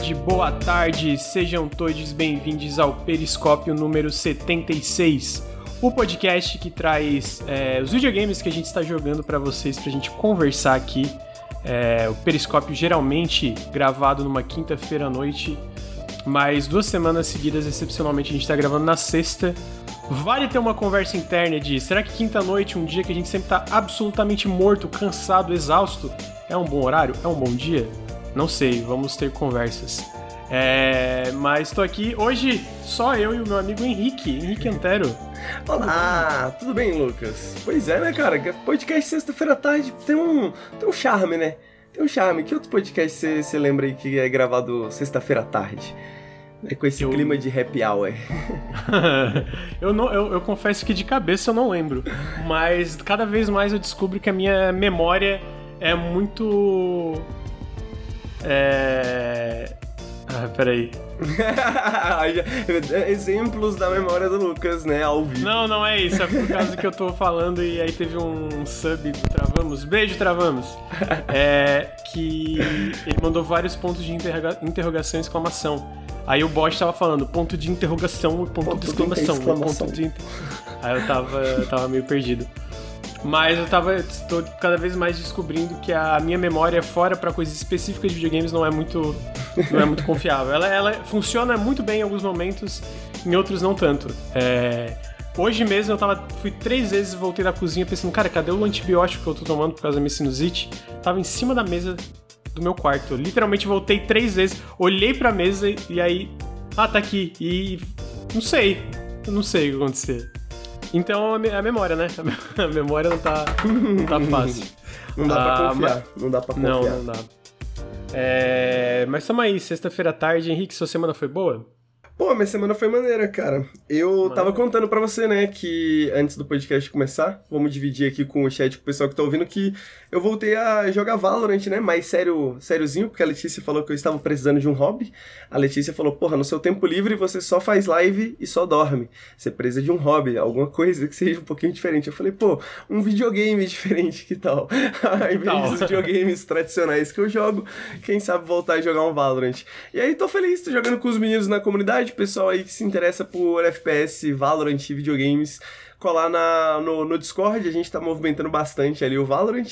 tarde, boa tarde, sejam todos bem-vindos ao Periscópio número 76, o podcast que traz os videogames que a gente está jogando para vocês, pra gente conversar aqui. O Periscópio geralmente gravado numa quinta-feira à noite, mas 2 semanas seguidas, excepcionalmente, a gente tá gravando na sexta. Vale ter uma conversa interna de, será que quinta-noite, um dia que a gente sempre tá absolutamente morto, cansado, exausto, é um bom horário? É um bom dia? Não sei, vamos ter conversas. Mas tô aqui hoje, só eu e o meu amigo Henrique Antero. Olá, tudo bem, Lucas? Pois é, né, cara? Podcast sexta-feira à tarde tem um charme, né? Tem um charme. Que outro podcast você lembra aí que é gravado sexta-feira à tarde? Com esse clima de happy hour. Eu confesso que de cabeça eu não lembro. Mas cada vez mais eu descubro que a minha memória é muito... peraí. Exemplos da memória do Lucas, né? Ao vivo. Não é isso. É por causa que eu tô falando e aí teve um sub do Travamos. Beijo, Travamos. Que ele mandou vários pontos de interrogação e exclamação. Aí o bot tava falando ponto de interrogação e ponto de exclamação. Aí eu tava meio perdido. Mas tô cada vez mais descobrindo que a minha memória, fora pra coisas específicas de videogames, não é muito confiável. Ela funciona muito bem em alguns momentos, em outros não tanto. Hoje mesmo fui 3 vezes e voltei da cozinha pensando, cara, cadê o antibiótico que eu tô tomando por causa da minha sinusite? Tava em cima da mesa do meu quarto. Eu literalmente voltei 3 vezes, olhei pra mesa e aí... tá aqui. E não sei o que acontecer. Então a memória, né? A memória não tá fácil. Não dá pra confiar. Não dá pra confiar. Não dá. Mas tamo aí, sexta-feira à tarde. Henrique, sua semana foi boa? Pô, minha semana foi maneira, cara. Eu tava contando pra você, né, que antes do podcast começar, vamos dividir aqui com o chat, com o pessoal que tá ouvindo, que eu voltei a jogar Valorant, né, mais sériozinho, porque a Letícia falou que eu estava precisando de um hobby. A Letícia falou, porra, no seu tempo livre você só faz live e só dorme. Você precisa de um hobby, alguma coisa que seja um pouquinho diferente. Eu falei, pô, um videogame diferente, que tal? Em vez dos videogames tradicionais que eu jogo, quem sabe voltar a jogar um Valorant. E aí tô feliz, tô jogando com os meninos na comunidade, pessoal aí que se interessa por FPS, Valorant e videogames, colar no Discord, a gente tá movimentando bastante ali o Valorant,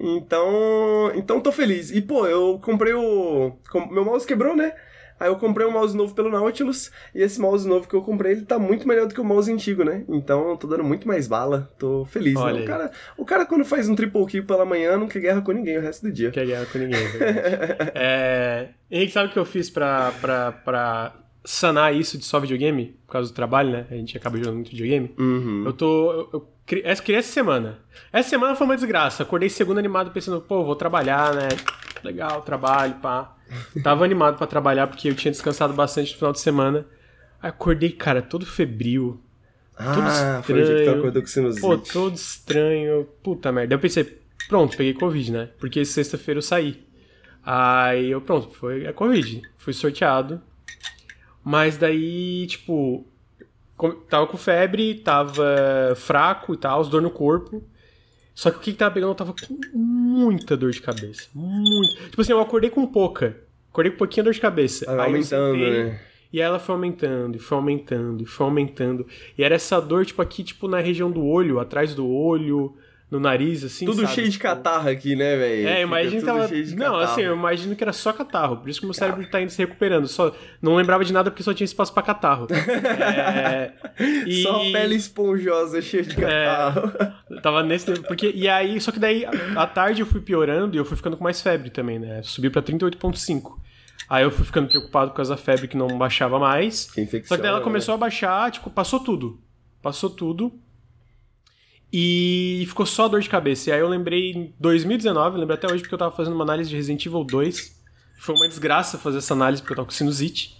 então tô feliz. E pô, eu comprei meu mouse quebrou, né? Aí eu comprei um mouse novo pelo Nautilus, e esse mouse novo que eu comprei, ele tá muito melhor do que o mouse antigo, né? Então eu tô dando muito mais bala, tô feliz, né? O cara quando faz um triple kill pela manhã não quer guerra com ninguém o resto do dia. Não quer guerra com ninguém, verdade. Henrique, sabe o que eu fiz pra sanar isso de só videogame, por causa do trabalho, né? A gente acaba jogando muito videogame. Uhum. Eu criei essa semana. Essa semana foi uma desgraça. Acordei segunda animado pensando, pô, vou trabalhar, né? Legal, trabalho, pá. Tava animado pra trabalhar porque eu tinha descansado bastante no final de semana. Aí acordei, cara, todo febril. Todo estranho. Foi o dia que tu acordou com sinusite. Pô, todo estranho. Puta merda. Daí eu pensei, pronto, peguei Covid, né? Porque sexta-feira eu saí. Aí eu, pronto, foi a Covid. Fui sorteado. Mas daí, tipo, tava com febre, tava fraco e tal, dor no corpo. Só que o que tava pegando, eu tava com muita dor de cabeça. Muito. Tipo assim, eu acordei com pouca. Acordei com pouquinha dor de cabeça. Aí aumentando, né? E aí ela foi aumentando, e foi aumentando, e foi aumentando. E era essa dor, tipo, aqui, tipo, na região do olho, atrás do olho, no nariz, assim, tudo sabe? cheio de catarro aqui, né, velho? Eu imagino que ela... Não, assim, eu imagino que era só catarro. Por isso que o meu cérebro tá indo se recuperando. Só não lembrava de nada porque só tinha espaço pra catarro. Só pele esponjosa, cheia de catarro. Tava nesse... E aí, só que daí, à tarde eu fui piorando e eu fui ficando com mais febre também, né? Subi pra 38,5. Aí eu fui ficando preocupado por causa da febre que não baixava mais. Infecção, só que daí ela começou a baixar, tipo, passou tudo. E ficou só dor de cabeça. E aí eu lembrei em 2019, lembro até hoje porque eu tava fazendo uma análise de Resident Evil 2. Foi uma desgraça fazer essa análise porque eu tava com sinusite.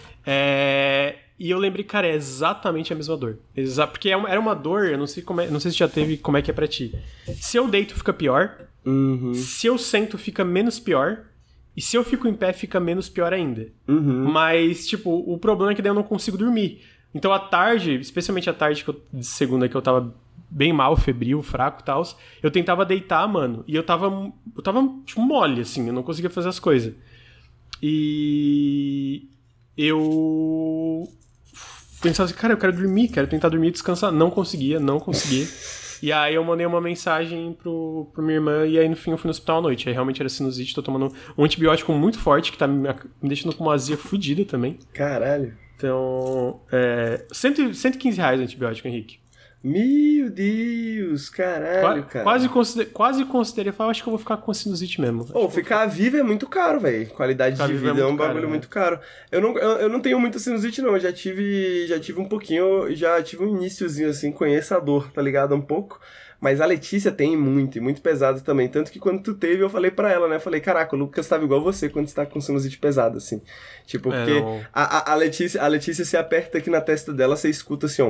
E eu lembrei, cara, é exatamente a mesma dor. Porque era uma dor, eu não sei se já teve, como é que é pra ti. Se eu deito, fica pior. Uhum. Se eu sento, fica menos pior. E se eu fico em pé, fica menos pior ainda. Uhum. Mas, tipo, o problema é que daí eu não consigo dormir. Então, à tarde, especialmente à tarde de segunda, que eu tava bem mal, febril, fraco e tal, eu tentava deitar, mano, e eu tava tipo, mole, assim, eu não conseguia fazer as coisas. E eu pensava assim, cara, eu quero dormir, quero tentar dormir e descansar. Não conseguia. E aí eu mandei uma mensagem pro minha irmã e aí no fim eu fui no hospital à noite. Aí realmente era sinusite, tô tomando um antibiótico muito forte que tá me deixando com uma azia fodida também. Caralho. Então, R$115 o antibiótico, Henrique. Meu Deus, caralho, cara. Quase considerei, falei, acho que eu vou ficar com sinusite mesmo. Ficar vivo é muito caro, velho. Qualidade de vida é um bagulho muito caro. Eu não tenho muita sinusite, não. Eu já tive um pouquinho, já tive um iniciozinho, assim, conheço a dor, tá ligado? Um pouco. Mas a Letícia tem muito, e muito pesado também. Tanto que quando tu teve, eu falei pra ela, né? Eu falei, caraca, o Lucas tava igual você quando você tá com sinusite pesada, assim. Tipo, porque a Letícia se aperta aqui na testa dela, você escuta assim, ó...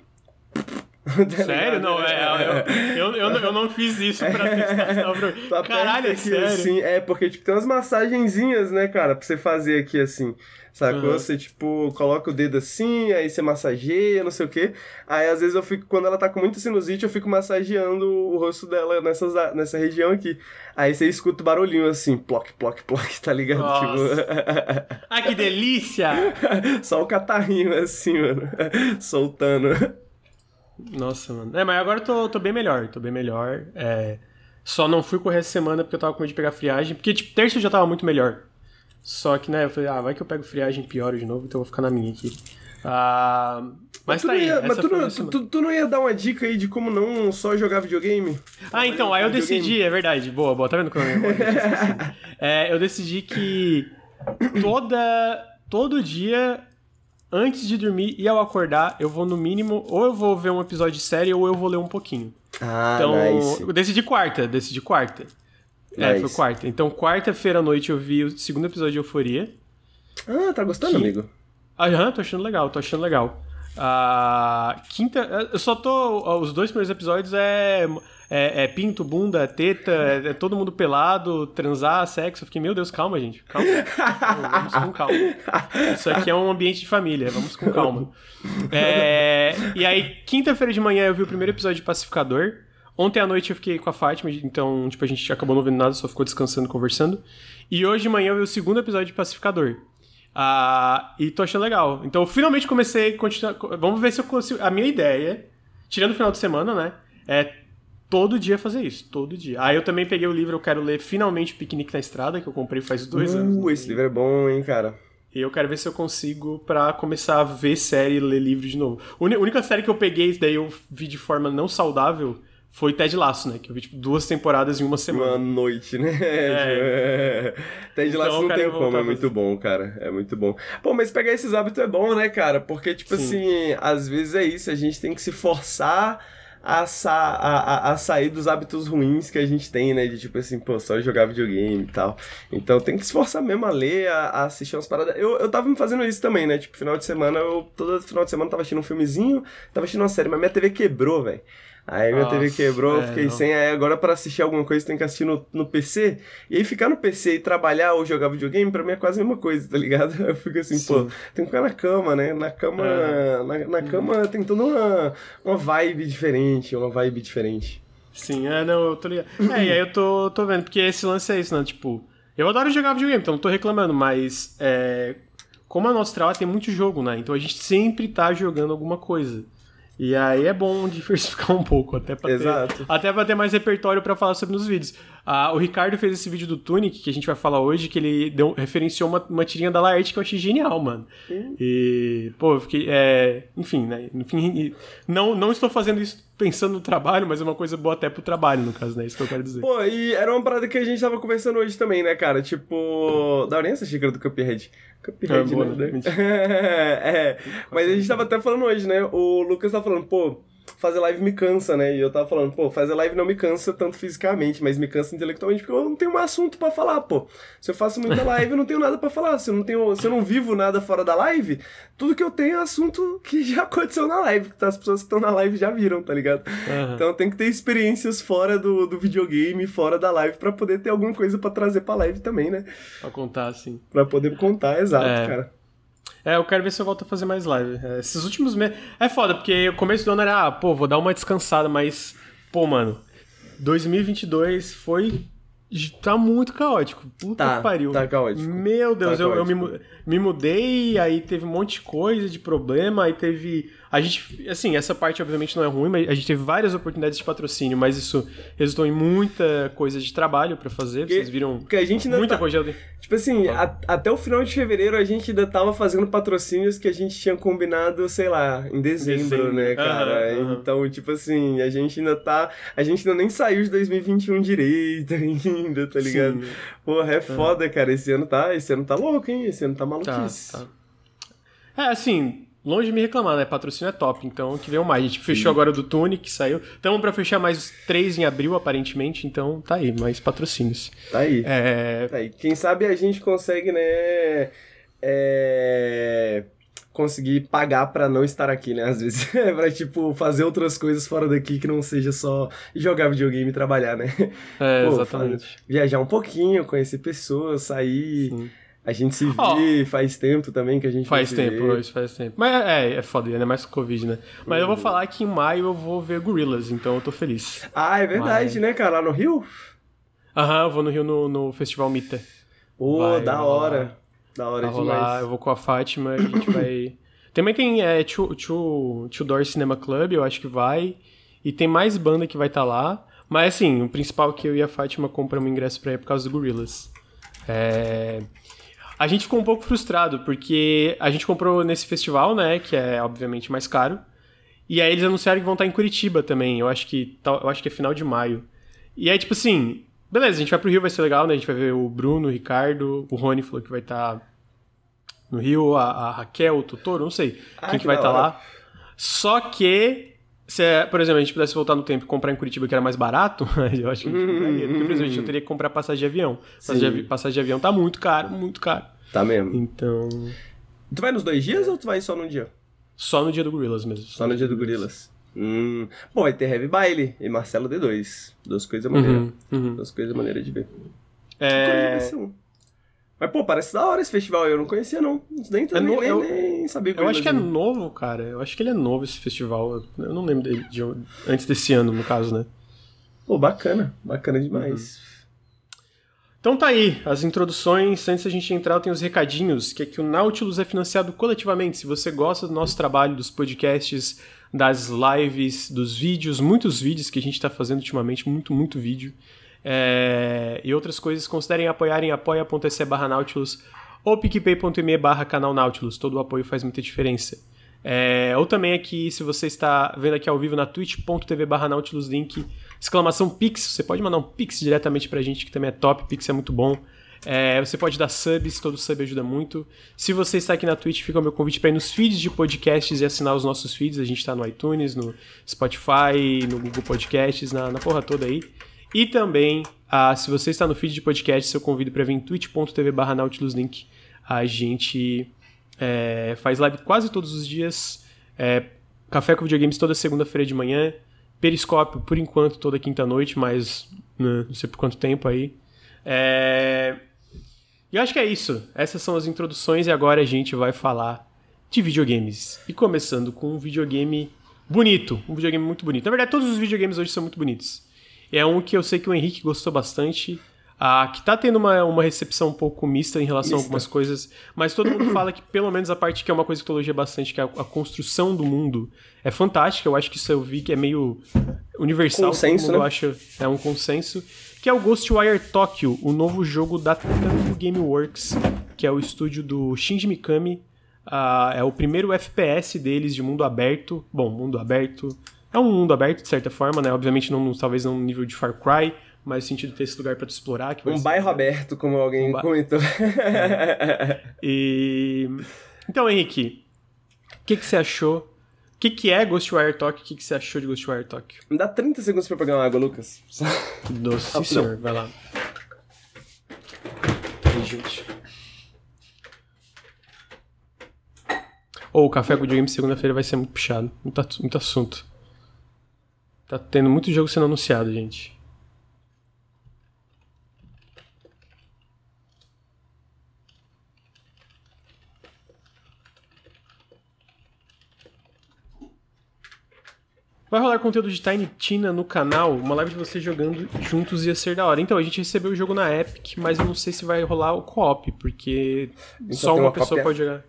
Sério? Não, eu não fiz isso pra testar. Caralho, é sério? Assim, porque tipo, tem umas massagenzinhas, né, cara, pra você fazer aqui assim, sacou? Você, tipo, coloca o dedo assim, aí você massageia, não sei o quê. Aí, às vezes, quando ela tá com muita sinusite, eu fico massageando o rosto dela nessa região aqui. Aí você escuta o barulhinho assim, ploc, ploc, ploc, tá ligado? Tipo... Ai, que delícia! Só o catarrinho assim, mano, soltando. Nossa, mano. Mas agora eu tô bem melhor, Só não fui correr essa semana porque eu tava com medo de pegar friagem, porque, tipo, terça eu já tava muito melhor. Só que, né, eu falei, vai que eu pego friagem e pioro de novo, então eu vou ficar na minha aqui. Mas tá aí. Tu não ia dar uma dica aí de como não só jogar videogame? Então, aí eu decidi, é verdade. Boa, tá vendo como eu decidi que todo dia... Antes de dormir e ao acordar, eu vou no mínimo, ou eu vou ver um episódio de série ou eu vou ler um pouquinho. Nice. Eu decidi quarta. Nice. Foi quarta. Então, quarta-feira à noite eu vi o segundo episódio de Euforia. Tá gostando, amigo? Tô achando legal. Quinta, eu só os 2 primeiros episódios é pinto, bunda, teta, é todo mundo pelado, transar, sexo. Eu fiquei, meu Deus, calma, gente. Calma. Vamos com calma. Isso aqui é um ambiente de família, vamos com calma. E aí, quinta-feira de manhã eu vi o primeiro episódio de Pacificador. Ontem à noite eu fiquei com a Fátima, então, tipo, a gente acabou não vendo nada, só ficou descansando, conversando. E hoje de manhã eu vi o segundo episódio de Pacificador. E tô achando legal. Então, eu finalmente comecei a continuar. Vamos ver se eu consigo. A minha ideia, tirando o final de semana, né? É todo dia fazer isso. Todo dia. Aí eu também peguei o livro, eu quero ler finalmente o Piquenique na Estrada, que eu comprei faz 2 anos. Esse livro é bom, hein, cara? E eu quero ver se eu consigo pra começar a ver série e ler livro de novo. A única série que eu peguei, daí eu vi de forma não saudável, foi Ted Lasso, né? Que eu vi, tipo, 2 temporadas em uma semana. Uma noite, né? Ted Lasso não tem como, é muito bom, cara. É muito bom. Pô, mas pegar esses hábitos é bom, né, cara? Porque, tipo assim, às vezes é isso, a gente tem que se forçar a sair dos hábitos ruins que a gente tem, né? De tipo assim, pô, só jogar videogame e tal. Então tem que se esforçar mesmo a ler, a assistir umas paradas. Eu tava me fazendo isso também, né? Tipo, final de semana, todo final de semana tava assistindo um filmezinho, tava assistindo uma série, mas minha TV quebrou, velho. Aí minha TV quebrou, eu fiquei sem. Aí agora pra assistir alguma coisa tem que assistir no PC. E aí ficar no PC e trabalhar ou jogar videogame, pra mim é quase a mesma coisa, tá ligado? Eu fico assim, pô, tem que ficar na cama, né? Na cama, na cama tem toda uma vibe diferente, Sim, não, eu tô ligado. E aí eu tô vendo, porque esse lance é isso, né? Tipo, eu adoro jogar videogame, então não tô reclamando, mas como a Nostral tem muito jogo, né? Então a gente sempre tá jogando alguma coisa. E aí é bom diversificar um pouco, até pra ter mais repertório pra falar sobre nos vídeos. O Ricardo fez esse vídeo do Tunic, que a gente vai falar hoje, que ele referenciou uma tirinha da Laerte que eu achei genial, mano. E, pô, eu fiquei... enfim, né? Enfim, não estou fazendo isso pensando no trabalho, mas é uma coisa boa até pro trabalho, no caso, né? Isso que eu quero dizer. Pô, e era uma parada que a gente tava conversando hoje também, né, cara? Tipo... Da nem essa xícara do Cuphead. Cuphead, boa, né? Mas a gente tava até falando hoje, né? O Lucas tava falando, pô, fazer live me cansa, né? E eu tava falando, pô, fazer live não me cansa tanto fisicamente, mas me cansa intelectualmente, porque eu não tenho mais assunto pra falar, pô. Se eu faço muita live, eu não tenho nada pra falar. Se eu não vivo nada fora da live, tudo que eu tenho é assunto que já aconteceu na live, que as pessoas que estão na live já viram, tá ligado? Então tem que ter experiências fora do videogame, fora da live, pra poder ter alguma coisa pra trazer pra live também, né? Pra contar, sim. Pra poder contar, exato, cara. Eu quero ver se eu volto a fazer mais live. Esses últimos meses... É foda, porque o começo do ano era, vou dar uma descansada, mas... Pô, mano, 2022 foi Tá muito caótico. Puta que pariu. Tá caótico. Meu Deus, Tá eu caótico. me mudei, aí teve um monte de coisa, de problema, aí teve... A gente, assim, essa parte obviamente não é ruim, mas a gente teve várias oportunidades de patrocínio, mas isso resultou em muita coisa de trabalho pra fazer, vocês viram Porque a gente ainda muita coisa... Tipo assim, até o final de fevereiro a gente ainda tava fazendo patrocínios que a gente tinha combinado, sei lá, em dezembro, né, cara? Então, tipo assim, a gente ainda nem saiu de 2021 direito ainda, tá ligado? Sim. Porra, é foda, cara. Esse ano tá louco, hein? Esse ano tá maluquice. Tá. É, assim... Longe de me reclamar, né? Patrocínio é top, então que venham mais. A gente fechou agora o do Tune, que saiu. Estamos pra fechar mais 3 em abril, aparentemente, então tá aí, mais patrocínios. Tá aí. Tá aí. Quem sabe a gente consegue, né? Conseguir pagar pra não estar aqui, né? Às vezes, pra, tipo, fazer outras coisas fora daqui que não seja só jogar videogame e trabalhar, né? Pô, exatamente. Viajar um pouquinho, conhecer pessoas, sair... Sim. A gente se vê faz tempo também que a gente faz tempo. Mas é foda, ainda mais com o Covid, né? Mas eu vou falar que em maio eu vou ver Gorillaz, então eu tô feliz. Ah, é verdade, né, cara? Lá no Rio? Eu vou no Rio no Festival Mita. Da hora. Da hora demais. Eu vou com a Fátima, a gente vai... Também tem Two Door Cinema Club, eu acho que vai. E tem mais banda que vai estar lá. Mas assim, o principal é que eu e a Fátima compramos um ingresso pra ir por causa do Gorillaz. A gente ficou um pouco frustrado, porque a gente comprou nesse festival, né, que é obviamente mais caro, e aí eles anunciaram que vão estar em Curitiba também, eu acho que é final de maio. E aí, tipo assim, beleza, a gente vai pro Rio, vai ser legal, né, a gente vai ver o Bruno, o Ricardo, o Rony falou que vai estar no Rio, a Raquel, o Totoro, não sei quem que vai estar lá. Só que, por exemplo, a gente pudesse voltar no tempo e comprar em Curitiba, que era mais barato, eu acho que a gente compraria. Porque, por exemplo, a gente teria que comprar passagem de avião. Passagem de avião tá muito caro, muito caro. Tá mesmo. Então... Tu vai nos 2 dias ou tu vai só num dia? Só no dia do Gorillaz mesmo. Só no dia do Gorillaz. Bom, vai ter Heavy Baile e Marcelo D2. Duas coisas maneiras. Duas coisas maneiras de ver. Mas, pô, parece da hora esse festival. Eu não conhecia, não. Nem sabia que eu acho que é novo, cara. Eu acho que ele é novo, esse festival. Eu não lembro dele antes desse ano, no caso, né? Pô, bacana. Bacana demais. Então tá aí, as introduções. Antes da gente entrar, eu tenho os recadinhos, que é que o Nautilus é financiado coletivamente. Se você gosta do nosso trabalho, dos podcasts, das lives, dos vídeos, muitos vídeos que a gente tá fazendo ultimamente, muito vídeo, e outras coisas, considerem apoiar em apoia.se/Nautilus ou picpay.me/canal Nautilus. Todo o apoio faz muita diferença. Ou também aqui, se você está vendo aqui ao vivo na twitch.tv/Nautilus link, exclamação Pix, você pode mandar um Pix diretamente pra gente, que também é top, Pix é muito bom. Você pode dar subs, todo sub ajuda muito. Se você está aqui na Twitch, fica o meu convite para ir nos feeds de podcasts e assinar os nossos feeds. A gente tá no iTunes, no Spotify, no Google Podcasts, na porra toda aí. E também, se você está no feed de podcasts, eu convido para vir em twitch.tv/Nautilus link. A gente faz live quase todos os dias, Café com Videogames toda segunda-feira de manhã, Periscópio, por enquanto, toda quinta-noite, mas não sei por quanto tempo aí. E eu acho que é isso. Essas são as introduções e agora a gente vai falar de videogames. E começando com um videogame bonito, um videogame muito bonito. Na verdade, todos os videogames hoje são muito bonitos. É um que eu sei que o Henrique gostou bastante, que tá tendo uma recepção um pouco mista em relação a algumas coisas, mas todo mundo fala que pelo menos a parte que é uma coisa que eu elogia bastante, que é a construção do mundo, é fantástica. Eu acho que isso eu vi que é meio universal. Consenso, todo mundo né? acha, é um consenso, que é o Ghostwire Tokyo, o novo jogo da Tango Gameworks, que é o estúdio do Shinji Mikami. É o primeiro FPS deles de mundo aberto. Bom, mundo aberto... É um mundo aberto, de certa forma, né? Obviamente, talvez não no nível de Far Cry, mas no sentido de ter esse lugar pra tu explorar. Que um bairro aberto, como alguém comentou. Então, Henrique, o que você achou? O que é Ghostwire Tokyo? O que você achou de Ghostwire Tokyo? Me dá 30 segundos pra pegar uma água, Lucas. Doce, senhor. Vai lá. Aí, gente. O Café com Videogame segunda-feira vai ser muito puxado. Muito assunto. Tá tendo muito jogo sendo anunciado, gente. vai rolar conteúdo de Tiny Tina no canal? Uma live de vocês jogando juntos ia ser da hora. Então, a gente recebeu o jogo na Epic, mas eu não sei se vai rolar o co-op, porque só uma pessoa pode jogar.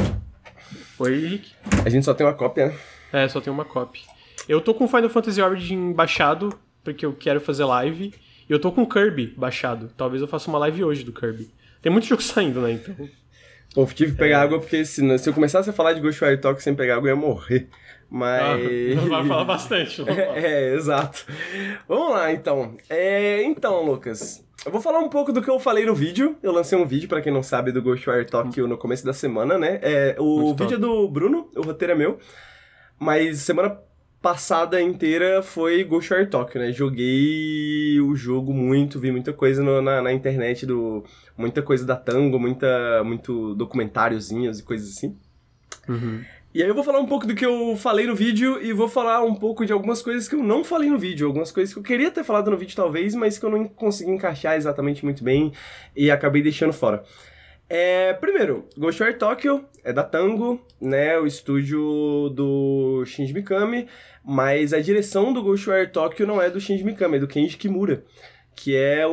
Oi, Henrique? A gente só tem uma cópia, né? É, só tem uma cópia. Eu tô com Final Fantasy Origin baixado, porque eu quero fazer live. E eu tô com Kirby baixado. Talvez eu faça uma live hoje do Kirby. Tem muito jogo saindo, né? Então... Pô, tive que pegar água, porque se eu começasse a falar de Ghostwire Tokyo sem pegar água, eu ia morrer. Mas... vai falar bastante. Exato. Vamos lá, então. Então, Lucas, eu vou falar um pouco do que eu falei no vídeo. Eu lancei um vídeo, pra quem não sabe, do Ghostwire Tokyo no começo da semana, né? O vídeo é do Bruno, o roteiro é meu. Mas semana passada inteira foi Ghostwire Tokyo, né? Joguei o jogo muito, vi muita coisa na internet, muita coisa da Tango, muito documentáriozinhos e coisas assim. Uhum. E aí eu vou falar um pouco do que eu falei no vídeo e vou falar um pouco de algumas coisas que eu não falei no vídeo, algumas coisas que eu queria ter falado no vídeo talvez, mas que eu não consegui encaixar exatamente muito bem e acabei deixando fora. Primeiro, Ghostwire Tokyo é da Tango, né, o estúdio do Shinji Mikami, mas a direção do Ghostwire Tokyo não é do Shinji Mikami, é do Kenji Kimura, que é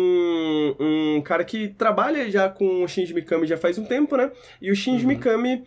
um cara que trabalha já com o Shinji Mikami já faz um tempo, né, e o Shinji Mikami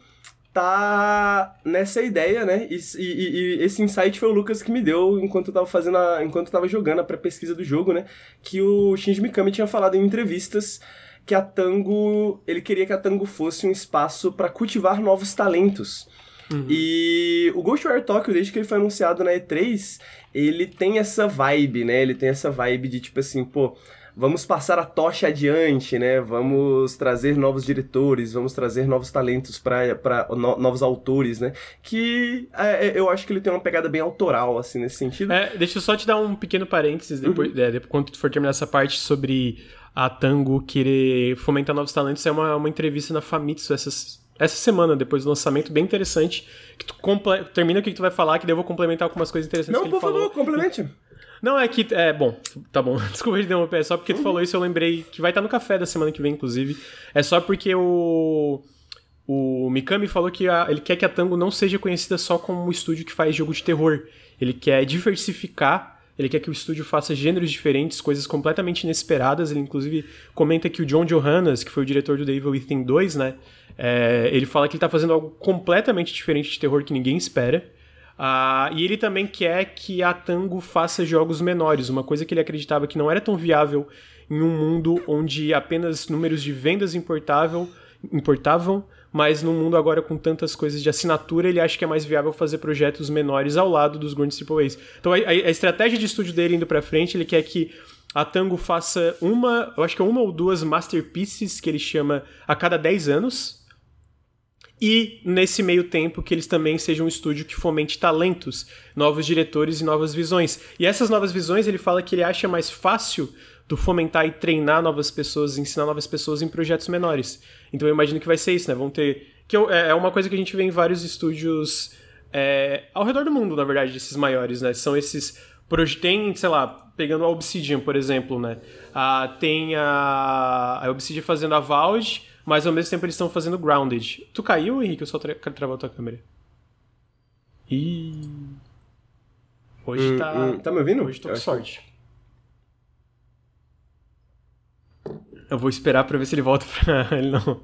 tá nessa ideia, né, e esse insight foi o Lucas que me deu enquanto eu tava jogando a pré-pesquisa do jogo, né, que o Shinji Mikami tinha falado em entrevistas que a Tango, ele queria que a Tango fosse um espaço para cultivar novos talentos. Uhum. E o Ghostwire Tokyo, desde que ele foi anunciado na E3, ele tem essa vibe, né? Ele tem essa vibe de tipo assim, pô, vamos passar a tocha adiante, né? Vamos trazer novos diretores, vamos trazer novos talentos para novos autores, né? Que eu acho que ele tem uma pegada bem autoral, assim, nesse sentido. Deixa eu só te dar um pequeno parênteses, depois, quando tu for terminar essa parte sobre a Tango querer fomentar novos talentos. É uma entrevista na Famitsu essa semana, depois do lançamento, bem interessante, que tu termina o que tu vai falar, que daí eu vou complementar algumas coisas interessantes que ele falou. Não, por favor, complemente. Não, é que... bom, tá bom. Desculpa de interromper, só porque tu falou isso, eu lembrei que vai estar no café da semana que vem, inclusive. É só porque o Mikami falou que ele quer que a Tango não seja conhecida só como um estúdio que faz jogo de terror. Ele quer diversificar, ele quer que o estúdio faça gêneros diferentes, coisas completamente inesperadas. Ele, inclusive, comenta que o John Johannes, que foi o diretor do The Evil Within 2, né? Ele fala que ele tá fazendo algo completamente diferente de terror que ninguém espera. E ele também quer que a Tango faça jogos menores, uma coisa que ele acreditava que não era tão viável em um mundo onde apenas números de vendas importavam, mas num mundo agora com tantas coisas de assinatura, ele acha que é mais viável fazer projetos menores ao lado dos grandes AAAs. Então a estratégia de estúdio dele indo pra frente, ele quer que a Tango faça eu acho que é uma ou duas masterpieces, que ele chama a cada 10 anos, e nesse meio tempo que eles também sejam um estúdio que fomente talentos, novos diretores e novas visões. E essas novas visões, ele fala que ele acha mais fácil do fomentar e treinar novas pessoas, ensinar novas pessoas em projetos menores. Então eu imagino que vai ser isso, né? Vão ter... é uma coisa que a gente vê em vários estúdios ao redor do mundo, na verdade, esses maiores, né? São esses... Tem, sei lá, pegando a Obsidian, por exemplo, né? Tem a Obsidian fazendo a Valve, mas ao mesmo tempo eles estão fazendo Grounded. Tu caiu, Henrique? Eu só travou a tua câmera. Hoje tá... Tá me ouvindo? Hoje tô com sorte. Eu vou esperar pra ver se ele volta pra... ele não...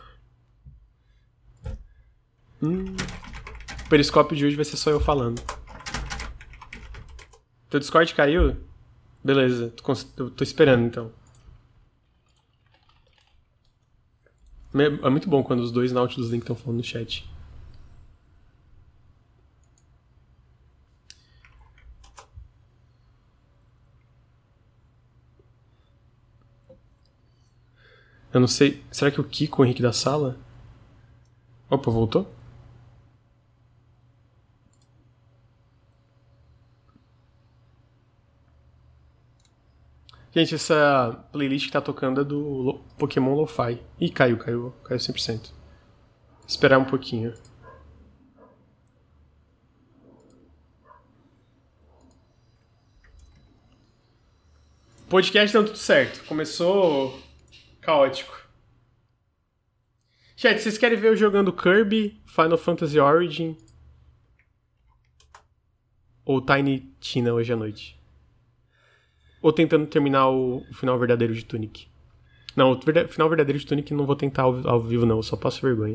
O periscópio de hoje vai ser só eu falando. Teu Discord caiu? Beleza, eu tô esperando então. É muito bom quando os dois Nautilus Link estão falando no chat. Eu não sei. Será que o Kiko, o Henrique da sala? Opa, voltou? Gente, essa playlist que tá tocando é do Pokémon Lo-Fi. Ih, caiu 100%. Esperar um pouquinho. Podcast deu tudo certo. Começou caótico. Chat, vocês querem ver eu jogando Kirby, Final Fantasy Origin? ou Tiny Tina hoje à noite. Ou tentando terminar o final verdadeiro de Tunic. Não, o final verdadeiro de Tunic não vou tentar ao vivo não, eu só passo vergonha.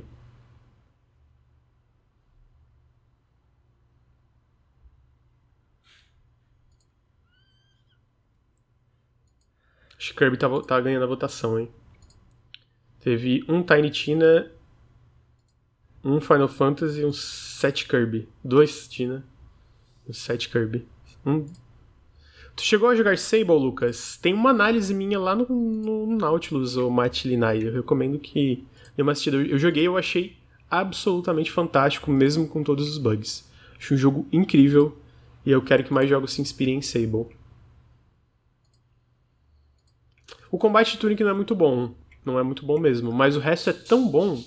Acho que Kirby tá ganhando a votação, hein? Teve um Tiny Tina, um Final Fantasy e um 7 Kirby. 2 Tina, um 7 Kirby. Tu chegou a jogar Sable, Lucas? Tem uma análise minha lá no Nautilus, ou Matt Linai. Eu recomendo que dê uma assistida. Eu joguei, eu achei absolutamente fantástico, mesmo com todos os bugs. Acho um jogo incrível e eu quero que mais jogos se inspirem em Sable. O combate de Tunic não é muito bom. Não é muito bom mesmo. Mas o resto é tão bom,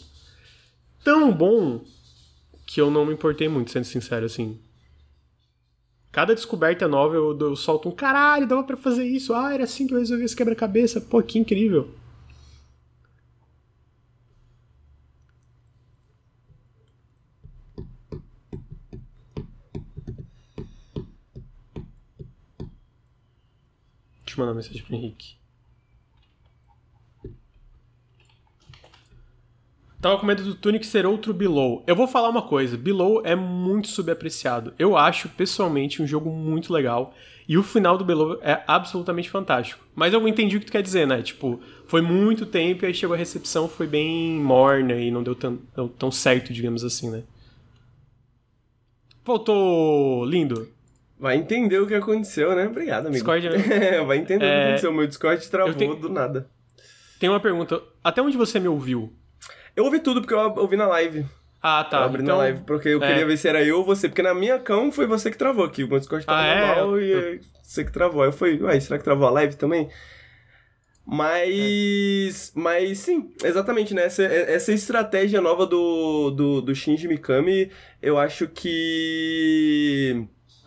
que eu não me importei muito, sendo sincero, assim. Cada descoberta nova eu solto um caralho, dava pra fazer isso. Ah, era assim que eu resolvi esse quebra-cabeça. Pô, que incrível. Deixa eu mandar uma mensagem pro Henrique. Tava com medo do Tunic ser outro Below. Eu vou falar uma coisa, Below é muito subapreciado. Eu acho, pessoalmente, um jogo muito legal. E o final do Below é absolutamente fantástico. Mas eu entendi o que tu quer dizer, né? Tipo, foi muito tempo e aí chegou a recepção, foi bem morna e não deu tão certo, digamos assim, né? Voltou lindo. Vai entender o que aconteceu, né? Obrigado, amigo. Discord, né? Vai entender o que aconteceu. Meu Discord travou do nada. Tem uma pergunta. Até onde você me ouviu? Eu ouvi tudo porque eu ouvi na live. Ah, tá. Eu abri na live porque eu queria ver se era eu ou você. Porque na minha account foi você que travou aqui. O meu Discord tava normal e você que travou. Aí eu falei, uai, será que travou a live também? Mas sim, exatamente, né? Essa estratégia nova do Shinji Mikami, eu acho que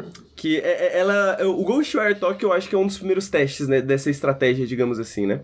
o Ghostwire Tokyo eu acho que é um dos primeiros testes, né, dessa estratégia, digamos assim, né?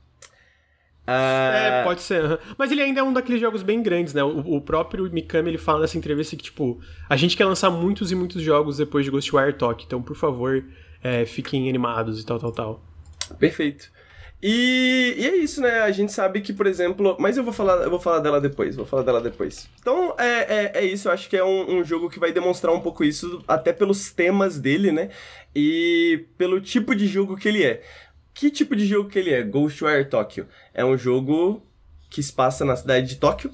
Pode ser. Mas ele ainda é um daqueles jogos bem grandes, né? O próprio Mikami, ele fala nessa entrevista que, tipo, a gente quer lançar muitos e muitos jogos depois de Ghostwire Tokyo, então, por favor, fiquem animados e tal. Perfeito. E é isso, né? A gente sabe que, por exemplo... Mas eu vou falar dela depois. Então, é isso. Eu acho que é um jogo que vai demonstrar um pouco isso, até pelos temas dele, né? E pelo tipo de jogo que ele é. Que tipo de jogo que ele é? Ghostwire Tokyo. É um jogo que se passa na cidade de Tóquio.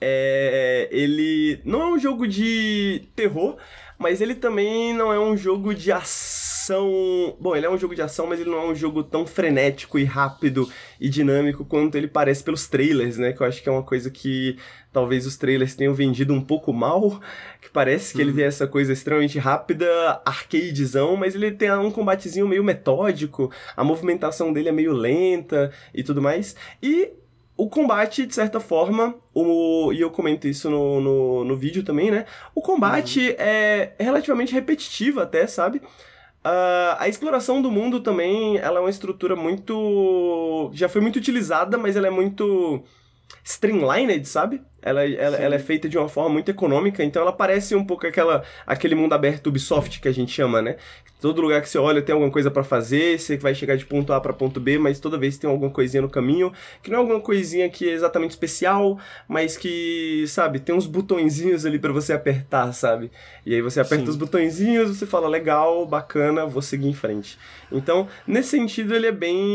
Ele não é um jogo de terror, mas ele também não é um jogo de ação... Bom, ele é um jogo de ação, mas ele não é um jogo tão frenético e rápido e dinâmico quanto ele parece pelos trailers, né? Que eu acho que é uma coisa que talvez os trailers tenham vendido um pouco mal, que parece que ele tem essa coisa extremamente rápida, arcadezão, mas ele tem um combatezinho meio metódico, a movimentação dele é meio lenta e tudo mais. E o combate, de certa forma, e eu comento isso no vídeo também, né? O combate é relativamente repetitivo até, sabe? A exploração do mundo também, ela é uma estrutura muito... Já foi muito utilizada, mas ela é muito streamlined, sabe? Ela é feita de uma forma muito econômica, então ela parece um pouco aquele mundo aberto Ubisoft que a gente chama, né? Todo lugar que você olha tem alguma coisa pra fazer, você vai chegar de ponto A pra ponto B, mas toda vez tem alguma coisinha no caminho, que não é alguma coisinha que é exatamente especial, mas que, sabe, tem uns botõezinhos ali pra você apertar, sabe? E aí você aperta os botõezinhos, você fala, legal, bacana, vou seguir em frente. Então, nesse sentido, ele é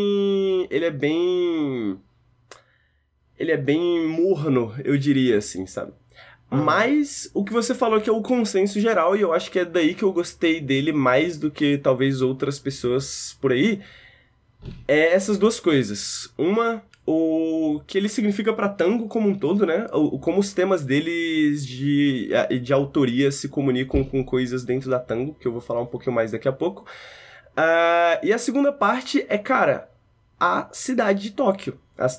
bem morno, eu diria assim, sabe? Mas o que você falou que é o consenso geral, e eu acho que é daí que eu gostei dele mais do que talvez outras pessoas por aí, é essas duas coisas. Uma, o que ele significa pra Tango como um todo, né? Como os temas deles de autoria se comunicam com coisas dentro da Tango, que eu vou falar um pouquinho mais daqui a pouco. E a segunda parte é, cara, a cidade de Tóquio.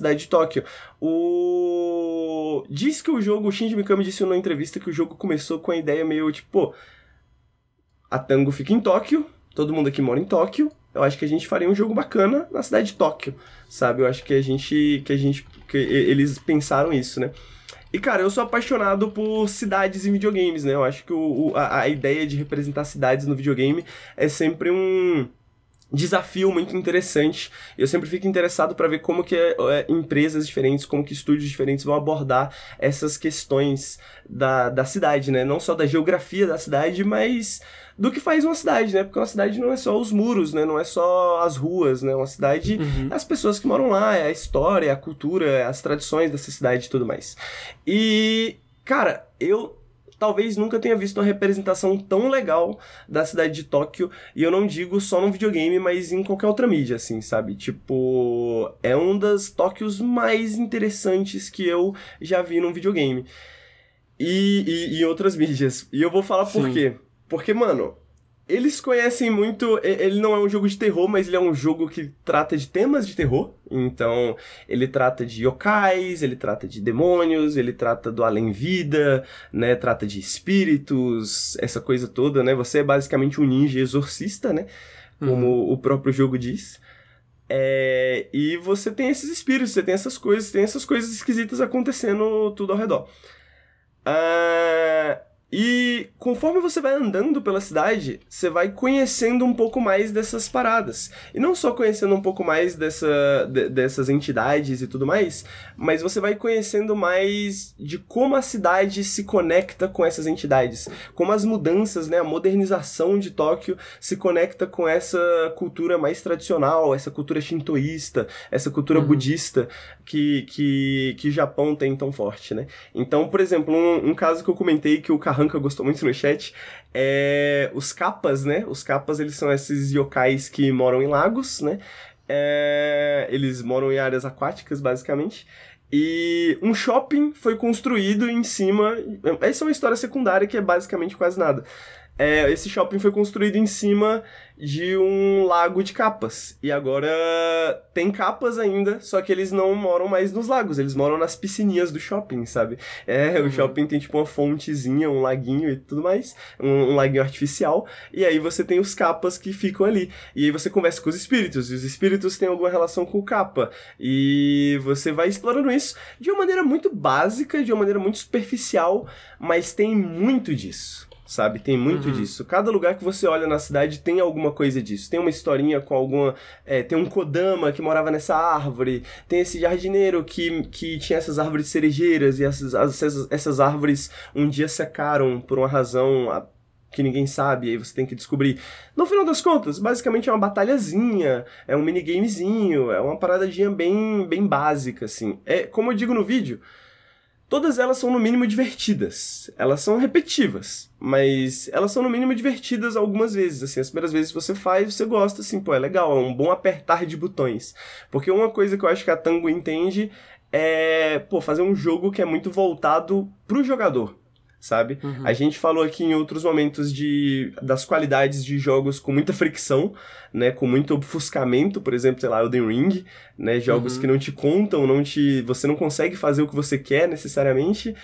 Diz que o Shinji Mikami disse numa entrevista que o jogo começou com a ideia meio tipo, a Tango fica em Tóquio, todo mundo aqui mora em Tóquio, eu acho que a gente faria um jogo bacana na cidade de Tóquio, sabe? Eu acho que eles pensaram isso, né? E, cara, eu sou apaixonado por cidades em videogames, né? Eu acho que a ideia de representar cidades no videogame é sempre um desafio muito interessante. Eu sempre fico interessado para ver como que empresas diferentes, como que estúdios diferentes vão abordar essas questões da cidade, né? Não só da geografia da cidade, mas do que faz uma cidade, né? Porque uma cidade não é só os muros, né? Não é só as ruas, né? Uma cidade é as pessoas que moram lá, é a história, é a cultura, é as tradições dessa cidade e tudo mais. E, cara, eu talvez nunca tenha visto uma representação tão legal da cidade de Tóquio, e eu não digo só no videogame, mas em qualquer outra mídia, assim, sabe? Tipo, é um das Tóquios mais interessantes que eu já vi num videogame. E em outras mídias. E eu vou falar por quê. Porque, mano, eles conhecem muito... Ele não é um jogo de terror, mas ele é um jogo que trata de temas de terror. Então, ele trata de yokais, ele trata de demônios, ele trata do além-vida, né? Trata de espíritos, essa coisa toda, né? Você é basicamente um ninja exorcista, né? Como o próprio jogo diz. E você tem esses espíritos, você tem essas coisas esquisitas acontecendo tudo ao redor. E conforme você vai andando pela cidade, você vai conhecendo um pouco mais dessas paradas. E não só conhecendo um pouco mais dessas entidades e tudo mais, mas você vai conhecendo mais de como a cidade se conecta com essas entidades. Como as mudanças, né, a modernização de Tóquio se conecta com essa cultura mais tradicional, essa cultura shintoísta, essa cultura budista que o Japão tem tão forte, né? Então, por exemplo, um caso que eu comentei que o Carranca gostou muito no chat é os kappas, né? Os kappas, eles são esses yokais que moram em lagos, né? Eles moram em áreas aquáticas, basicamente. E um shopping foi construído em cima... Essa é uma história secundária que é basicamente quase nada. Esse shopping foi construído em cima de um lago de capas. E agora tem capas ainda, só que eles não moram mais nos lagos, eles moram nas piscininhas do shopping, sabe? O shopping tem tipo uma fontezinha, um laguinho e tudo mais, um laguinho artificial, e aí você tem os capas que ficam ali. E aí você conversa com os espíritos, e os espíritos têm alguma relação com o capa. E você vai explorando isso de uma maneira muito básica, de uma maneira muito superficial, mas tem muito disso. Sabe? Tem muito disso. Cada lugar que você olha na cidade tem alguma coisa disso. Tem uma historinha com alguma... tem um Kodama que morava nessa árvore. Tem esse jardineiro que tinha essas árvores cerejeiras. E essas árvores um dia secaram por uma razão que ninguém sabe. E aí você tem que descobrir. No final das contas, basicamente é uma batalhazinha. É um minigamezinho. É uma paradinha bem, bem básica, assim. Como eu digo no vídeo... Todas elas são no mínimo divertidas. Elas são repetitivas, mas elas são no mínimo divertidas algumas vezes, assim. As primeiras vezes que você faz, você gosta, assim, pô, é legal, é um bom apertar de botões. Porque uma coisa que eu acho que a Tango entende é, fazer um jogo que é muito voltado pro jogador, sabe? A gente falou aqui em outros momentos das qualidades de jogos com muita fricção, né? Com muito ofuscamento, por exemplo, sei lá, Elden Ring, né? Jogos que não te contam, você não consegue fazer o que você quer necessariamente.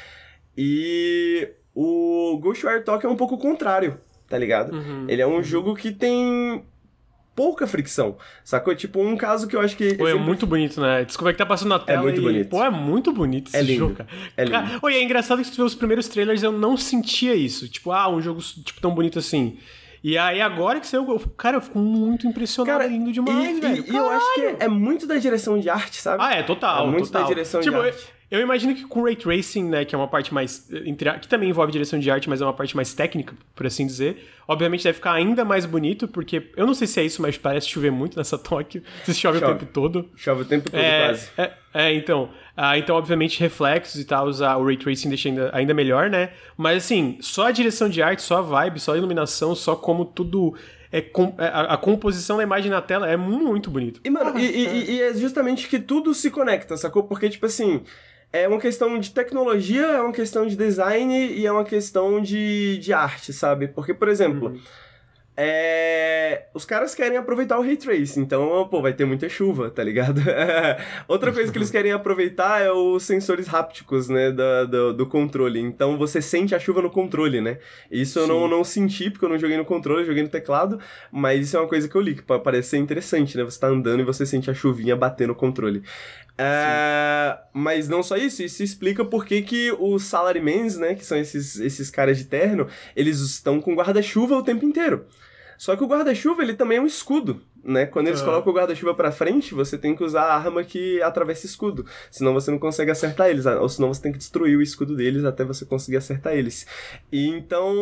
E o Ghostwire Tokyo é um pouco o contrário, tá ligado? Ele é um jogo que tem... pouca fricção, sacou? Tipo, um caso que eu acho que... É muito bonito, né? Desculpa que tá passando na tela muito bonito. Pô, é muito bonito esse jogo, cara. É lindo. É engraçado que se tu vê os primeiros trailers, eu não sentia isso. Tipo, um jogo tipo, tão bonito assim. E aí agora que saiu, cara, eu fico muito impressionado, cara, lindo demais, velho. E eu acho que é muito da direção de arte, sabe? Total. É muito total. da direção de arte. Eu imagino que com Ray Tracing, né, que é uma parte mais... que também envolve direção de arte, mas é uma parte mais técnica, por assim dizer. Obviamente deve ficar ainda mais bonito, porque... Eu não sei se é isso, mas parece chover muito nessa Tóquio. Se chove o tempo todo. Chove o tempo todo, quase. Então, obviamente, reflexos e tal, o Ray Tracing deixa ainda melhor, né? Mas, assim, só a direção de arte, só a vibe, só a iluminação, só como tudo... a composição da imagem na tela é muito bonito. E, mano, e é justamente que tudo se conecta, sacou? Porque, tipo assim... É uma questão de tecnologia, é uma questão de design e é uma questão de arte, sabe? Porque, por exemplo, Os caras querem aproveitar o Ray Tracing, então, pô, vai ter muita chuva, tá ligado? Outra coisa que eles querem aproveitar é os sensores hápticos, né, do controle. Então, você sente a chuva no controle, né? Isso eu não senti, porque eu não joguei no controle, eu joguei no teclado, mas isso é uma coisa que eu li, que parece ser interessante, né? Você tá andando e você sente a chuvinha bater no controle. Mas não só isso explica por que os salarymans, né, que são esses caras de terno, eles estão com guarda-chuva o tempo inteiro. Só que o guarda-chuva, ele também é um escudo, né? Quando eles colocam o guarda-chuva pra frente, você tem que usar a arma que atravessa escudo. Senão você não consegue acertar eles, ou senão você tem que destruir o escudo deles até você conseguir acertar eles. E então...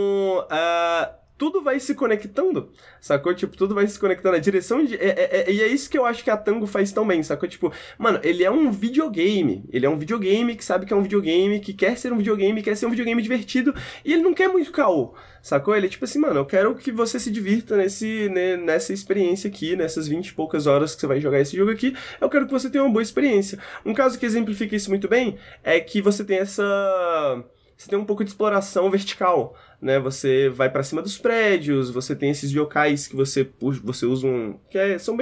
tudo vai se conectando, sacou? Tipo, tudo vai se conectando. A direção de... E é isso que eu acho que a Tango faz tão bem, sacou? Tipo, mano, ele é um videogame. Ele é um videogame que sabe que é um videogame, que quer ser um videogame, quer ser um videogame divertido, e ele não quer muito caô, sacou? Ele é tipo assim, mano, eu quero que você se divirta nessa experiência aqui, nessas 20 e poucas horas que você vai jogar esse jogo aqui, eu quero que você tenha uma boa experiência. Um caso que exemplifica isso muito bem é que você tem você tem um pouco de exploração vertical, né? Você vai pra cima dos prédios, você tem esses yokais que você usa são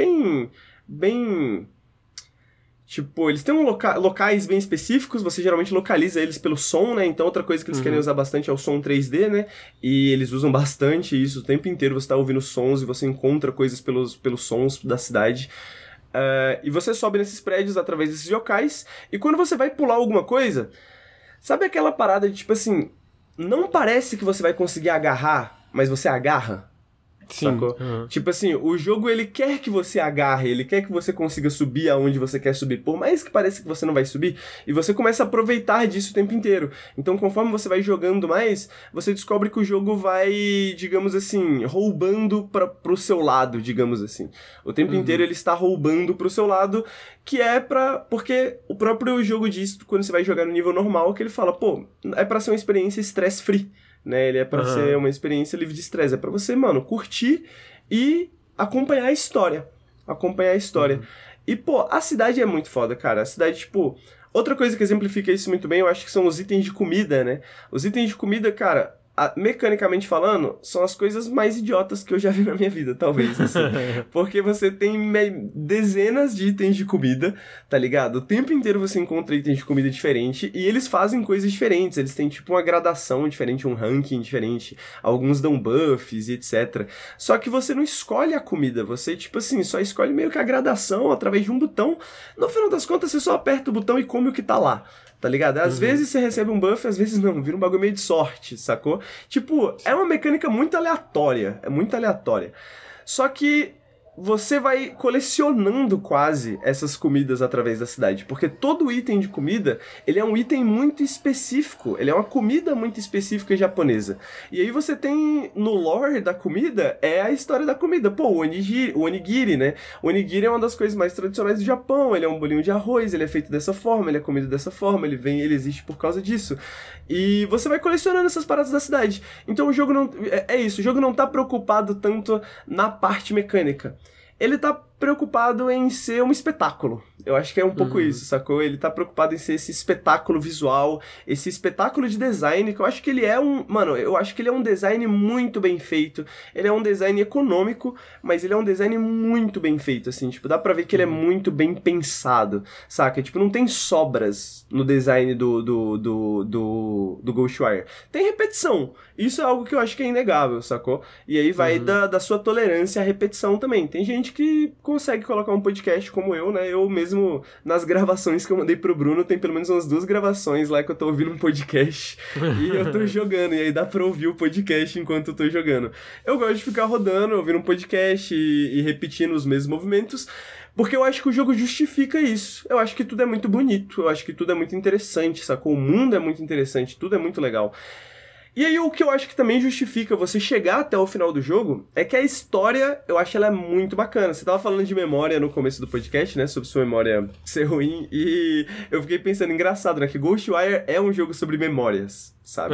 bem... Tipo, eles têm locais bem específicos, você geralmente localiza eles pelo som, né? Então outra coisa que eles querem usar bastante é o som 3D, né? E eles usam bastante isso o tempo inteiro, você tá ouvindo sons e você encontra coisas pelos sons da cidade. E você sobe nesses prédios através desses yokais, e quando você vai pular alguma coisa... Sabe aquela parada de, tipo assim, não parece que você vai conseguir agarrar, mas você agarra? Sim. Sacou? Tipo assim, o jogo ele quer que você agarre, ele quer que você consiga subir aonde você quer subir, por mais que pareça que você não vai subir, e você começa a aproveitar disso o tempo inteiro. Então, conforme você vai jogando mais, você descobre que o jogo vai, digamos assim, roubando pro seu lado, digamos assim. O tempo inteiro ele está roubando pro seu lado, que é porque o próprio jogo diz, quando você vai jogar no nível normal, que ele fala, pô, é pra ser uma experiência stress-free. Né, ele é pra ser uma experiência livre de estresse. É pra você, mano, curtir e acompanhar a história. E, pô, a cidade é muito foda, cara. A cidade, tipo... Outra coisa que exemplifica isso muito bem, eu acho que são os itens de comida, né? Os itens de comida, cara... mecanicamente falando, são as coisas mais idiotas que eu já vi na minha vida, talvez, assim. Porque você tem dezenas de itens de comida, tá ligado? O tempo inteiro você encontra itens de comida diferente e eles fazem coisas diferentes. Eles têm, tipo, uma gradação diferente, um ranking diferente. Alguns dão buffs e etc. Só que você não escolhe a comida. Você, tipo assim, só escolhe meio que a gradação através de um botão. No final das contas, você só aperta o botão e come o que tá lá. Tá ligado? Às vezes você recebe um buff, às vezes não. Vira um bagulho meio de sorte, sacou? Tipo, é uma mecânica muito aleatória. É muito aleatória. Só que você vai colecionando quase essas comidas através da cidade. Porque todo item de comida, ele é um item muito específico. Ele é uma comida muito específica japonesa. E aí você tem, no lore da comida, é a história da comida. Pô, o onigiri, né? O onigiri é uma das coisas mais tradicionais do Japão. Ele é um bolinho de arroz, ele é feito dessa forma, ele é comido dessa forma, ele existe por causa disso. E você vai colecionando essas paradas da cidade. Então o jogo não... É isso, o jogo não tá preocupado tanto na parte mecânica. Ele tá preocupado em ser um espetáculo. Eu acho que é um pouco isso, sacou? Ele tá preocupado em ser esse espetáculo visual, esse espetáculo de design, que eu acho que ele é um... Mano, eu acho que ele é um design muito bem feito. Ele é um design econômico, mas ele é um design muito bem feito, assim. Tipo, dá pra ver que ele é muito bem pensado, saca? Tipo, não tem sobras no design do Ghostwire. Tem repetição. Isso é algo que eu acho que é inegável, sacou? E aí vai da sua tolerância à repetição também. Tem gente que consegue colocar um podcast como eu, né? Eu mesmo, nas gravações que eu mandei pro Bruno, tem pelo menos umas 2 gravações lá que eu tô ouvindo um podcast e eu tô jogando, e aí dá pra ouvir o podcast enquanto eu tô jogando. Eu gosto de ficar rodando, ouvindo um podcast e repetindo os mesmos movimentos, porque eu acho que o jogo justifica isso. Eu acho que tudo é muito bonito, eu acho que tudo é muito interessante, sacou? O mundo é muito interessante, tudo é muito legal. E aí o que eu acho que também justifica você chegar até o final do jogo é que a história, eu acho ela é muito bacana. Você tava falando de memória no começo do podcast, né? Sobre sua memória ser ruim. E eu fiquei pensando, engraçado, né? Que Ghostwire é um jogo sobre memórias, sabe?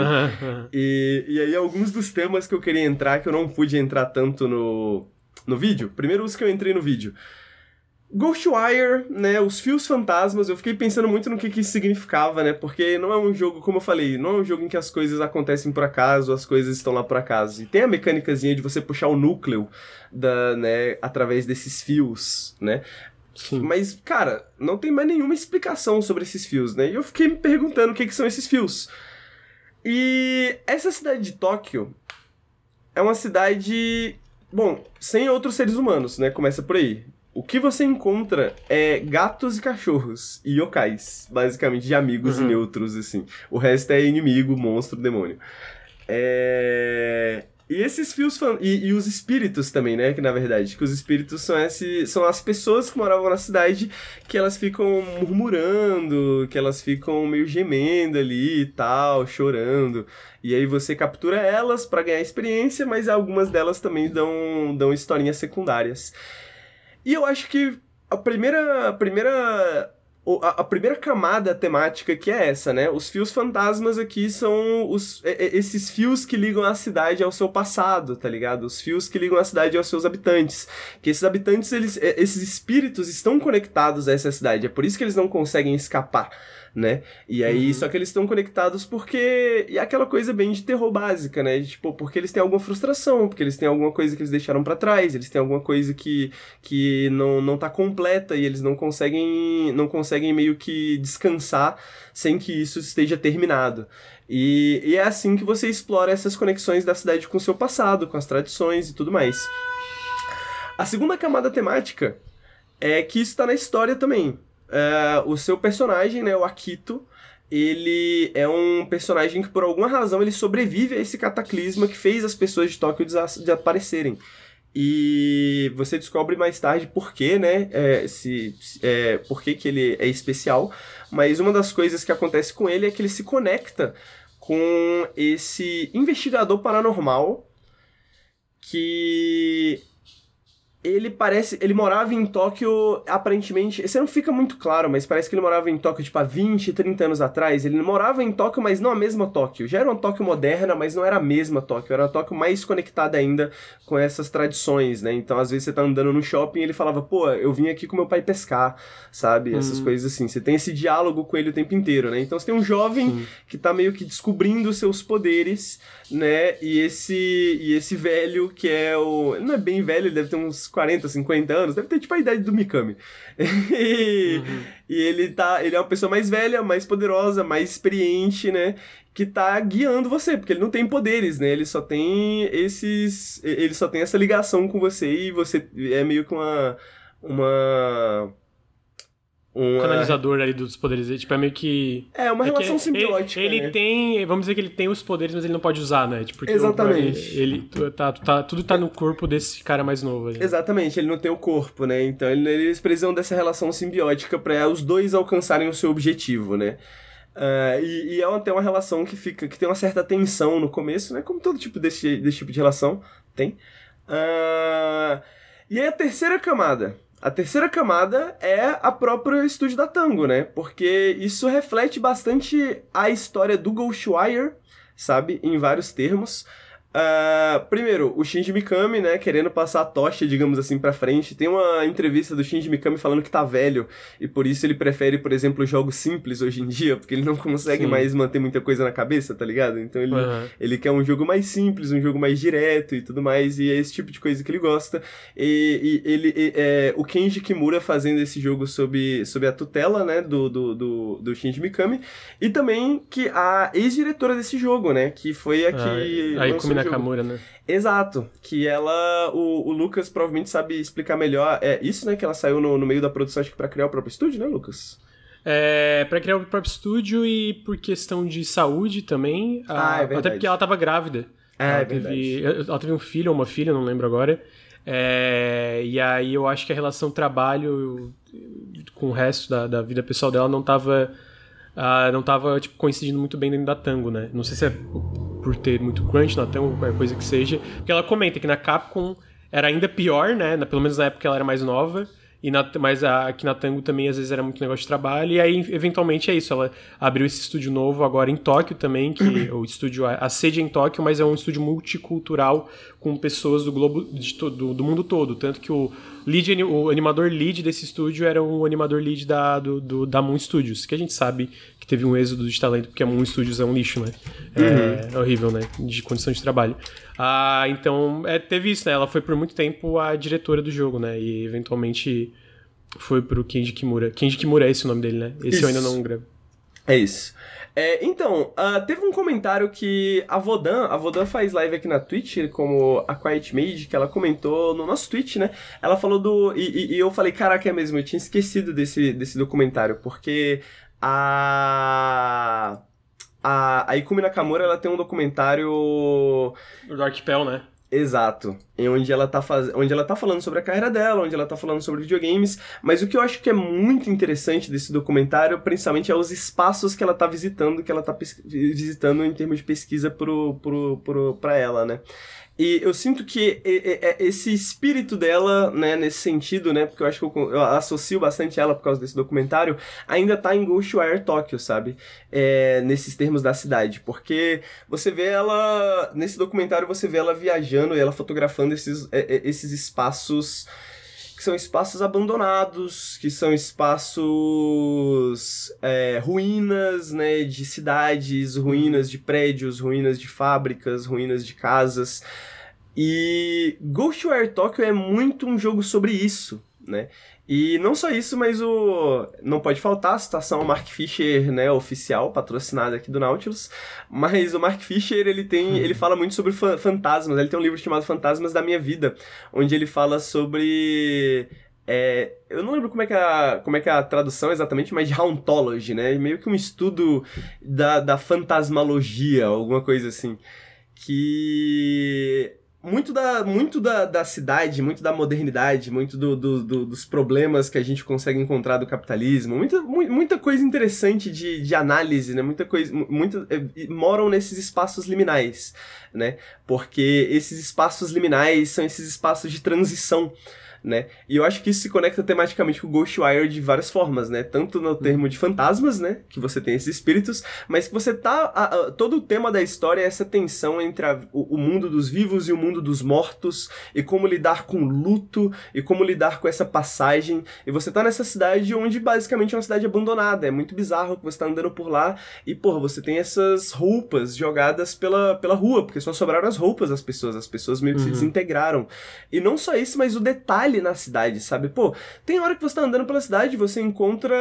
E aí alguns dos temas que eu queria entrar, que eu não pude entrar tanto no vídeo. Primeiro os que eu entrei no vídeo. Ghostwire, né, os fios fantasmas, eu fiquei pensando muito no que isso significava, né, porque não é um jogo, como eu falei, não é um jogo em que as coisas acontecem por acaso, as coisas estão lá por acaso. E tem a mecânicazinha de você puxar o núcleo né, através desses fios, né. Sim. Mas, cara, não tem mais nenhuma explicação sobre esses fios, né, e eu fiquei me perguntando o que são esses fios. E essa cidade de Tóquio é uma cidade, bom, sem outros seres humanos, né, começa por aí. O que você encontra é gatos e cachorros e yokais, basicamente, de amigos e neutros, assim. O resto é inimigo, monstro, demônio. E esses fios... E os espíritos também, né? Que na verdade, que os espíritos são as pessoas que moravam na cidade, que elas ficam murmurando, que elas ficam meio gemendo ali e tal, chorando. E aí você captura elas pra ganhar experiência, mas algumas delas também dão historinhas secundárias. E eu acho que a primeira camada temática que é essa, né? Os fios fantasmas aqui são esses fios que ligam a cidade ao seu passado, tá ligado? Os fios que ligam a cidade aos seus habitantes. Que esses habitantes, esses espíritos estão conectados a essa cidade. É por isso que eles não conseguem escapar, né? E aí, só que eles estão conectados porque... E é aquela coisa bem de terror básica, né? Tipo, porque eles têm alguma frustração, porque eles têm alguma coisa que eles deixaram pra trás, eles têm alguma coisa que não tá completa e eles não conseguem meio que descansar sem que isso esteja terminado. E é assim que você explora essas conexões da cidade com o seu passado, com as tradições e tudo mais. A segunda camada temática é que isso tá na história também. O seu personagem, né, o Akito, ele é um personagem que por alguma razão ele sobrevive a esse cataclisma que fez as pessoas de Tóquio desaparecerem. E você descobre mais tarde por quê, né, por que ele é especial, mas uma das coisas que acontece com ele é que ele se conecta com esse investigador paranormal que... Ele morava em Tóquio, aparentemente... Isso não fica muito claro, mas parece que ele morava em Tóquio, tipo, há 20, 30 anos atrás. Ele morava em Tóquio, mas não a mesma Tóquio. Já era uma Tóquio moderna, mas não era a mesma Tóquio. Era uma Tóquio mais conectada ainda com essas tradições, né? Então, às vezes, você tá andando no shopping e ele falava, pô, eu vim aqui com meu pai pescar, sabe? Essas coisas assim. Você tem esse diálogo com ele o tempo inteiro, né? Então, você tem um jovem que tá meio que descobrindo os seus poderes, né? E esse velho que é o... Ele não é bem velho, ele deve ter uns 40, 50 anos, deve ter tipo a idade do Mikami. E ele é uma pessoa mais velha, mais poderosa, mais experiente, né? Que tá guiando você, porque ele não tem poderes, né? Ele só tem essa ligação com você e você é meio que um canalizador ali dos poderes, tipo, é meio que... É uma relação simbiótica, ele né? tem, vamos dizer que ele tem os poderes, mas ele não pode usar, né? Tipo, porque exatamente. Tudo tá no corpo desse cara mais novo. Ali. Exatamente, ele não tem o corpo, né? Então eles precisam dessa relação simbiótica pra os dois alcançarem o seu objetivo, né? E é até uma relação que tem uma certa tensão no começo, né? Como todo tipo desse tipo de relação tem. E aí a terceira camada... A terceira camada é a própria estúdio da Tango, né? Porque isso reflete bastante a história do Ghostwire, sabe? Em vários termos. Primeiro, o Shinji Mikami, né, querendo passar a tocha, digamos assim, pra frente. Tem uma entrevista do Shinji Mikami falando que tá velho, e por isso ele prefere, por exemplo, jogos simples hoje em dia, porque ele não consegue mais manter muita coisa na cabeça, tá ligado? Então ele quer um jogo mais simples, um jogo mais direto e tudo mais, e é esse tipo de coisa que ele gosta. O Kenji Kimura fazendo esse jogo sob a tutela, né, do Shinji Mikami, e também que a ex-diretora desse jogo, né, que foi a que... A Ikumi Nakamura, né? Exato, que o Lucas provavelmente sabe explicar melhor. É isso, né, que ela saiu no meio da produção, acho que pra criar o próprio estúdio, né, Lucas? Pra criar o próprio estúdio e por questão de saúde também. É verdade. Até porque ela tava grávida. Ela teve um filho ou uma filha, não lembro agora. E aí eu acho que a relação trabalho com o resto da vida pessoal dela não tava tipo, coincidindo muito bem dentro da Tango, né? Não sei se é por ter muito crunch na Tango, qualquer coisa que seja. Porque ela comenta que na Capcom era ainda pior, né? Pelo menos na época que ela era mais nova. Mas aqui na Tango também às vezes era muito negócio de trabalho, e aí eventualmente é isso, ela abriu esse estúdio novo agora em Tóquio também, que o estúdio, a sede é em Tóquio, mas é um estúdio multicultural com pessoas do globo, do mundo todo, tanto que o animador lead desse estúdio era o animador lead da Moon Studios, que a gente sabe que teve um êxodo de talento, porque a Moon Studios é um lixo, né? É horrível, né? De condição de trabalho. Então, teve isso, né? Ela foi por muito tempo a diretora do jogo, né? E eventualmente foi pro Kenji Kimura. Kenji Kimura é esse o nome dele, né? Esse eu ainda não gravo. É isso. Então, teve um comentário que a Vodan faz live aqui na Twitch, como a Quiet Mage, que ela comentou no nosso Twitch, né? Ela falou e eu falei, caraca, é mesmo, eu tinha esquecido desse documentário, porque a Ikumi Nakamura, ela tem um documentário... Do Arquipel, né? Exato, onde ela tá falando sobre a carreira dela, onde ela tá falando sobre videogames, mas o que eu acho que é muito interessante desse documentário, principalmente, é os espaços que ela tá visitando, visitando em termos de pesquisa pra ela, né? E eu sinto que esse espírito dela, né, nesse sentido, né, porque eu acho que eu associo bastante ela por causa desse documentário, ainda tá em Ghostwire Tokyo, sabe? Nesses termos da cidade, porque você vê ela, nesse documentário você vê ela viajando e ela fotografando esses espaços que são espaços abandonados, que são espaços ruínas, né, de cidades, ruínas de prédios, ruínas de fábricas, ruínas de casas. E Ghostwire Tokyo é muito um jogo sobre isso, né? E não só isso, mas não pode faltar a citação ao Mark Fisher, né, oficial, patrocinada aqui do Nautilus, mas o Mark Fisher, ele fala muito sobre fantasmas, ele tem um livro chamado Fantasmas da Minha Vida, onde ele fala sobre... eu não lembro como é que é a tradução exatamente, mas de hauntology, né, meio que um estudo da fantasmalogia, alguma coisa assim, que... Muito da cidade, muito da modernidade, muito dos problemas que a gente consegue encontrar do capitalismo, muita coisa interessante de análise, né? Moram nesses espaços liminais, né? Porque esses espaços liminais são esses espaços de transição, né? E eu acho que isso se conecta tematicamente com o Ghostwire de várias formas, né? Tanto no termo de fantasmas, né? Que você tem esses espíritos, mas que você todo o tema da história é essa tensão entre o mundo dos vivos e o mundo dos mortos, e como lidar com o luto, e como lidar com essa passagem. E você tá nessa cidade onde basicamente é uma cidade abandonada. É muito bizarro que você tá andando por lá e, porra, você tem essas roupas jogadas pela rua, porque só sobraram as roupas das pessoas. As pessoas meio que se desintegraram. E não só isso, mas o detalhe na cidade, sabe? Pô, tem hora que você tá andando pela cidade, você encontra,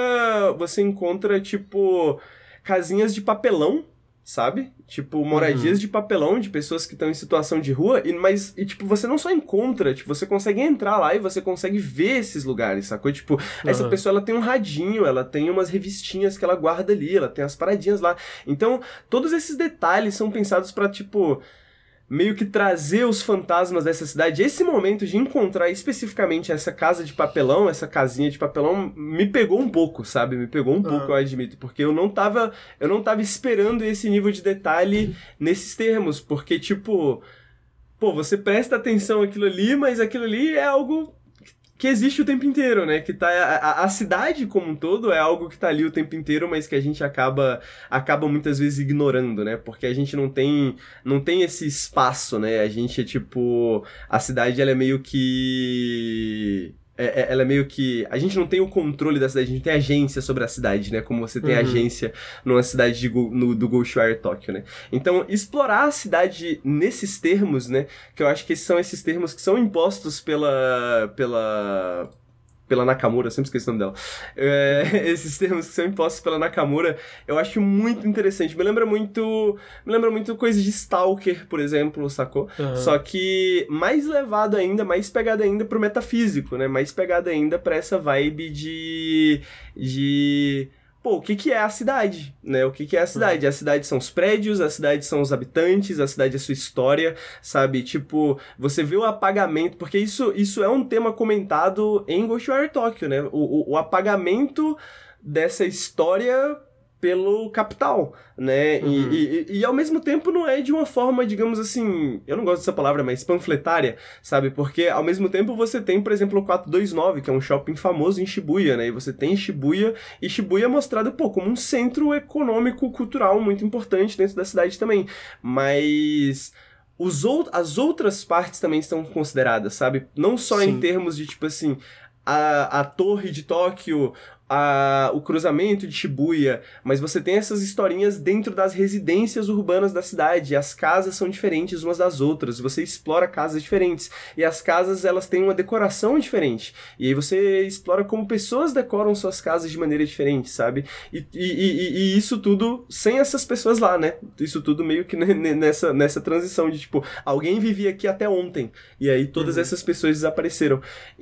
tipo, casinhas de papelão, sabe? Tipo, moradias de papelão de pessoas que estão em situação de rua, tipo, você não só encontra, tipo, você consegue entrar lá e você consegue ver esses lugares, sacou? Tipo, essa pessoa, ela tem um radinho, ela tem umas revistinhas que ela guarda ali, ela tem as paradinhas lá. Então, todos esses detalhes são pensados pra, tipo... meio que trazer os fantasmas dessa cidade. Esse momento de encontrar especificamente essa casa de papelão, essa casinha de papelão, me pegou um pouco, sabe? Me pegou um pouco, eu admito, porque eu não tava esperando esse nível de detalhe nesses termos, porque, tipo, pô, você presta atenção àquilo ali, mas aquilo ali é algo que existe o tempo inteiro, né? Que a cidade como um todo é algo que tá ali o tempo inteiro, mas que a gente acaba muitas vezes ignorando, né? Porque a gente não tem esse espaço, né? A gente é tipo... A cidade, ela é meio que... ela é meio que... A gente não tem o controle da cidade, a gente tem agência sobre a cidade, né? Como você tem agência numa cidade do Ghostwire Tokyo, né? Então, explorar a cidade nesses termos, né? Que eu acho que são esses termos que são impostos pela Nakamura, eu sempre esqueci o nome dela. Esses termos que são impostos pela Nakamura, eu acho muito interessante. Me lembra muito coisas de Stalker, por exemplo, sacou? Só que mais levado ainda, mais pegado ainda pro metafísico, né? Mais pegado ainda pra essa vibe de pô, o que é a cidade, né? O que é a cidade? A cidade são os prédios, a cidade são os habitantes, a cidade é sua história, sabe? Tipo, você vê o apagamento, porque isso é um tema comentado em Ghostwire Tokyo, né? O apagamento dessa história pelo capital, né? E ao mesmo tempo não é de uma forma, digamos assim, eu não gosto dessa palavra, mas panfletária, sabe? Porque ao mesmo tempo você tem, por exemplo, o 429, que é um shopping famoso em Shibuya, né? E você tem Shibuya, e Shibuya é mostrado, como um centro econômico, cultural muito importante dentro da cidade também. Mas as outras partes também estão consideradas, sabe? Não só Sim. em termos de, tipo assim, a torre de Tóquio, o cruzamento de Shibuya, mas você tem essas historinhas dentro das residências urbanas da cidade, e as casas são diferentes umas das outras, você explora casas diferentes, e as casas elas têm uma decoração diferente, e aí você explora como pessoas decoram suas casas de maneira diferente, sabe? E isso tudo sem essas pessoas lá, né? Isso tudo meio que nessa transição de, tipo, alguém vivia aqui até ontem, e aí todas essas pessoas desapareceram.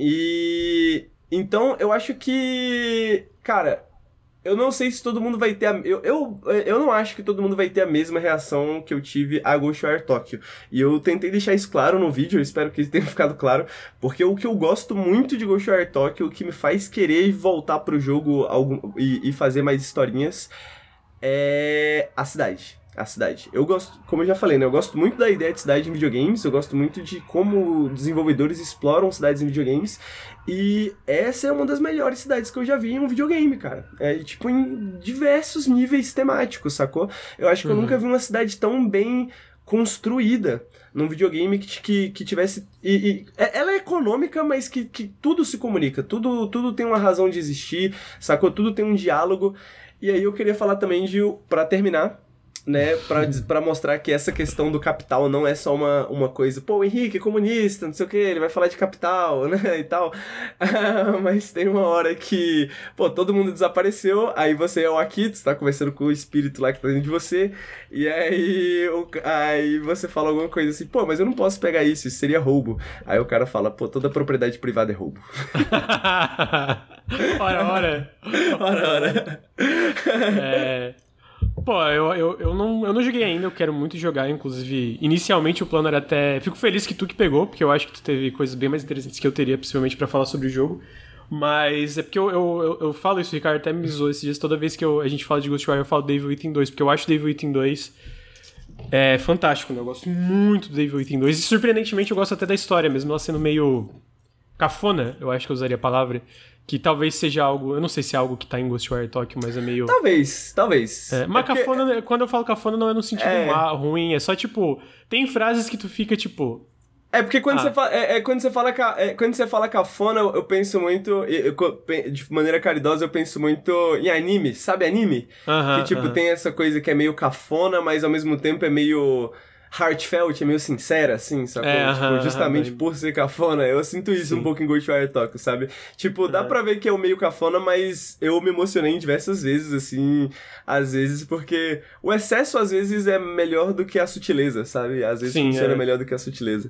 Então, eu acho que, cara, eu não sei se todo mundo vai ter eu não acho que todo mundo vai ter a mesma reação que eu tive a Ghostwire Tokyo. E eu tentei deixar isso claro no vídeo, eu espero que tenha ficado claro, porque o que eu gosto muito de Ghostwire Tokyo, o que me faz querer voltar pro jogo e fazer mais historinhas, é a cidade. A cidade. Eu gosto, como eu já falei, né? Eu gosto muito da ideia de cidade em videogames, eu gosto muito de como desenvolvedores exploram cidades em videogames, e essa é uma das melhores cidades que eu já vi em um videogame, cara. Tipo, em diversos níveis temáticos, sacou? Eu acho que eu nunca vi uma cidade tão bem construída num videogame que tivesse... ela é econômica, mas que tudo se comunica, tudo tem uma razão de existir, sacou? Tudo tem um diálogo. E aí eu queria falar também pra terminar, né, pra mostrar que essa questão do capital não é só uma coisa, o Henrique é comunista, não sei o que, ele vai falar de capital, né, e tal, mas tem uma hora que, todo mundo desapareceu, aí você é o Akito, você tá conversando com o espírito lá que tá dentro de você, e aí você fala alguma coisa assim, mas eu não posso pegar isso seria roubo. Aí o cara fala, toda propriedade privada é roubo. Ora. Eu não joguei ainda, eu quero muito jogar, inclusive, inicialmente o plano era até... Fico feliz que tu que pegou, porque eu acho que tu teve coisas bem mais interessantes que eu teria, possivelmente, pra falar sobre o jogo, mas é porque eu falo isso, o Ricardo até me zoou esses dias, toda vez que a gente fala de Ghostwire eu falo Devil Within 2, porque eu acho Devil Within 2 fantástico, né? Eu gosto muito do Devil Within 2, e surpreendentemente eu gosto até da história, mesmo ela sendo meio cafona, eu acho que eu usaria a palavra, que talvez seja algo... Eu não sei se é algo que tá em Ghostwire Tokyo, mas é meio... Talvez. Mas cafona, quando eu falo cafona, não é no sentido ruim. É só, tipo... Tem frases que tu fica, tipo... É porque quando você fala cafona, eu penso muito... de maneira caridosa, eu penso muito em anime. Sabe anime? Que, tem essa coisa que é meio cafona, mas ao mesmo tempo é meio... heartfelt, é meio sincera, assim, sacou? Justamente por ser cafona, eu sinto isso um pouco em Ghostwire Tokyo, sabe? Dá pra ver que é o meio cafona, mas eu me emocionei diversas vezes, assim, às vezes, porque o excesso, às vezes, é melhor do que a sutileza, sabe? Às vezes funciona melhor do que a sutileza.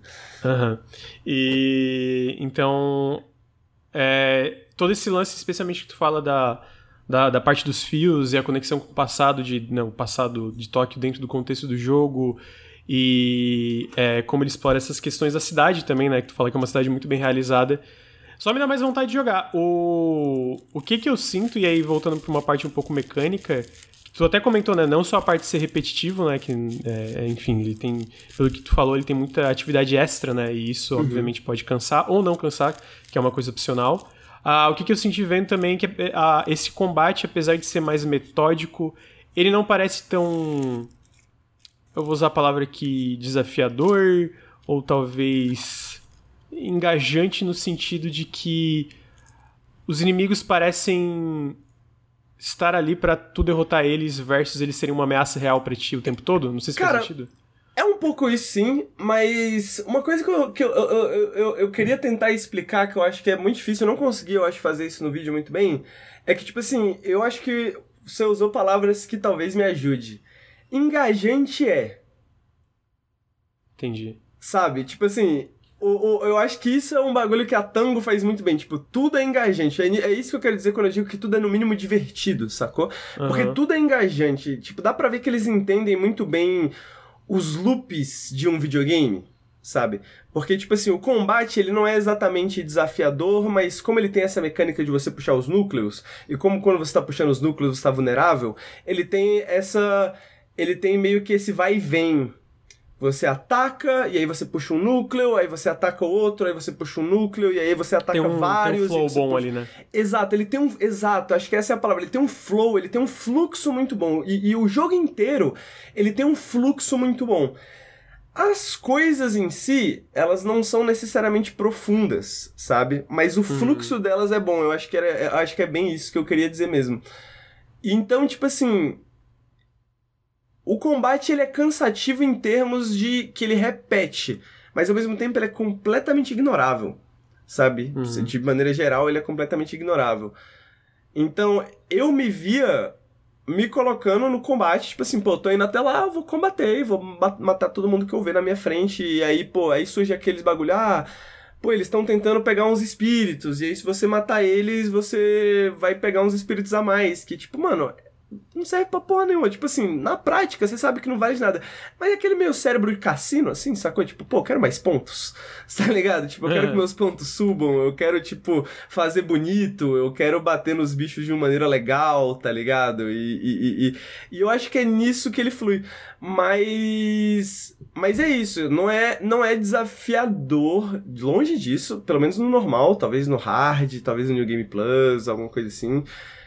E, então, todo esse lance, especialmente que tu fala da parte dos fios e a conexão com o passado o passado de Tóquio dentro do contexto do jogo... E como ele explora essas questões da cidade também, né? Que tu fala que é uma cidade muito bem realizada. Só me dá mais vontade de jogar. O que eu sinto, e aí voltando pra uma parte um pouco mecânica, que tu até comentou, né? Não só a parte de ser repetitivo, né? Que, enfim, ele tem... Pelo que tu falou, ele tem muita atividade extra, né? E isso, obviamente, pode cansar ou não cansar, que é uma coisa opcional. O que eu senti vendo também é que esse combate, apesar de ser mais metódico, ele não parece tão... Eu vou usar a palavra aqui, desafiador, ou talvez engajante no sentido de que os inimigos parecem estar ali pra tu derrotar eles versus eles serem uma ameaça real pra ti o tempo todo. Não sei se faz sentido. É um pouco isso sim, mas uma coisa que eu queria tentar explicar, que eu acho que é muito difícil, eu não consegui, eu acho, fazer isso no vídeo muito bem, é que, tipo assim, eu acho que você usou palavras que talvez me ajude. Engajante Entendi. Sabe? Tipo assim, eu acho que isso é um bagulho que a Tango faz muito bem. Tipo, tudo é engajante. É isso que eu quero dizer quando eu digo que tudo é no mínimo divertido, sacou? Porque tudo é engajante. Tipo, dá pra ver que eles entendem muito bem os loops de um videogame. sabe? Porque, tipo assim, o combate, ele não é exatamente desafiador, mas como ele tem essa mecânica de você puxar os núcleos, e como quando você tá puxando os núcleos você tá vulnerável, ele tem meio que esse vai e vem. Você ataca, e aí você puxa um núcleo, aí você ataca o outro, aí você puxa um núcleo, e aí você ataca vários. Tem um flow bom ali, né? Exato, Exato, acho que essa é a palavra. Ele tem um flow, ele tem um fluxo muito bom. E o jogo inteiro, ele tem um fluxo muito bom. As coisas em si, elas não são necessariamente profundas, sabe? Mas o fluxo delas é bom. Eu acho que é bem isso que eu queria dizer mesmo. Então, tipo assim, o combate ele é cansativo em termos de que ele repete, mas ao mesmo tempo ele é completamente ignorável, sabe? De maneira geral, ele é completamente ignorável. Então, eu me via me colocando no combate, tipo assim, pô, tô indo até lá, vou combater, vou matar todo mundo que eu ver na minha frente, e aí, pô, aí surge aqueles bagulho, pô, eles estão tentando pegar uns espíritos, e aí se você matar eles, você vai pegar uns espíritos a mais, que tipo, mano, não serve pra porra nenhuma. Tipo assim, na prática, você sabe que não vale de nada. Mas é aquele meio cérebro de cassino, assim, sacou? Tipo, pô, eu quero mais pontos. Tá ligado? Tipo, eu quero que meus pontos subam, eu quero, tipo, fazer bonito, eu quero bater nos bichos de uma maneira legal, tá ligado? E eu acho que é nisso que ele flui. Mas é isso, não é desafiador, longe disso, pelo menos no normal, talvez no hard, talvez no New Game Plus, alguma coisa assim.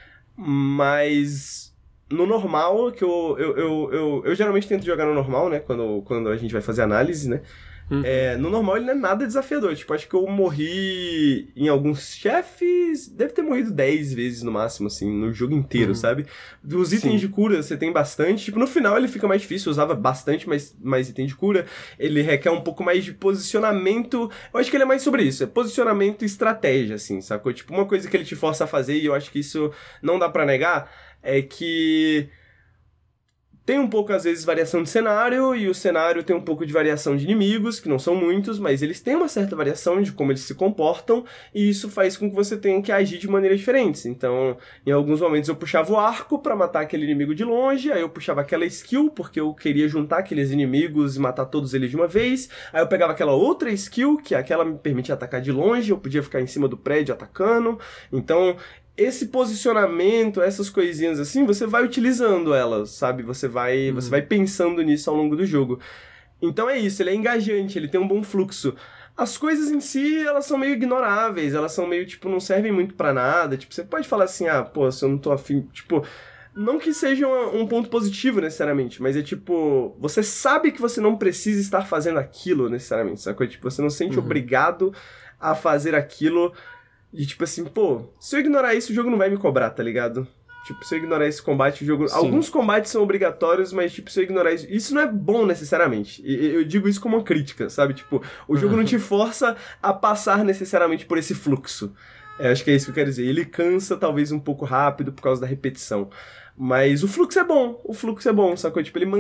Mas no normal, que eu geralmente tento jogar no normal, né? Quando a gente vai fazer análise, né? No normal ele não é nada desafiador. Tipo, acho que eu morri em alguns chefes. Deve ter morrido 10 vezes no máximo, assim, no jogo inteiro, sabe? Dos itens de cura você tem bastante. Tipo, no final ele fica mais difícil. Eu usava bastante mais item de cura. Ele requer um pouco mais de posicionamento. Eu acho que ele é mais sobre isso. É posicionamento e estratégia, assim, sacou? Tipo, uma coisa que ele te força a fazer, e eu acho que isso não dá pra negar, é que tem um pouco, às vezes, variação de cenário, e o cenário tem um pouco de variação de inimigos, que não são muitos, mas eles têm uma certa variação de como eles se comportam, e isso faz com que você tenha que agir de maneiras diferentes. Então, em alguns momentos eu puxava o arco pra matar aquele inimigo de longe, aí eu puxava aquela skill, porque eu queria juntar aqueles inimigos e matar todos eles de uma vez, aí eu pegava aquela outra skill, que aquela me permitia atacar de longe, eu podia ficar em cima do prédio atacando. Então, esse posicionamento, essas coisinhas assim, você vai utilizando elas, sabe? Você vai pensando nisso ao longo do jogo. Então é isso, ele é engajante, ele tem um bom fluxo. As coisas em si, elas são meio ignoráveis, elas são meio, tipo, não servem muito pra nada. Tipo, você pode falar assim, pô, se eu não tô afim, tipo... Não que seja um ponto positivo, necessariamente, mas é tipo... Você sabe que você não precisa estar fazendo aquilo, necessariamente, sacou? Tipo, você não se sente obrigado a fazer aquilo... E tipo assim, pô, se eu ignorar isso, o jogo não vai me cobrar, tá ligado? Tipo, se eu ignorar esse combate, o jogo... Sim. Alguns combates são obrigatórios, mas tipo, se eu ignorar isso... Isso não é bom necessariamente. Eu digo isso como uma crítica, sabe? Tipo, o jogo não te força a passar necessariamente por esse fluxo. Acho que é isso que eu quero dizer. Ele cansa talvez um pouco rápido por causa da repetição. Mas o fluxo é bom, sacou? Tipo, ele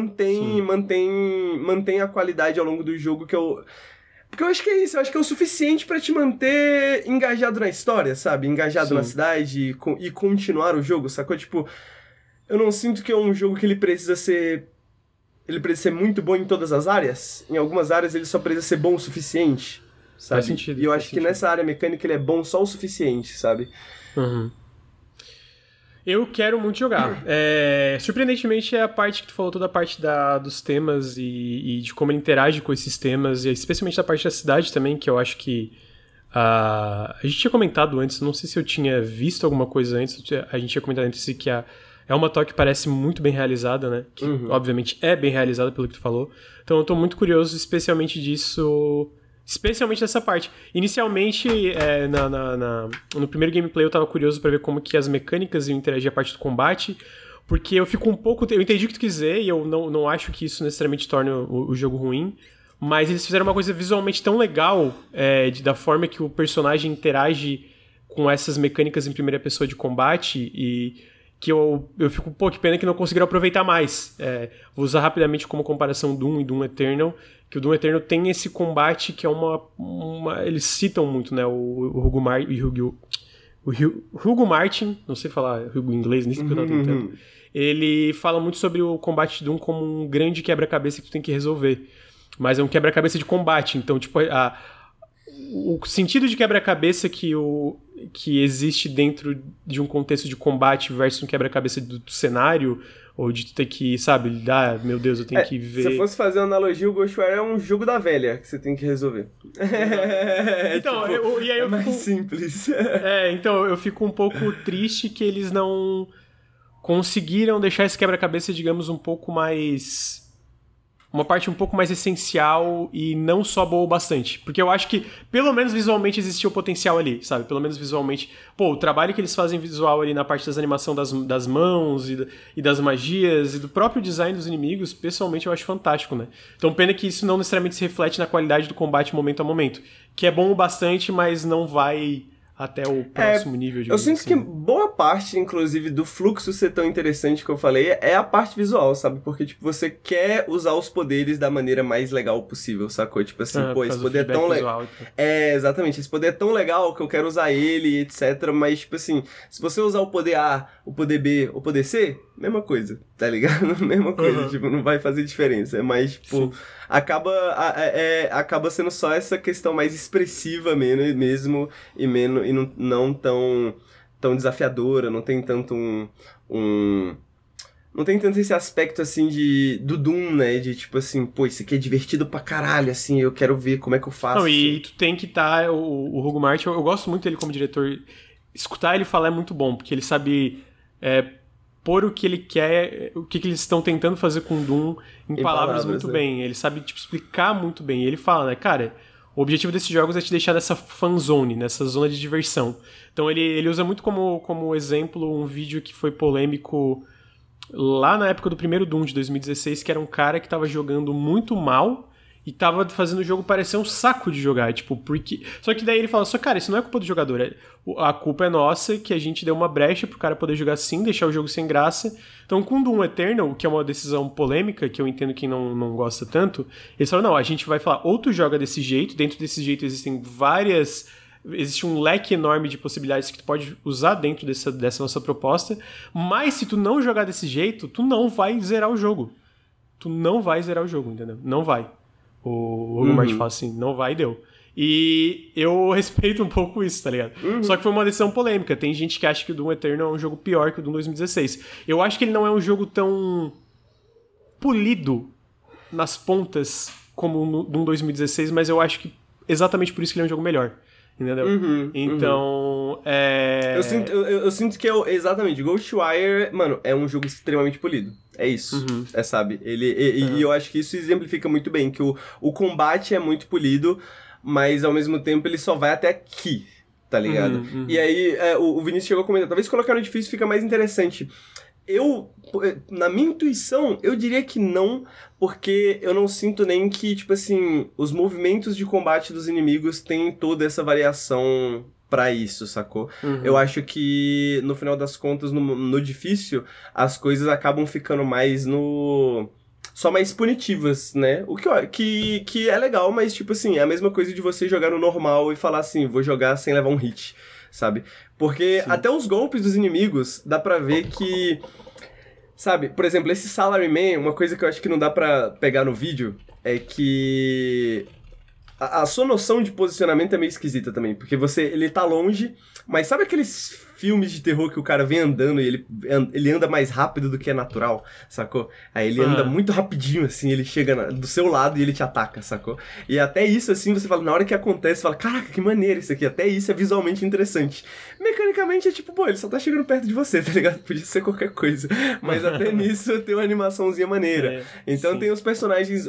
mantém a qualidade ao longo do jogo que eu... Porque eu acho que é isso, eu acho que é o suficiente pra te manter engajado na história, sabe? Engajado na cidade e continuar o jogo, sacou? Tipo, eu não sinto que é um jogo que ele precisa ser muito bom em todas as áreas. Em algumas áreas ele só precisa ser bom o suficiente, sabe? Faz sentido. E eu acho que nessa área mecânica ele é bom só o suficiente, sabe? Eu quero muito jogar. Surpreendentemente é a parte que tu falou, toda a parte dos temas e de como ele interage com esses temas, e especialmente da parte da cidade também, que eu acho que a gente tinha comentado antes, não sei se eu tinha visto alguma coisa antes, a gente tinha comentado antes que é uma toque que parece muito bem realizada, né? Que obviamente é bem realizada pelo que tu falou. Então eu tô muito curioso especialmente disso... Especialmente nessa parte. Inicialmente, no primeiro gameplay eu tava curioso pra ver como que as mecânicas iam interagir a parte do combate, porque eu fico um pouco... Eu entendi o que tu quis dizer e eu não acho que isso necessariamente torne o jogo ruim, mas eles fizeram uma coisa visualmente tão legal, da forma que o personagem interage com essas mecânicas em primeira pessoa de combate, e que eu fico, pô, que pena que não conseguiram aproveitar mais. Vou usar rapidamente como comparação Doom e Doom Eternal, que o Doom Eternal tem esse combate que é eles citam muito, né, o Hugo Martin, não sei falar Hugo em inglês, nem sei o que eu tava tentando. Ele fala muito sobre o combate de Doom como um grande quebra-cabeça que tu tem que resolver. mas é um quebra-cabeça de combate. Então, tipo, o sentido de quebra-cabeça que existe dentro de um contexto de combate versus um quebra-cabeça do cenário, ou de tu ter que, sabe, meu Deus, eu tenho que ver... Se eu fosse fazer uma analogia, o Ghostwire é um jogo da velha que você tem que resolver. Então, tipo, e aí eu mais fico... simples. Então eu fico um pouco triste que eles não conseguiram deixar esse quebra-cabeça, digamos, um pouco mais... uma parte um pouco mais essencial e não só boa o bastante. Porque eu acho que, pelo menos visualmente, existia o potencial ali, sabe? Pelo menos visualmente. Pô, o trabalho que eles fazem visual ali na parte das animação das mãos e das magias e do próprio design dos inimigos, pessoalmente eu acho fantástico, né? Então, pena que isso não necessariamente se reflete na qualidade do combate momento a momento. Que é bom o bastante, mas não vai... até o próximo nível de... Eu sinto assim, que boa parte, inclusive, do fluxo ser tão interessante que eu falei é a parte visual, sabe? Porque, tipo, você quer usar os poderes da maneira mais legal possível, sacou? Tipo assim, esse poder é tão legal... exatamente. Esse poder é tão legal que eu quero usar ele, etc. Mas, tipo assim, se você usar o poder A, o poder B, o poder C, mesma coisa, tá ligado? Mesma coisa, tipo, não vai fazer diferença. É mais, tipo... Sim. Acaba sendo só essa questão mais expressiva mesmo e não tão desafiadora, não tem tanto não tem tanto esse aspecto, assim, do Doom, né? De, tipo assim, pô, isso aqui é divertido pra caralho, assim, eu quero ver como é que eu faço. Não, e tu tem que estar... O Hugo Martin, eu gosto muito dele como diretor. Escutar ele falar é muito bom, porque ele sabe... pôr o que ele quer, o que eles estão tentando fazer com Doom em palavras muito bem. Ele sabe, tipo, explicar muito bem. E ele fala, né, cara, o objetivo desses jogos é te deixar nessa fanzone, nessa zona de diversão. Então ele usa muito como exemplo um vídeo que foi polêmico lá na época do primeiro Doom de 2016, que era um cara que tava jogando muito mal e tava fazendo o jogo parecer um saco de jogar, tipo, porque... Só que daí ele fala, cara, isso não é culpa do jogador, a culpa é nossa, que a gente deu uma brecha pro cara poder jogar assim, deixar o jogo sem graça. Então, com Doom Eternal, que é uma decisão polêmica, que eu entendo quem não gosta tanto, eles falam, não, a gente vai falar, ou tu joga desse jeito, dentro desse jeito existe um leque enorme de possibilidades que tu pode usar dentro dessa nossa proposta, mas se tu não jogar desse jeito, tu não vai zerar o jogo. Tu não vai zerar o jogo, entendeu? Não vai. O Hugo Martin fala assim, não vai e deu. E eu respeito um pouco isso, tá ligado? Só que foi uma decisão polêmica. Tem gente que acha que o Doom Eternal é um jogo pior que o Doom 2016. Eu acho que ele não é um jogo tão polido nas pontas como o Doom 2016, mas eu acho que exatamente por isso que ele é um jogo melhor. Entendeu? Então, Eu sinto que exatamente, Ghostwire, mano, é um jogo extremamente polido. É isso, sabe? E eu acho que isso exemplifica muito bem, que o combate é muito polido, mas ao mesmo tempo ele só vai até aqui, tá ligado? E aí, o Vinícius chegou a comentar, talvez colocar no difícil fica mais interessante. Na minha intuição, eu diria que não, porque eu não sinto nem que, tipo assim, os movimentos de combate dos inimigos têm toda essa variação pra isso, sacou? Eu acho que, no final das contas, no difícil, as coisas acabam ficando mais só mais punitivas, né? O que é legal, mas, tipo assim, é a mesma coisa de você jogar no normal e falar assim, vou jogar sem levar um hit, sabe? Porque até os golpes dos inimigos, dá pra ver que... Sabe, por exemplo, esse Salaryman, uma coisa que eu acho que não dá pra pegar no vídeo é que... A sua noção de posicionamento é meio esquisita também, porque ele tá longe, mas sabe aqueles filmes de terror que o cara vem andando e ele anda mais rápido do que é natural, sacou? Aí ele anda muito rapidinho, assim, ele chega do seu lado e ele te ataca, sacou? E até isso, assim, você fala, na hora que acontece, você fala, caraca, que maneiro isso aqui, até isso é visualmente interessante. Mecanicamente é tipo, pô, ele só tá chegando perto de você, tá ligado? Podia ser qualquer coisa, mas até nisso tem uma animaçãozinha maneira. Então tem os personagens,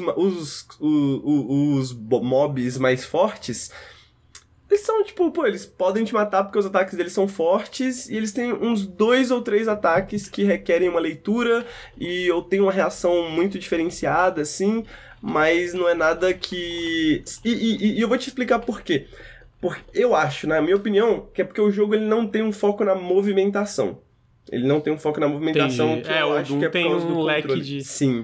os mobs mais fortes, eles são, tipo, pô, eles podem te matar porque os ataques deles são fortes e eles têm uns 2 ou 3 ataques que requerem uma leitura ou tem uma reação muito diferenciada, assim, mas não é nada que... E eu vou te explicar por quê. Porque eu acho, na minha opinião, que é porque o jogo ele não tem um foco na movimentação. Ele não tem um foco na movimentação. Entendi. Eu acho que é por causa do controle. De... Sim.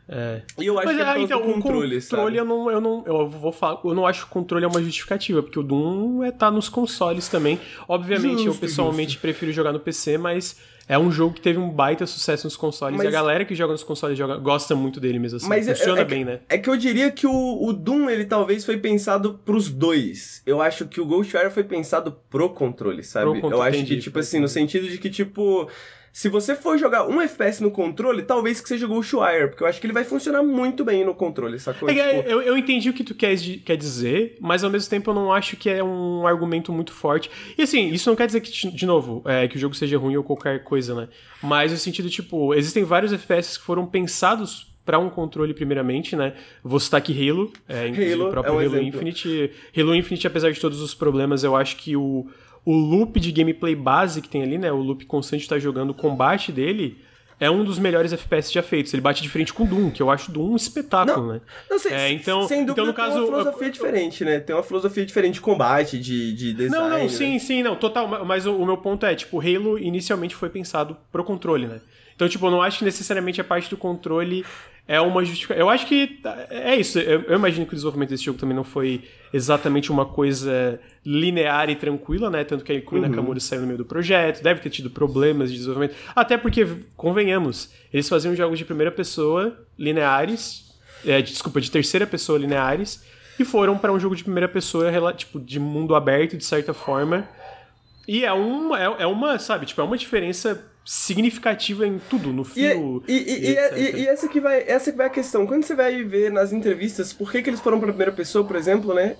E eu acho que é então, o controle, sabe? Eu não acho que o controle é uma justificativa, porque o Doom tá nos consoles também. Obviamente, eu pessoalmente prefiro jogar no PC, mas é um jogo que teve um baita sucesso nos consoles, e a galera que joga nos consoles gosta muito dele mesmo assim. Mas funciona bem, né? É que eu diria que o Doom, ele talvez foi pensado pros dois. Eu acho que o Ghostwire foi pensado pro controle, sabe? Eu acho que, tipo assim, no sentido de que, tipo... Se você for jogar um FPS no controle, talvez que seja o Ghostwire, porque eu acho que ele vai funcionar muito bem no controle, sacou? Eu entendi o que tu quer dizer, mas ao mesmo tempo eu não acho que é um argumento muito forte. E assim, isso não quer dizer que, de novo, que o jogo seja ruim ou qualquer coisa, né? Mas no sentido, tipo, existem vários FPS que foram pensados para um controle primeiramente, né? Vou citar aqui Halo, Halo, o próprio Halo Infinite. Halo Infinite, apesar de todos os problemas, eu acho que o loop de gameplay base que tem ali, né? O loop constante de estar jogando, o combate dele é um dos melhores FPS já feitos. Ele bate de frente com o Doom, que eu acho Doom um espetáculo, né? Não sei, então, sem dúvida, no caso, tem uma filosofia diferente, né? Tem uma filosofia diferente de combate, de design. Não, sim, total. Mas o meu ponto é, tipo, Halo inicialmente foi pensado pro controle, né? Então, tipo, eu não acho que necessariamente a parte do controle é uma justificação. Eu acho que é isso. Eu imagino que o desenvolvimento desse jogo também não foi exatamente uma coisa linear e tranquila, né? Tanto que a Ikumi Nakamura saiu no meio do projeto, deve ter tido problemas de desenvolvimento. Até porque, convenhamos, eles faziam jogos de primeira pessoa lineares, de terceira pessoa lineares, e foram para um jogo de primeira pessoa, tipo, de mundo aberto, de certa forma. E é uma, sabe, tipo, é uma diferença significativa em tudo, no fio. E essa que vai a questão. Quando você vai ver nas entrevistas por que eles foram pra primeira pessoa, por exemplo, né?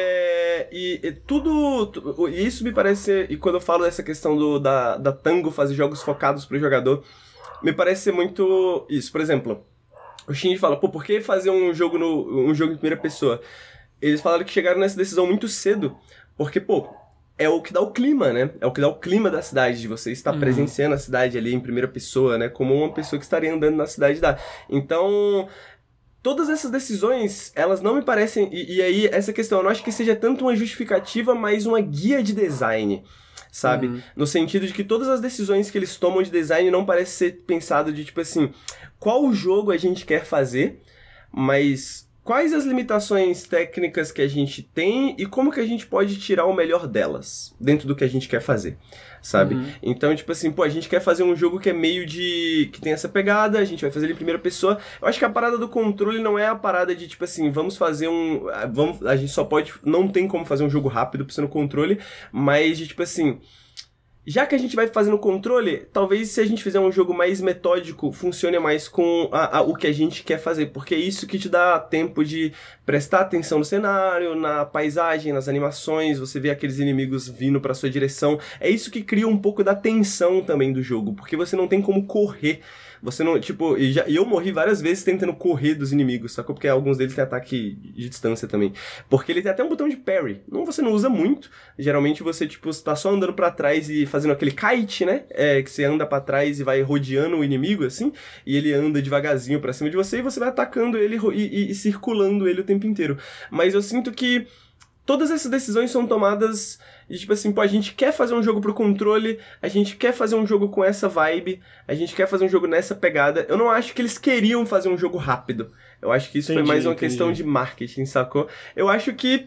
Tudo. E isso me parece. E quando eu falo dessa questão da Tango fazer jogos focados pro jogador, me parece ser muito isso. Por exemplo, o Shinji fala, por que fazer um jogo em primeira pessoa? Eles falaram que chegaram nessa decisão muito cedo, porque, é o que dá o clima, né? É o que dá o clima da cidade, de você estar presenciando a cidade ali em primeira pessoa, né? Como uma pessoa que estaria andando na cidade dá. Então, todas essas decisões, elas não me parecem... E aí, essa questão, eu não acho que seja tanto uma justificativa, mas uma guia de design, sabe? No sentido de que todas as decisões que eles tomam de design não parece ser pensado de, tipo assim, qual jogo a gente quer fazer, mas... Quais as limitações técnicas que a gente tem e como que a gente pode tirar o melhor delas dentro do que a gente quer fazer, sabe? Então, tipo assim, a gente quer fazer um jogo que é meio de... que tem essa pegada, a gente vai fazer ele em primeira pessoa. Eu acho que a parada do controle não é a parada de, tipo assim, vamos fazer a gente só pode... Não tem como fazer um jogo rápido por ser no controle, mas de, tipo assim... Já que a gente vai fazer no controle, talvez se a gente fizer um jogo mais metódico, funcione mais com o que a gente quer fazer, porque é isso que te dá tempo de prestar atenção no cenário, na paisagem, nas animações, você vê aqueles inimigos vindo pra sua direção. É isso que cria um pouco da tensão também do jogo, porque você não tem como correr. Você não, tipo... E eu morri várias vezes tentando correr dos inimigos, sacou? Porque alguns deles têm ataque de distância também. Porque ele tem até um botão de parry. Você não usa muito. Geralmente você, tipo, tá só andando pra trás e fazendo aquele kite, né? Que você anda pra trás e vai rodeando o inimigo, assim. E ele anda devagarzinho pra cima de você e você vai atacando ele e circulando ele o tempo inteiro. Mas eu sinto que todas essas decisões são tomadas... E tipo assim, a gente quer fazer um jogo pro controle, a gente quer fazer um jogo com essa vibe, a gente quer fazer um jogo nessa pegada. Eu não acho que eles queriam fazer um jogo rápido. Eu acho que isso foi mais uma questão de marketing, sacou? Eu acho que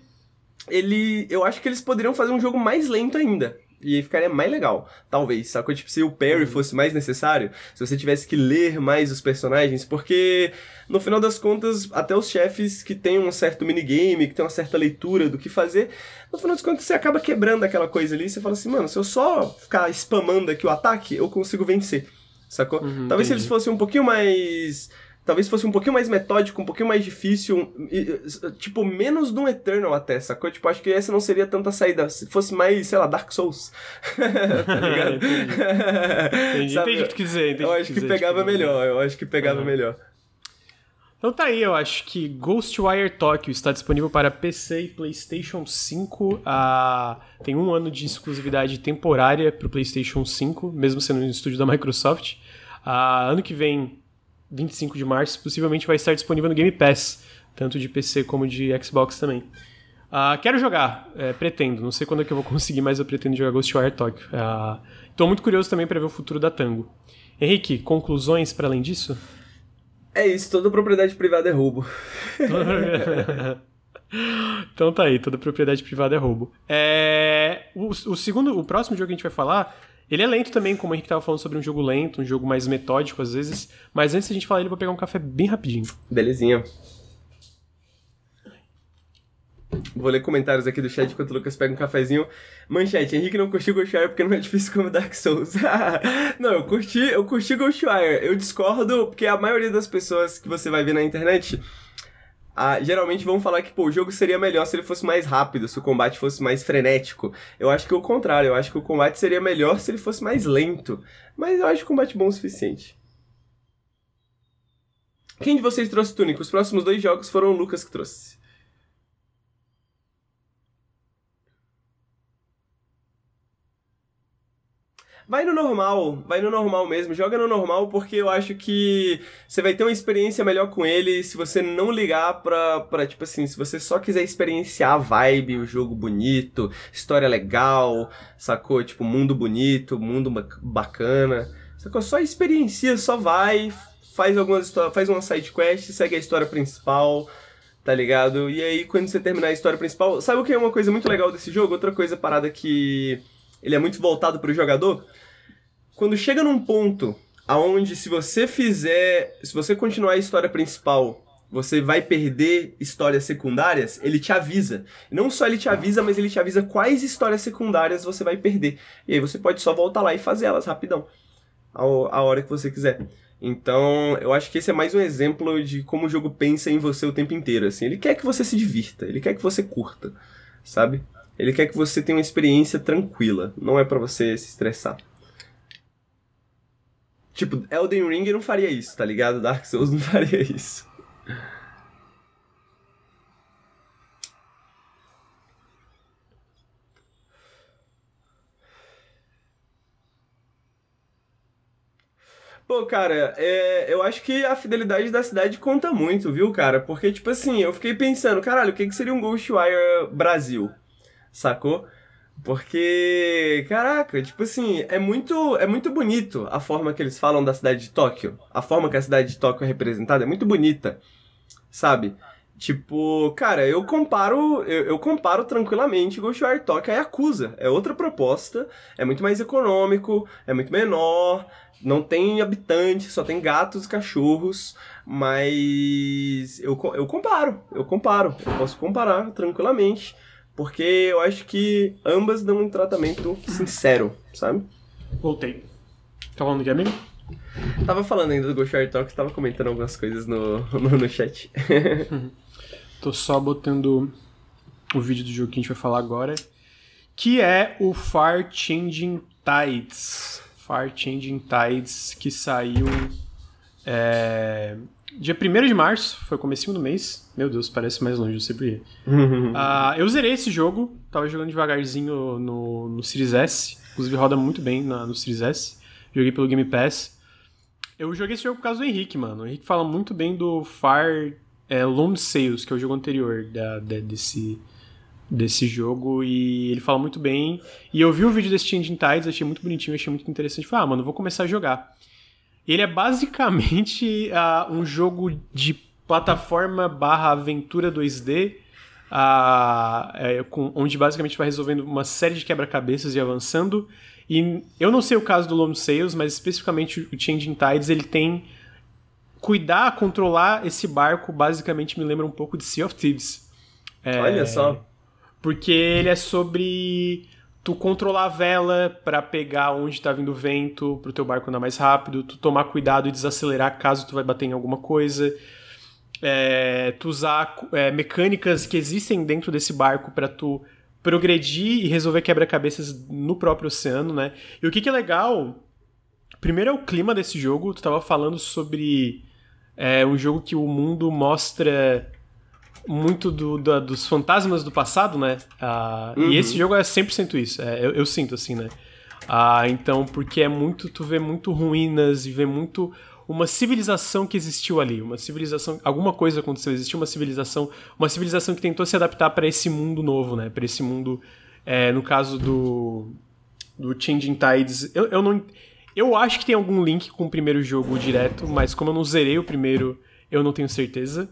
eles poderiam fazer um jogo mais lento ainda. E aí ficaria mais legal, talvez, sacou? Tipo, se o parry fosse mais necessário, se você tivesse que ler mais os personagens, porque, no final das contas, até os chefes que tem um certo minigame, que tem uma certa leitura do que fazer, no final das contas você acaba quebrando aquela coisa ali, e você fala assim, mano, se eu só ficar spamando aqui o ataque, eu consigo vencer, sacou? Talvez se eles fossem um pouquinho mais... Talvez fosse um pouquinho mais metódico, um pouquinho mais difícil, tipo, menos do Eternal até, sacou? Tipo, acho que essa não seria tanta saída, se fosse mais, sei lá, Dark Souls. Tá ligado? Entendi o que tu quis dizer. Eu acho que pegava melhor, Então tá aí, eu acho que Ghostwire Tokyo está disponível para PC e PlayStation 5. Tem 1 ano de exclusividade temporária para o PlayStation 5, mesmo sendo um estúdio da Microsoft. Ano que vem... 25 de março, possivelmente vai estar disponível no Game Pass, tanto de PC como de Xbox também. Quero jogar, pretendo, não sei quando é que eu vou conseguir, mas eu pretendo jogar Ghostwire Tokyo. Estou muito curioso também para ver o futuro da Tango. Henrique, conclusões para além disso? É isso, toda propriedade privada é roubo. Então tá aí, toda propriedade privada é roubo. O próximo jogo que a gente vai falar, ele é lento também, como a gente tava falando sobre um jogo lento, um jogo mais metódico às vezes, mas antes da gente falar ele, eu vou pegar um café bem rapidinho. Belezinha. Vou ler comentários aqui do chat enquanto o Lucas pega um cafezinho. Manchete, Henrique não curtiu Ghostwire porque não é difícil como Dark Souls. Não, eu curti Ghostwire. Eu discordo porque a maioria das pessoas que você vai ver na internet geralmente vão falar que o jogo seria melhor se ele fosse mais rápido, se o combate fosse mais frenético. Eu acho que é o contrário, eu acho que o combate seria melhor se ele fosse mais lento. Mas eu acho o combate bom o suficiente. Quem de vocês trouxe Tunic? Os próximos 2 jogos foram o Lucas que trouxe. Vai no normal mesmo, joga no normal porque eu acho que você vai ter uma experiência melhor com ele se você não ligar pra tipo assim, se você só quiser experienciar a vibe, o jogo bonito, história legal, sacou? Tipo, mundo bonito, mundo bacana, sacou? Só experiencia, só vai, faz uma side quest, segue a história principal, tá ligado? E aí, quando você terminar a história principal, sabe o que é uma coisa muito legal desse jogo? Outra coisa parada que ele é muito voltado pro jogador. Quando chega num ponto aonde se você continuar a história principal, você vai perder histórias secundárias, ele te avisa. Não só ele te avisa, mas ele te avisa quais histórias secundárias você vai perder. E aí você pode só voltar lá e fazer elas rapidão, a hora que você quiser. Então, eu acho que esse é mais um exemplo de como o jogo pensa em você o tempo inteiro. Assim, ele quer que você se divirta, ele quer que você curta, sabe? Ele quer que você tenha uma experiência tranquila, não é pra você se estressar. Tipo, Elden Ring não faria isso, tá ligado? Dark Souls não faria isso. Pô, cara, eu acho que a fidelidade da cidade conta muito, viu, cara? Porque, tipo assim, eu fiquei pensando, caralho, o que seria um Ghostwire Brasil? Sacou? Porque, caraca, tipo assim, é muito bonito a forma que eles falam da cidade de Tóquio. A forma que a cidade de Tóquio é representada é muito bonita, sabe? Tipo, cara, eu comparo tranquilamente Ghostwire Tokyo a Yakuza. É outra proposta, é muito mais econômico, é muito menor, não tem habitantes, só tem gatos e cachorros, mas eu posso comparar tranquilamente, porque eu acho que ambas dão um tratamento sincero, sabe? Voltei. Tá falando do que, amigo? Tava falando ainda do Ghostwire Tokyo, tava comentando algumas coisas no chat. Tô só botando o vídeo do jogo que a gente vai falar agora, que é o Far Changing Tides. Far Changing Tides, que saiu dia 1º de março, foi o comecinho do mês. Meu Deus, parece mais longe, não sei por quê. Eu zerei esse jogo, tava jogando devagarzinho no Series S, inclusive roda muito bem no Series S. Joguei pelo Game Pass. Eu joguei esse jogo por causa do Henrique, mano. O Henrique fala muito bem do Far Lone Sails, que é o jogo anterior desse jogo, e ele fala muito bem. E eu vi o vídeo desse Changing Tides, achei muito bonitinho, achei muito interessante. Falei, mano, vou começar a jogar. Ele é basicamente um jogo de plataforma / aventura 2D, onde basicamente vai resolvendo uma série de quebra-cabeças e avançando. E eu não sei o caso do Lone Sails, mas especificamente o Changing Tides, ele tem... controlar esse barco, basicamente me lembra um pouco de Sea of Thieves. Olha só. Porque ele é sobre tu controlar a vela pra pegar onde tá vindo o vento, pro teu barco andar mais rápido, tu tomar cuidado e desacelerar caso tu vai bater em alguma coisa, tu usar mecânicas que existem dentro desse barco pra tu progredir e resolver quebra-cabeças no próprio oceano, né? E o que é legal... Primeiro é o clima desse jogo. Tu tava falando sobre um jogo que o mundo mostra muito dos fantasmas do passado, né? E esse jogo é 100% isso. Eu sinto assim, né? Então, porque tu vê muito ruínas e vê muito uma civilização que existiu ali. Uma civilização... Alguma coisa aconteceu. Existiu uma civilização que tentou se adaptar para esse mundo novo, né? Para esse mundo... no caso do Changing Tides... Eu acho que tem algum link com o primeiro jogo direto, mas como eu não zerei o primeiro, eu não tenho certeza.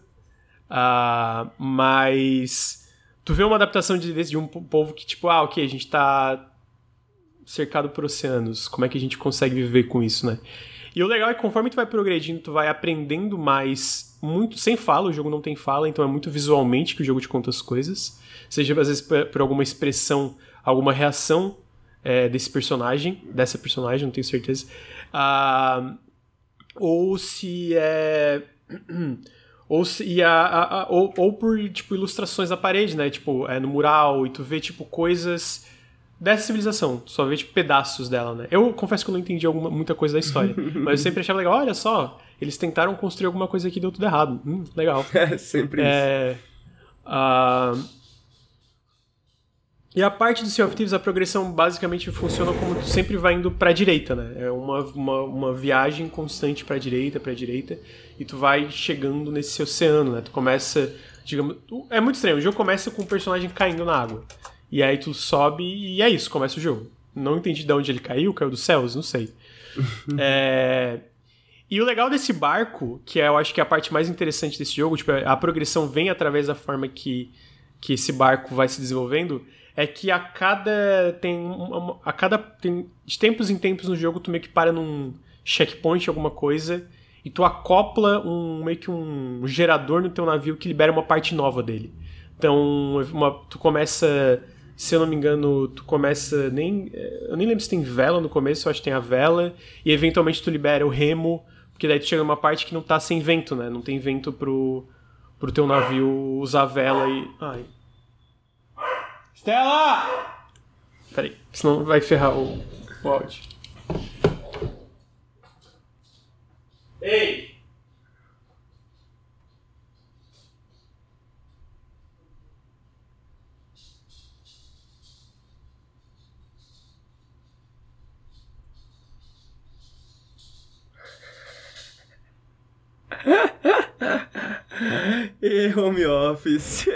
Mas tu vê uma adaptação de um povo que, tipo, ok, a gente tá cercado por oceanos, como é que a gente consegue viver com isso, né? E o legal é que conforme tu vai progredindo, tu vai aprendendo mais, muito sem fala, o jogo não tem fala, então é muito visualmente que o jogo te conta as coisas, seja às vezes por alguma expressão, alguma reação dessa personagem, não tenho certeza, ou se é... ou por, tipo, ilustrações na parede, né? Tipo, no mural, e tu vê, tipo, coisas dessa civilização. Tu só vê, tipo, pedaços dela, né? Eu confesso que eu não entendi muita coisa da história, mas eu sempre achava legal. Olha só, eles tentaram construir alguma coisa aqui e deu tudo errado. Legal. Sempre isso. E a parte do Sea of Thieves, a progressão basicamente funciona como tu sempre vai indo pra direita, né? É uma viagem constante pra direita, e tu vai chegando nesse oceano, né? Tu começa, digamos... É muito estranho, o jogo começa com o personagem caindo na água. E aí tu sobe e é isso, começa o jogo. Não entendi de onde ele caiu dos céus, não sei. E o legal desse barco, que eu acho que é a parte mais interessante desse jogo, tipo, a progressão vem através da forma que esse barco vai se desenvolvendo, é que de tempos em tempos no jogo tu meio que para num checkpoint, alguma coisa, e tu acopla meio que um gerador no teu navio que libera uma parte nova dele. Então, tu começa, se eu não me engano, eu nem lembro se tem vela no começo, eu acho que tem a vela, e eventualmente tu libera o remo, porque daí tu chega numa parte que não tá sem vento, né? Não tem vento pro teu navio usar a vela e... Ai. Stella! Peraí, senão vai ferrar o áudio. Ei! E home office.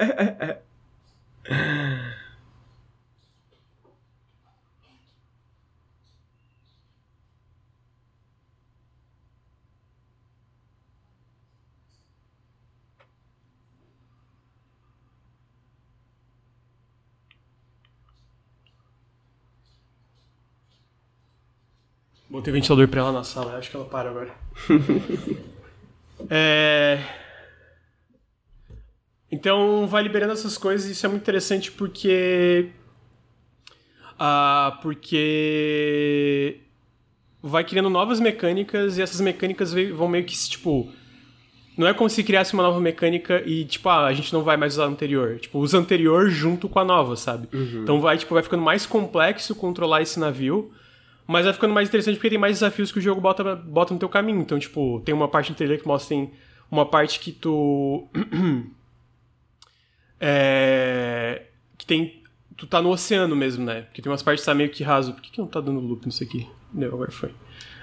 Botei o ventilador pra ela na sala, acho que ela para agora. Então vai liberando essas coisas e isso é muito interessante porque vai criando novas mecânicas e essas mecânicas vão meio que, tipo... Não é como se criasse uma nova mecânica e, tipo, a gente não vai mais usar a anterior. Tipo, usa a anterior junto com a nova, sabe? Uhum. Então vai ficando mais complexo controlar esse navio, mas vai ficando mais interessante porque tem mais desafios que o jogo bota no teu caminho. Então, tipo, tem uma parte no trailer que mostra, tem uma parte que tu... Tu tá no oceano mesmo, né? Porque tem umas partes que tá meio que raso. Por que não tá dando loop nisso aqui? Não, agora foi.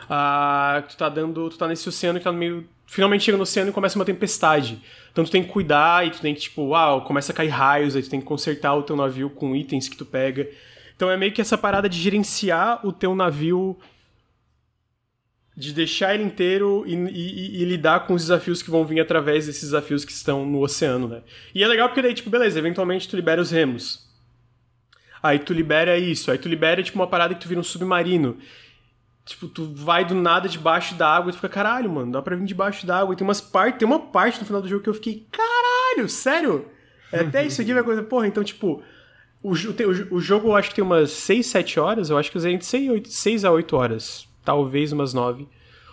Tu tá nesse oceano que tá no meio... Finalmente chega no oceano e começa uma tempestade. Então tu tem que cuidar e tu tem que, tipo... começa a cair raios, aí tu tem que consertar o teu navio com itens que tu pega. Então é meio que essa parada de gerenciar o teu navio, de deixar ele inteiro e lidar com os desafios que vão vir através desses desafios que estão no oceano, né? E é legal porque daí, tipo, beleza, eventualmente tu libera os remos. Aí tu libera isso, aí tu libera, tipo, uma parada que tu vira um submarino. Tipo, tu vai do nada debaixo da água e tu fica, caralho, mano, dá pra vir debaixo da água. E tem uma parte no final do jogo que eu fiquei, caralho, sério? Até isso aqui vai coisa, porra, então, tipo... O jogo eu acho que tem umas 6, 7 horas. Eu acho que eu usei entre 6 a 8 horas. Talvez umas 9.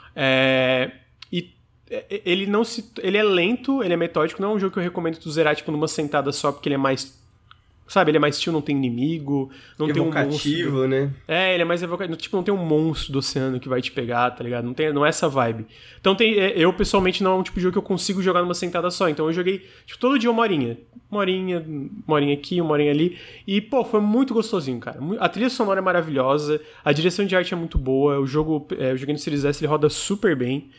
E ele é lento, ele é metódico. Não é um jogo que eu recomendo tu zerar tipo, numa sentada só, porque ele é mais... Sabe, ele é mais chill, não tem inimigo, não tem um monstro... né? Ele é mais evocativo. Tipo, não tem um monstro do oceano que vai te pegar, tá ligado? Não é essa vibe. Então, eu, pessoalmente, não é um tipo de jogo que eu consigo jogar numa sentada só. Então, eu joguei, tipo, todo dia uma horinha. Uma horinha aqui, uma horinha ali. E, pô, foi muito gostosinho, cara. A trilha sonora é maravilhosa, a direção de arte é muito boa, o jogo, eu joguei no Series S, ele roda super bem.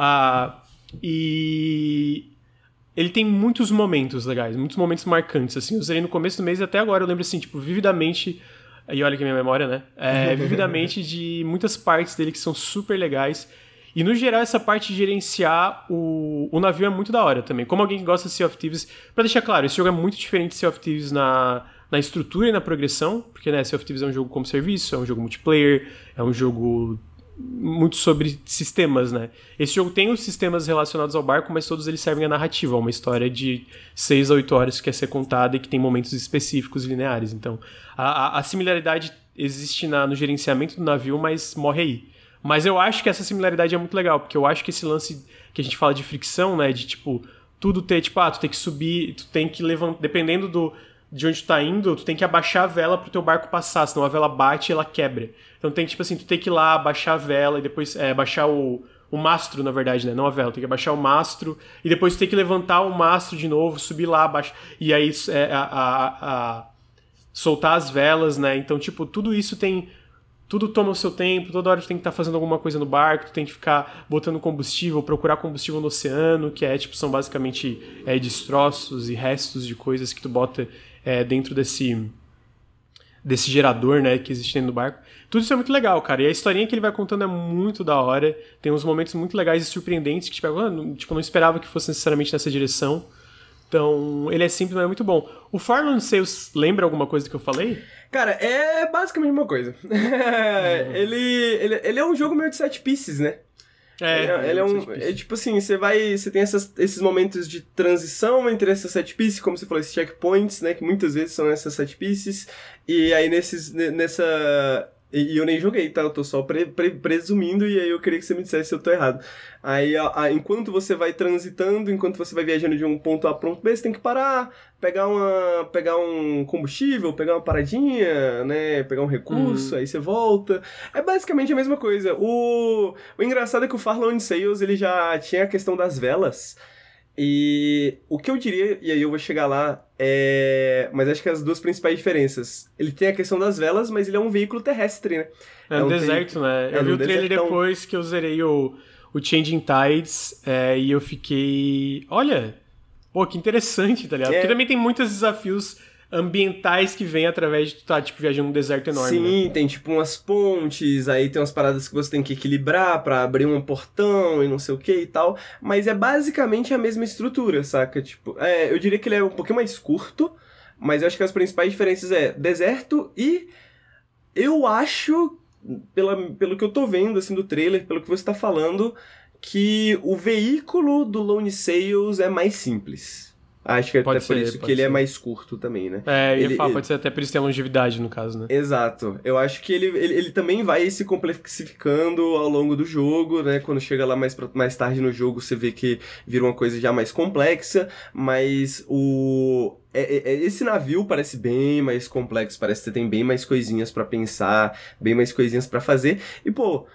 E... ele tem muitos momentos legais, muitos momentos marcantes, assim. Eu zerei no começo do mês e até agora eu lembro, assim, tipo, vividamente e olha que minha memória, né? Vividamente de muitas partes dele que são super legais. E no geral, essa parte de gerenciar o navio é muito da hora também. Como alguém que gosta de Sea of Thieves, pra deixar claro, esse jogo é muito diferente de Sea of Thieves na estrutura e na progressão, porque né, Sea of Thieves é um jogo como serviço, é um jogo multiplayer, é um jogo muito sobre sistemas, né? Esse jogo tem os sistemas relacionados ao barco, mas todos eles servem à narrativa, uma história de 6 a 8 horas que quer ser contada e que tem momentos específicos lineares. Então, a similaridade existe no gerenciamento do navio, mas morre aí. Mas eu acho que essa similaridade é muito legal, porque eu acho que esse lance que a gente fala de fricção, né, de tipo, tudo ter, tipo, tu tem que subir, tu tem que levantar, dependendo de onde tu tá indo, tu tem que abaixar a vela pro teu barco passar, senão a vela bate e ela quebra. Então tem que, tipo assim, tu tem que ir lá, abaixar a vela e depois abaixar o mastro, na verdade, né, não a vela, tem que abaixar o mastro e depois tu tem que levantar o mastro de novo, subir lá, abaixo, e aí soltar as velas, né, então, tipo, tudo isso tem... Tudo toma o seu tempo, toda hora tu tem que estar fazendo alguma coisa no barco, tu tem que ficar botando combustível, procurar combustível no oceano, que são basicamente destroços e restos de coisas que tu bota dentro desse gerador, né, que existe dentro do barco. Tudo isso é muito legal, cara, e a historinha que ele vai contando é muito da hora, tem uns momentos muito legais e surpreendentes que não esperava que fosse necessariamente nessa direção. Então, ele é simples, mas é muito bom. O Farland Sales lembra alguma coisa do que eu falei? Cara, é basicamente a mesma coisa. Ele é um jogo meio de set pieces, né? Tipo assim, você tem esses momentos de transição entre essas set pieces, como você falou, esses checkpoints, né? Que muitas vezes são essas set pieces. E aí E eu nem joguei, tá? Eu tô só presumindo e aí eu queria que você me dissesse se eu tô errado. Aí, enquanto você vai transitando, enquanto você vai viajando de um ponto A para um ponto B, você tem que parar, pegar um combustível, pegar uma paradinha, né? Pegar um recurso, aí você volta. É basicamente a mesma coisa. O engraçado é que o Farland Sales, ele já tinha a questão das velas. E o que eu diria, e aí eu vou chegar lá, mas acho que as duas principais diferenças. Ele tem a questão das velas, mas ele é um veículo terrestre, né? É um deserto, né? Eu vi o trailer depois que eu zerei o Changing Tides, e eu fiquei... Olha, pô, que interessante, tá ligado? Porque também tem muitos desafios ambientais que vêm através de tu tá, tipo, viajando num deserto enorme. Sim, né? Tem tipo umas pontes, aí tem umas paradas que você tem que equilibrar pra abrir um portão e não sei o que e tal, mas é basicamente a mesma estrutura, saca? Tipo, eu diria que ele é um pouquinho mais curto, mas eu acho que as principais diferenças deserto e eu acho, pelo que eu tô vendo, assim, do trailer, pelo que você tá falando, que o veículo do Lone Sails é mais simples. Acho que até por isso que ele é mais curto também, né? Pode ser até por isso ter longevidade, no caso, né? Exato. Eu acho que ele também vai se complexificando ao longo do jogo, né? Quando chega lá mais tarde no jogo, você vê que vira uma coisa já mais complexa, mas esse navio parece bem mais complexo, parece que você tem bem mais coisinhas pra pensar, bem mais coisinhas pra fazer, e pô...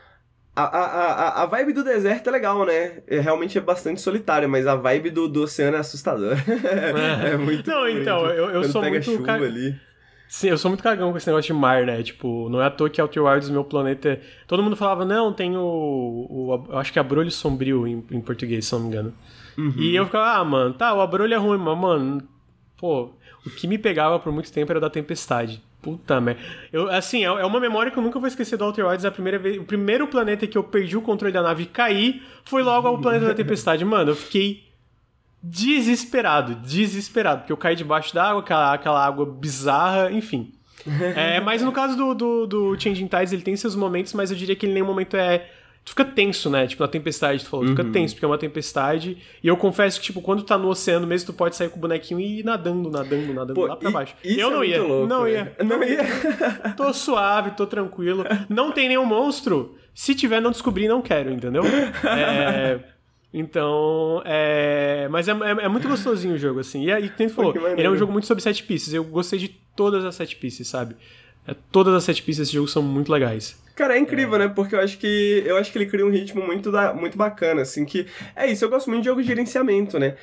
A vibe do deserto é legal, né? Realmente é bastante solitária, mas a vibe do oceano é assustadora. É muito... Não, então, eu sou muito... chuva ali. Sim, eu sou muito cagão com esse negócio de mar, né? Tipo, não é à toa que Outer Wilds, meu planeta... Todo mundo falava, não, tem eu acho que é Abrolho Sombrio em português, se não me engano. Uhum. E eu ficava, mano, tá, o Abrolho é ruim, mas, mano... Pô, o que me pegava por muito tempo era o da Tempestade. Puta merda. Assim, é uma memória que eu nunca vou esquecer do Outer Wilds. O primeiro planeta que eu perdi o controle da nave e caí foi logo o planeta da Tempestade. Mano, eu fiquei desesperado, porque eu caí debaixo da água, aquela água bizarra, enfim. Mas no caso do Changing Tides, ele tem seus momentos, mas eu diria que ele em nenhum momento Tu fica tenso, né? Tipo, na tempestade, tu falou. Tu fica tenso, porque é uma tempestade. E eu confesso que, tipo, quando tu tá no oceano mesmo, tu pode sair com o bonequinho e ir nadando Pô, lá pra baixo. Eu não ia. Louco, não ia. Tô suave, tô tranquilo. Não tem nenhum monstro. Se tiver, não descobri, não quero, entendeu? Então, mas é muito gostosinho o jogo, assim. E como tu falou, ele é um jogo muito sobre set pieces. Eu gostei de todas as set pieces, sabe? Todas as set pieces desse jogo são muito legais. Cara, é incrível, né? Porque eu acho que ele cria um ritmo muito bacana, assim, que... É isso, eu gosto muito de jogos de gerenciamento, né?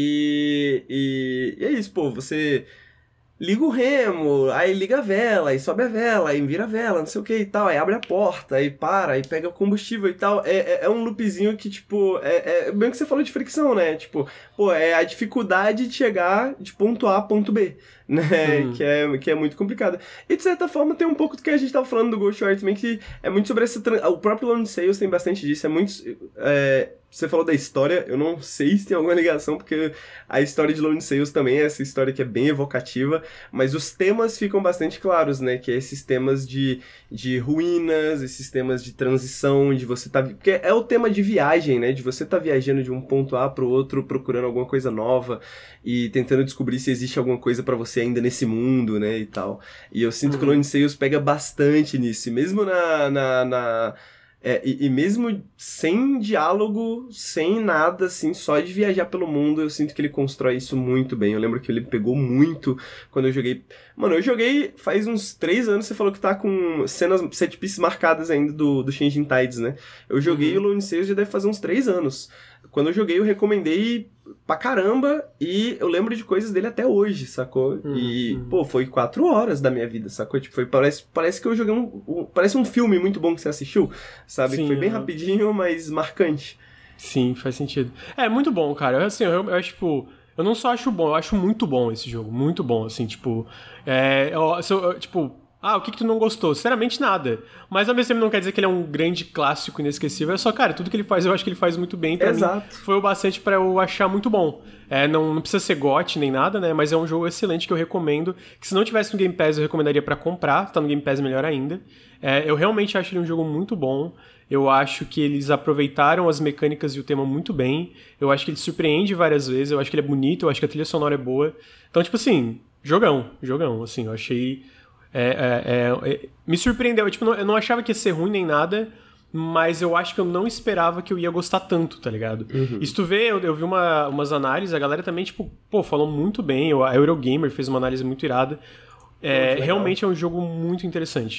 E é isso, pô, você liga o remo, aí liga a vela, aí sobe a vela, aí vira a vela, não sei o que e tal, aí abre a porta, aí para, aí pega o combustível e tal. É um loopzinho que, tipo, bem o que você falou de fricção, né? Tipo, pô, é a dificuldade de chegar de ponto A a ponto B. né? Que é muito complicado. E de certa forma tem um pouco do que a gente tava falando do Ghostwire também, que é muito sobre essa... O próprio Lone Sales tem bastante disso, é muito... Você falou da história, eu não sei se tem alguma ligação, porque a história de Lone Sales também é essa história que é bem evocativa, mas os temas ficam bastante claros, né? Que é esses temas de ruínas, esses temas de transição, de você tá... Porque é o tema de viagem, né? De você tá viajando de um ponto A pro outro, procurando alguma coisa nova e tentando descobrir se existe alguma coisa pra você ainda nesse mundo, né? E tal. E eu sinto que o Lone Sales pega bastante nisso, e mesmo e mesmo sem diálogo, sem nada, assim, só de viajar pelo mundo, eu sinto que ele constrói isso muito bem. Eu lembro que ele pegou muito quando eu joguei... Mano, eu joguei faz uns 3 anos, você falou que tá com set pieces marcadas ainda do Changing Tides, né? Eu joguei o Lone Sales já deve fazer uns 3 anos. Quando eu joguei, eu recomendei pra caramba, e eu lembro de coisas dele até hoje, sacou? E, pô, foi 4 horas da minha vida, sacou? Tipo, parece que eu joguei parece um filme muito bom que você assistiu, sabe? Sim, que foi bem rapidinho, mas marcante. Sim, faz sentido. É, muito bom, cara. Assim, eu acho, tipo... Eu não só acho bom, eu acho muito bom esse jogo. Muito bom, assim, tipo... o que tu não gostou? Sinceramente, nada. Mas ao mesmo tempo não quer dizer que ele é um grande clássico inesquecível. É só, cara, tudo que ele faz, eu acho que ele faz muito bem. Pra mim, foi o bastante pra eu achar muito bom. Não precisa ser GOT nem nada, né? Mas é um jogo excelente que eu recomendo. Que se não tivesse no Game Pass, eu recomendaria pra comprar. Se tá no Game Pass, melhor ainda. Eu realmente acho ele um jogo muito bom. Eu acho que eles aproveitaram as mecânicas e o tema muito bem. Eu acho que ele surpreende várias vezes. Eu acho que ele é bonito. Eu acho que a trilha sonora é boa. Então, tipo assim, jogão. Assim, eu achei... me surpreendeu, tipo, eu não achava que ia ser ruim nem nada, mas eu acho que eu não esperava que eu ia gostar tanto, tá ligado? E se tu vê, eu vi umas análises, a galera também, tipo, falou muito bem, a Eurogamer fez uma análise muito irada. Realmente é um jogo muito interessante,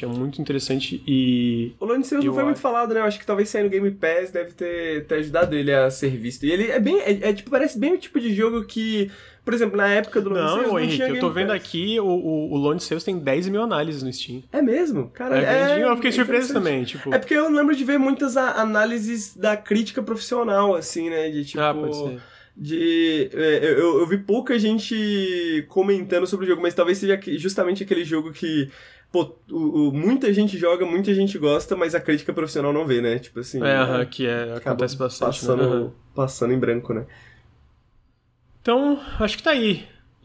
e... O Lone Sales não foi muito falado, né? Eu acho que talvez sair no Game Pass deve ter ajudado ele a ser visto. E ele é bem, tipo, parece bem o tipo de jogo que... Por exemplo, na época do Lone Sales não Henrique, tinha eu tô vendo aqui, o Lone Sales tem 10 mil análises no Steam. É mesmo? Cara, eu fiquei surpreso também, tipo... É porque eu lembro de ver muitas análises da crítica profissional, assim, né? De tipo... pode ser. Eu vi pouca gente comentando sobre o jogo, mas talvez seja justamente aquele jogo que... muita gente joga, muita gente gosta, mas a crítica profissional não vê, né? Tipo assim... acontece bastante, passando em branco, né? Então, acho que tá aí.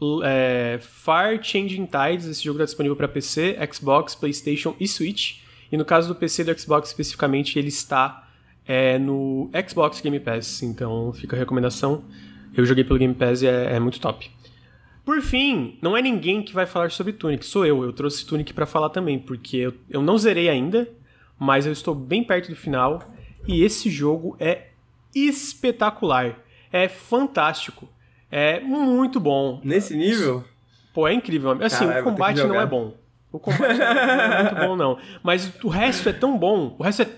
Far Changing Tides, esse jogo tá disponível para PC, Xbox, PlayStation e Switch. E no caso do PC e do Xbox especificamente, ele está no Xbox Game Pass. Então fica a recomendação. Eu joguei pelo Game Pass e é muito top. Por fim, não é ninguém que vai falar sobre Tunic, sou eu. Eu trouxe Tunic para falar também, porque eu não zerei ainda, mas eu estou bem perto do final. E esse jogo é espetacular. É fantástico. É muito bom. Nesse nível? Pô, é incrível. Assim, o combate não é bom. O combate não é muito bom, não. Mas o resto é tão bom.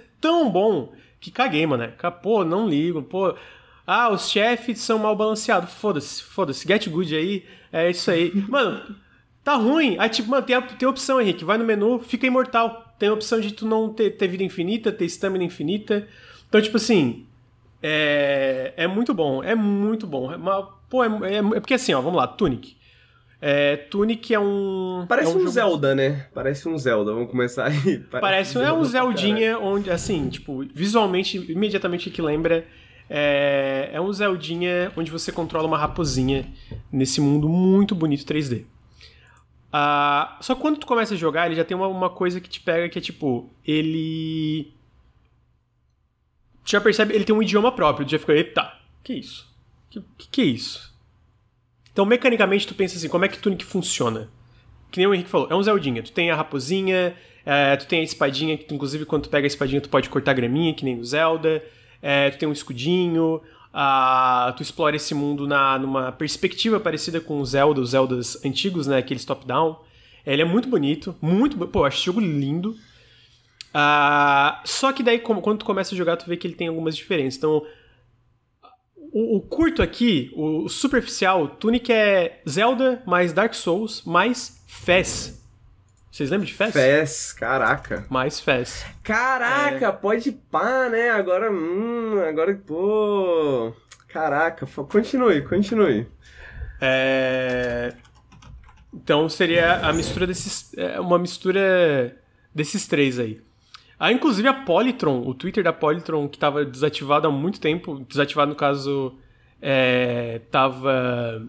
Que caguei, mano. Pô, não ligo. Pô, os chefes são mal balanceados. Foda-se. Get good aí. É isso aí. Mano, tá ruim. Aí, tipo, mano, tem opção, Henrique. Vai no menu, fica imortal. Tem a opção de tu não ter vida infinita, ter stamina infinita. Então, tipo assim... É muito bom. É muito bom. Porque assim, ó, vamos lá. Tunic. Tunic é um... Parece um jogo... Zelda, né? Parece um Zelda. Vamos começar aí. Parece um Zeldinha, onde, assim, tipo, visualmente, imediatamente o que lembra... É um Zeldinha onde você controla uma raposinha nesse mundo muito bonito 3D. Só que quando tu começa a jogar, ele já tem uma coisa que te pega, que é tipo... Ele... Tu já percebe, ele tem um idioma próprio. Tu já fica, eita, que isso? Que é isso? Então, mecanicamente, tu pensa assim, como é que Tunic funciona? Que nem o Henrique falou, é um Zeldinha. Tu tem a raposinha, tu tem a espadinha, que inclusive quando tu pega a espadinha tu pode cortar graminha, que nem no Zelda. Tu tem um escudinho, tu explora esse mundo numa perspectiva parecida com os Zeldas antigos, né? Aqueles top-down. Ele é muito bonito, pô, eu acho esse jogo lindo. Só que daí, quando tu começa a jogar, tu vê que ele tem algumas diferenças. Então, o curto aqui, o superficial, Tunic é Zelda mais Dark Souls mais Fez. Vocês lembram de Fez? Fez, caraca. Mais Fez. Caraca, pode pá, né? Agora, pô... Caraca, continue. Então seria a mistura uma mistura desses três aí. Inclusive a Polytron, o Twitter da Polytron, que estava desativado há muito tempo, desativado no caso, tava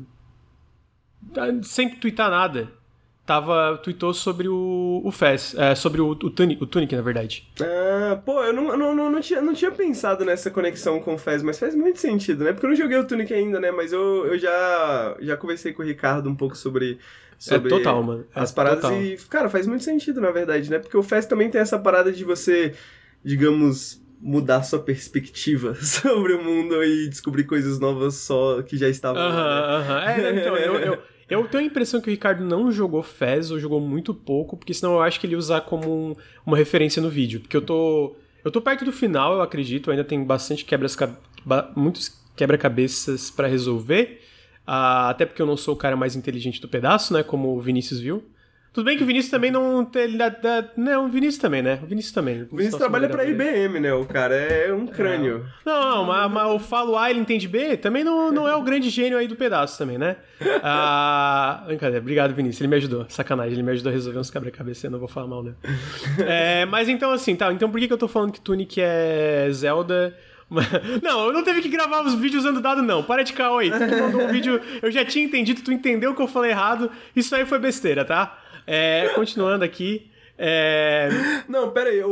sem tweetar nada, tweetou sobre o Fez, sobre o Tunic, na verdade. Pô, eu não tinha pensado nessa conexão com o Fez, mas faz muito sentido, né? Porque eu não joguei o Tunic ainda, né? Mas eu já conversei com o Ricardo um pouco sobre total, mano. As paradas total. E, cara, faz muito sentido, na verdade, né? Porque o Fez também tem essa parada de você, digamos, mudar sua perspectiva sobre o mundo e descobrir coisas novas só que já estavam lá, né? Então, eu tenho a impressão que o Ricardo não jogou Fez ou jogou muito pouco, porque senão eu acho que ele ia usar como uma referência no vídeo. Porque eu tô perto do final, eu acredito, ainda tem bastante muitos quebra-cabeças pra resolver. Até porque eu não sou o cara mais inteligente do pedaço, né? Como o Vinícius viu. Tudo bem que o Vinícius também não... Não, o Vinícius também, né? O Vinícius trabalha pra IBM, né? O cara é um crânio. Não, mas eu falo A, ele entende B, também não é o grande gênio aí do pedaço também, né? Brincadeira, obrigado, Vinícius, ele me ajudou. Sacanagem, ele me ajudou a resolver uns quebra-cabeça, eu não vou falar mal, né? Mas então assim, tá, então por que eu tô falando que Tunic é Zelda... Não, eu não teve que gravar os vídeos usando dado, não. Para de caô aí. Tu que mandou um vídeo, eu já tinha entendido, tu entendeu que eu falei errado. Isso aí foi besteira, tá? Continuando aqui. Não, pera aí.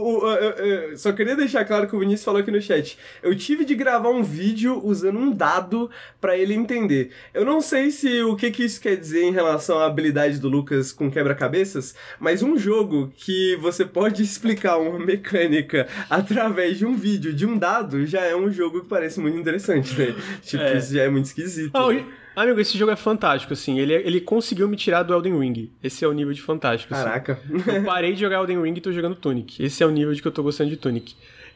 Só queria deixar claro que o Vinícius falou aqui no chat. Eu tive de gravar um vídeo usando um dado pra ele entender. Eu não sei o que isso quer dizer em relação à habilidade do Lucas com quebra-cabeças, mas um jogo que você pode explicar uma mecânica através de um vídeo, de um dado, já é um jogo que parece muito interessante, né? Tipo, isso já é muito esquisito. Né? Amigo, esse jogo é fantástico, assim. Ele conseguiu me tirar do Elden Ring. Esse é o nível de fantástico, assim. Caraca. Eu parei de jogar Elden Ring e tô jogando Tunic. Esse é o nível de que eu tô gostando de Tunic.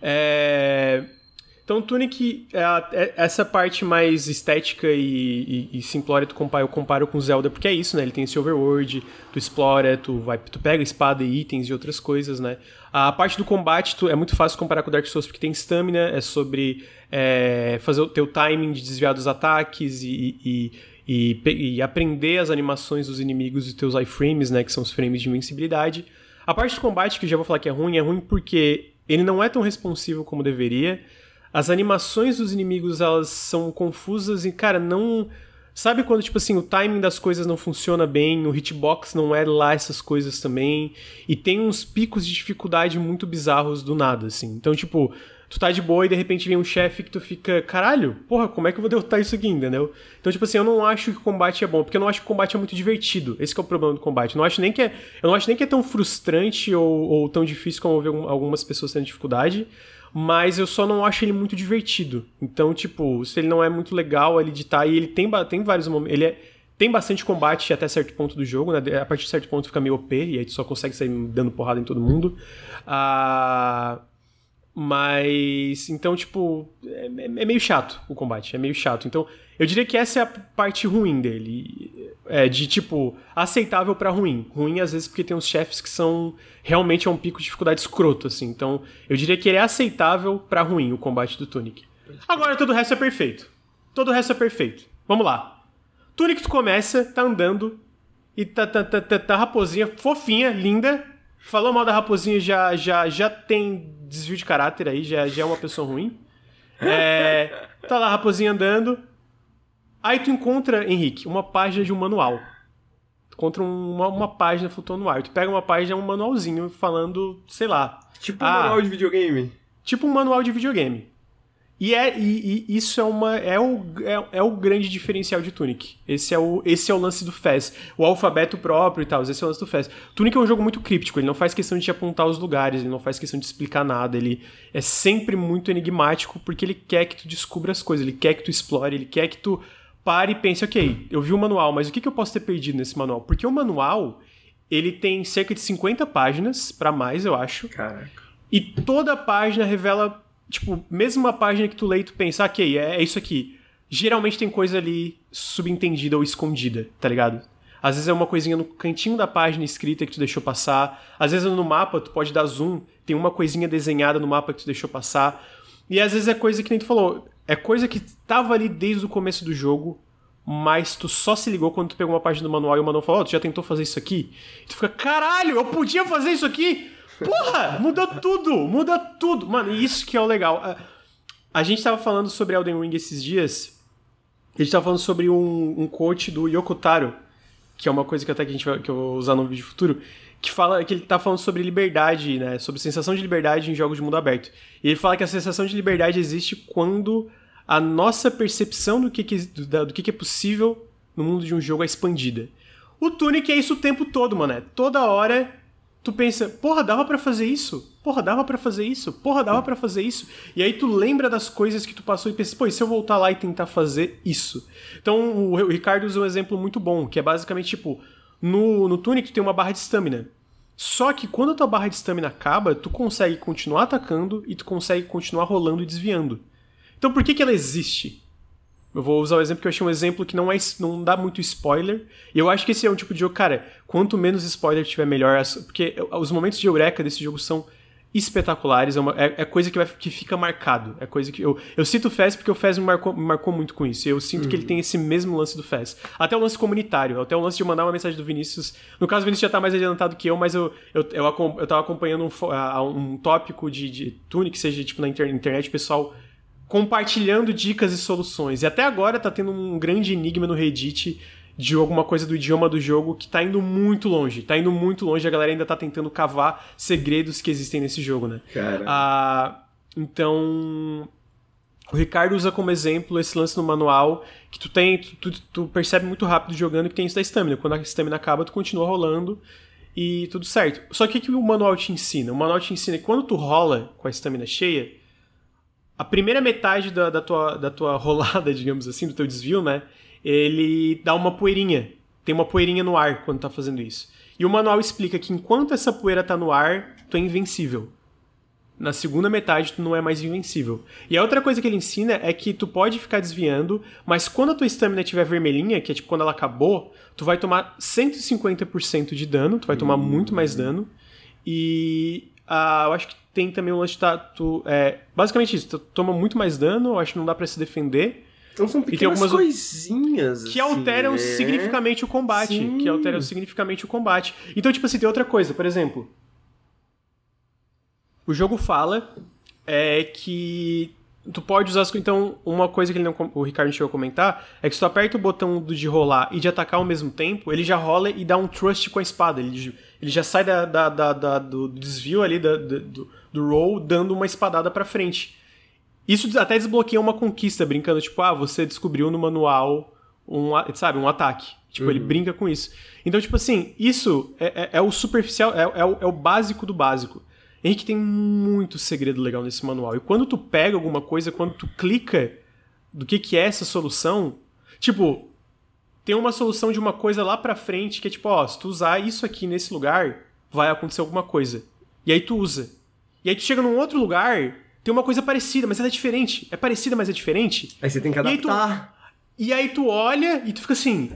Então, Tunic, essa parte mais estética e simplória eu comparo com Zelda, porque é isso, né? Ele tem esse overworld, tu explora, tu pega espada e itens e outras coisas, né? A parte do combate é muito fácil comparar com Dark Souls, porque tem stamina, é sobre fazer o teu timing de desviar dos ataques e aprender as animações dos inimigos e teus iframes, né? Que são os frames de invencibilidade. A parte do combate, que eu já vou falar que é ruim porque ele não é tão responsivo como deveria. As animações dos inimigos, elas são confusas e, cara, não... Sabe quando, tipo assim, o timing das coisas não funciona bem, o hitbox não é lá essas coisas também, e tem uns picos de dificuldade muito bizarros do nada, assim. Então, tipo, tu tá de boa e de repente vem um chefe que tu fica, caralho, porra, como é que eu vou derrotar isso aqui, entendeu? Então, tipo assim, eu não acho que o combate é bom, porque eu não acho que o combate é muito divertido. Esse que é o problema do combate. Eu não acho nem que é tão frustrante ou tão difícil como eu ver algumas pessoas tendo dificuldade, mas eu só não acho ele muito divertido. Então, tipo, se ele não é muito legal ele editar, e ele tem vários momentos... Tem bastante combate até certo ponto do jogo, né? A partir de certo ponto fica meio OP, e aí tu só consegue sair dando porrada em todo mundo. Mas... Então, tipo... É meio chato o combate, é meio chato. Então, eu diria que essa é a parte ruim dele. De, tipo, aceitável pra ruim. Ruim, às vezes, porque tem uns chefes que são... Realmente é um pico de dificuldade escroto, assim. Então, eu diria que ele é aceitável pra ruim, o combate do Tunic. Agora, todo o resto é perfeito. Todo o resto é perfeito. Vamos lá. Tunic, tu começa, tá andando, e tá raposinha, fofinha, linda. Falou mal da raposinha, já tem desvio de caráter aí, já é uma pessoa ruim. Tá lá a raposinha andando. Aí tu encontra, Henrique, uma página de um manual. Tu encontra uma página flutuando no ar. Tu pega uma página, um manualzinho falando, sei lá. Tipo um manual de videogame. Tipo um manual de videogame. E isso é o grande diferencial de Tunic. Esse é o lance do Fez. O alfabeto próprio e tal, esse é o lance do Fez. Tunic é um jogo muito críptico, ele não faz questão de te apontar os lugares, ele não faz questão de explicar nada, ele é sempre muito enigmático porque ele quer que tu descubra as coisas, ele quer que tu explore, ele quer que tu pare e pense, ok, eu vi o manual, mas o que eu posso ter perdido nesse manual? Porque o manual, ele tem cerca de 50 páginas, pra mais, eu acho. Caraca. E toda página revela... Tipo, mesmo uma página que tu lê e tu pensa, ok, é isso aqui. Geralmente tem coisa ali subentendida ou escondida, tá ligado? Às vezes é uma coisinha no cantinho da página escrita que tu deixou passar. Às vezes no mapa, tu pode dar zoom, tem uma coisinha desenhada no mapa que tu deixou passar. E às vezes é coisa que nem tu falou, é coisa que tava ali desde o começo do jogo, mas tu só se ligou quando tu pegou uma página do manual e o manual falou, tu já tentou fazer isso aqui? E tu fica, caralho, eu podia fazer isso aqui? Porra, muda tudo. Mano, isso que é o legal. A gente tava falando sobre Elden Ring esses dias, a gente tava falando sobre um quote do Yoko Taro, que é uma coisa que até que eu vou usar no vídeo futuro, que ele tá falando sobre liberdade, né, sobre sensação de liberdade em jogos de mundo aberto. E ele fala que a sensação de liberdade existe quando a nossa percepção do que é possível no mundo de um jogo é expandida. O Tunic é isso o tempo todo, mano. Toda hora tu pensa, porra, dava pra fazer isso? Porra, dava pra fazer isso? Porra, dava pra fazer isso? E aí tu lembra das coisas que tu passou e pensa, pô, e se eu voltar lá e tentar fazer isso? Então o Ricardo usa um exemplo muito bom, que é basicamente tipo, no Tunic tu tem uma barra de stamina. Só que quando a tua barra de stamina acaba, tu consegue continuar atacando e tu consegue continuar rolando e desviando. Então por que ela existe? Eu vou usar o exemplo que eu achei um exemplo que não dá muito spoiler. E eu acho que esse é um tipo de jogo, cara, quanto menos spoiler tiver, melhor. Porque os momentos de eureka desse jogo são espetaculares. É coisa que fica marcado. É coisa que eu cito o Fez porque o Fez me marcou muito com isso. E eu sinto que ele tem esse mesmo lance do Fez. Até o lance comunitário. Até o lance de mandar uma mensagem do Vinícius. No caso, o Vinícius já tá mais adiantado que eu, mas eu tava acompanhando um tópico de Tunic, seja tipo na internet, pessoal compartilhando dicas e soluções. E até agora tá tendo um grande enigma no Reddit de alguma coisa do idioma do jogo que tá indo muito longe. Tá indo muito longe, a galera ainda tá tentando cavar segredos que existem nesse jogo, né? Então, o Ricardo usa como exemplo esse lance no manual que tu percebe muito rápido jogando que tem isso da stamina. Quando a stamina acaba, tu continua rolando e tudo certo. Só que o que o manual te ensina? O manual te ensina que quando tu rola com a stamina cheia, a primeira metade da tua rolada, digamos assim, do teu desvio, né? Ele dá uma poeirinha. Tem uma poeirinha no ar quando tá fazendo isso. E o manual explica que enquanto essa poeira tá no ar, tu é invencível. Na segunda metade, tu não é mais invencível. E a outra coisa que ele ensina é que tu pode ficar desviando, mas quando a tua stamina estiver vermelhinha, que é tipo quando ela acabou, tu vai tomar 150% de dano, tu vai tomar muito mais dano. E eu acho que tem também um lance de basicamente isso, tu toma muito mais dano, eu acho que não dá pra se defender. Então são pequenas coisinhas que alteram significativamente o combate. Sim. Que alteram significativamente o combate. Então, tipo assim, tem outra coisa, por exemplo. O jogo fala que tu pode usar... Então, uma coisa que o Ricardo chegou a comentar é que se tu aperta o botão de rolar e de atacar ao mesmo tempo, ele já rola e dá um thrust com a espada. Ele já sai do desvio ali, do roll, dando uma espadada pra frente. Isso até desbloqueia uma conquista, brincando, tipo, você descobriu no manual um ataque. Tipo, ele brinca com isso. Então, tipo assim, isso é o superficial, é o básico do básico. Henrique, tem muito segredo legal nesse manual. E quando tu pega alguma coisa, quando tu clica do que é essa solução, tipo, tem uma solução de uma coisa lá pra frente que é tipo, se tu usar isso aqui nesse lugar, vai acontecer alguma coisa. E aí tu usa. E aí tu chega num outro lugar, tem uma coisa parecida, mas ela é diferente. É parecida, mas é diferente. Aí você tem que adaptar. E aí tu olha e tu fica assim...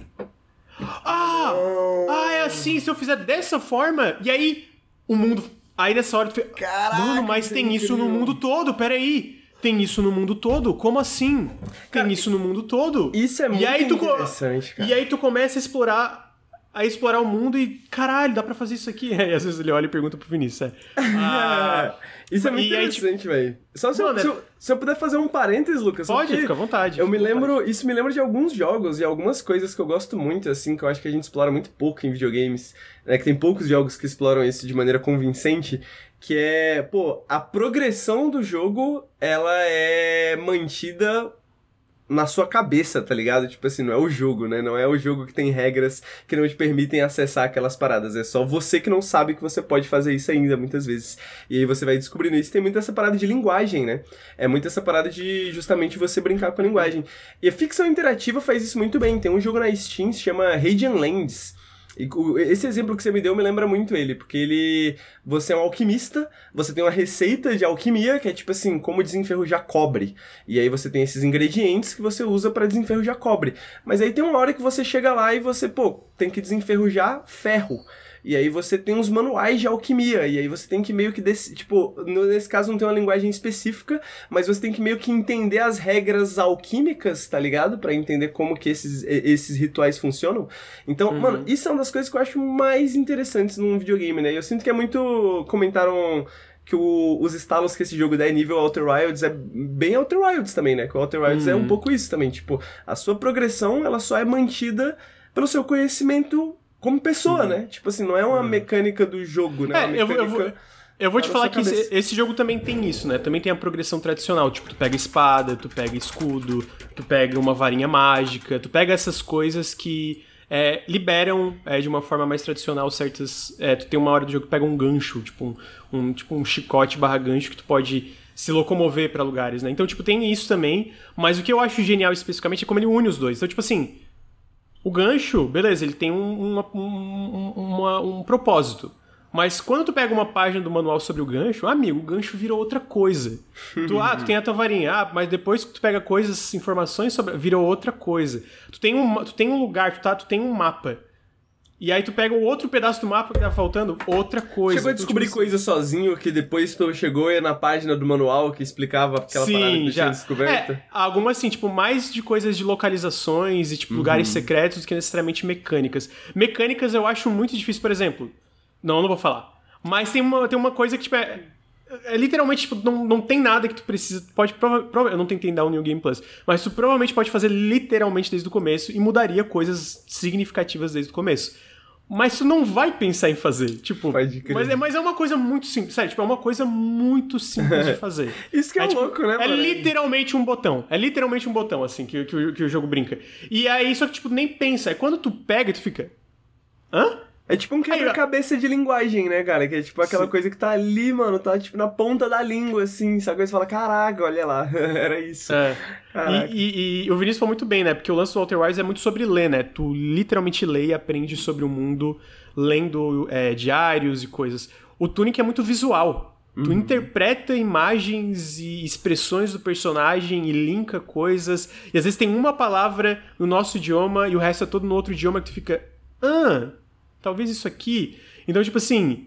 é assim, se eu fizer dessa forma... E aí o mundo... Aí nessa hora tu fica... Caraca, mano, mas tem isso no mundo todo, peraí. Tem isso no mundo todo? Como assim? Tem isso no mundo todo? Isso é muito interessante, cara. E aí tu começa a explorar o mundo e... Caralho, dá pra fazer isso aqui? Aí às vezes ele olha e pergunta pro Vinícius. Isso é muito interessante, velho. Só se eu puder fazer um parênteses, Lucas. Pode, fica à vontade. Isso me lembra de alguns jogos e algumas coisas que eu gosto muito, assim, que eu acho que a gente explora muito pouco em videogames, né? Que tem poucos jogos que exploram isso de maneira convincente, que é, a progressão do jogo, ela é mantida na sua cabeça, tá ligado? Tipo assim, não é o jogo, né? Não é o jogo que tem regras que não te permitem acessar aquelas paradas. É só você que não sabe que você pode fazer isso ainda, muitas vezes. E aí você vai descobrindo isso. Tem muito essa parada de linguagem, né? É muito essa parada de justamente você brincar com a linguagem. E a ficção interativa faz isso muito bem. Tem um jogo na Steam que se chama Radiant Lands. E esse exemplo que você me deu me lembra muito ele, porque você é um alquimista, você tem uma receita de alquimia, que é tipo assim, como desenferrujar cobre. E aí você tem esses ingredientes que você usa pra desenferrujar cobre. Mas aí tem uma hora que você chega lá e você, tem que desenferrujar ferro. e aí você tem uns manuais de alquimia, e aí você tem que meio que, tipo, nesse caso não tem uma linguagem específica, mas você tem que meio que entender as regras alquímicas, tá ligado? Pra entender como que esses rituais funcionam. Então, mano, isso é uma das coisas que eu acho mais interessantes num videogame, né? Eu sinto que é muito... Comentaram que os estalos que esse jogo dá em nível Outer Wilds é bem Outer Wilds também, né? Que o Outer Wilds é um pouco isso também. Tipo, a sua progressão, ela só é mantida pelo seu conhecimento como pessoa, né? Tipo assim, não é uma mecânica do jogo, né? Eu vou te falar que esse jogo também tem isso, né? Também tem a progressão tradicional. Tipo, tu pega espada, tu pega escudo, tu pega uma varinha mágica, tu pega essas coisas que... liberam de uma forma mais tradicional certas... tu tem uma hora do jogo que pega um gancho, tipo um chicote / gancho que tu pode se locomover pra lugares, né? Então, tipo, tem isso também, mas o que eu acho genial especificamente é como ele une os dois. Então, tipo assim, o gancho, beleza, ele tem um propósito. Mas quando tu pega uma página do manual sobre o gancho, amigo, o gancho virou outra coisa. Tu tem a tua varinha, mas depois que tu pega coisas, informações sobre... virou outra coisa. Tu tem um lugar, tu tem um mapa. E aí tu pega o outro pedaço do mapa que tá faltando, outra coisa. Chegou a descobrir coisa sozinho, que depois tu chegou na página do manual que explicava aquela parada que tu tinha descoberto? Algumas assim, tipo, mais de coisas de localizações e tipo lugares secretos do que necessariamente mecânicas. Mecânicas eu acho muito difícil, por exemplo... Não vou falar. Mas tem uma coisa que, tipo, literalmente, tipo, não tem nada que tu precisa... Eu não tentei dar o New Game Plus, mas tu provavelmente pode fazer literalmente desde o começo e mudaria coisas significativas desde o começo. Mas tu não vai pensar em fazer, tipo... Mas é uma coisa muito simples, sério, tipo, é uma coisa muito simples de fazer. Isso que é tipo, louco, né, mano? É literalmente um botão, assim, que o jogo brinca. E aí, só que, tipo, nem pensa. É quando tu pega e tu fica... Hã? É tipo um quebra-cabeça de linguagem, né, cara? Que é tipo aquela coisa que tá ali, mano, tá tipo na ponta da língua, assim, sabe? Você fala, caraca, olha lá, era isso. E o Vinícius falou muito bem, né? Porque o lance do Outer Wilds é muito sobre ler, né? Tu literalmente lê e aprende sobre o mundo lendo diários e coisas. O Tunic é muito visual. Tu interpreta imagens e expressões do personagem e linka coisas. E às vezes tem uma palavra no nosso idioma e o resto é todo no outro idioma que tu fica... talvez isso aqui... Então, tipo assim...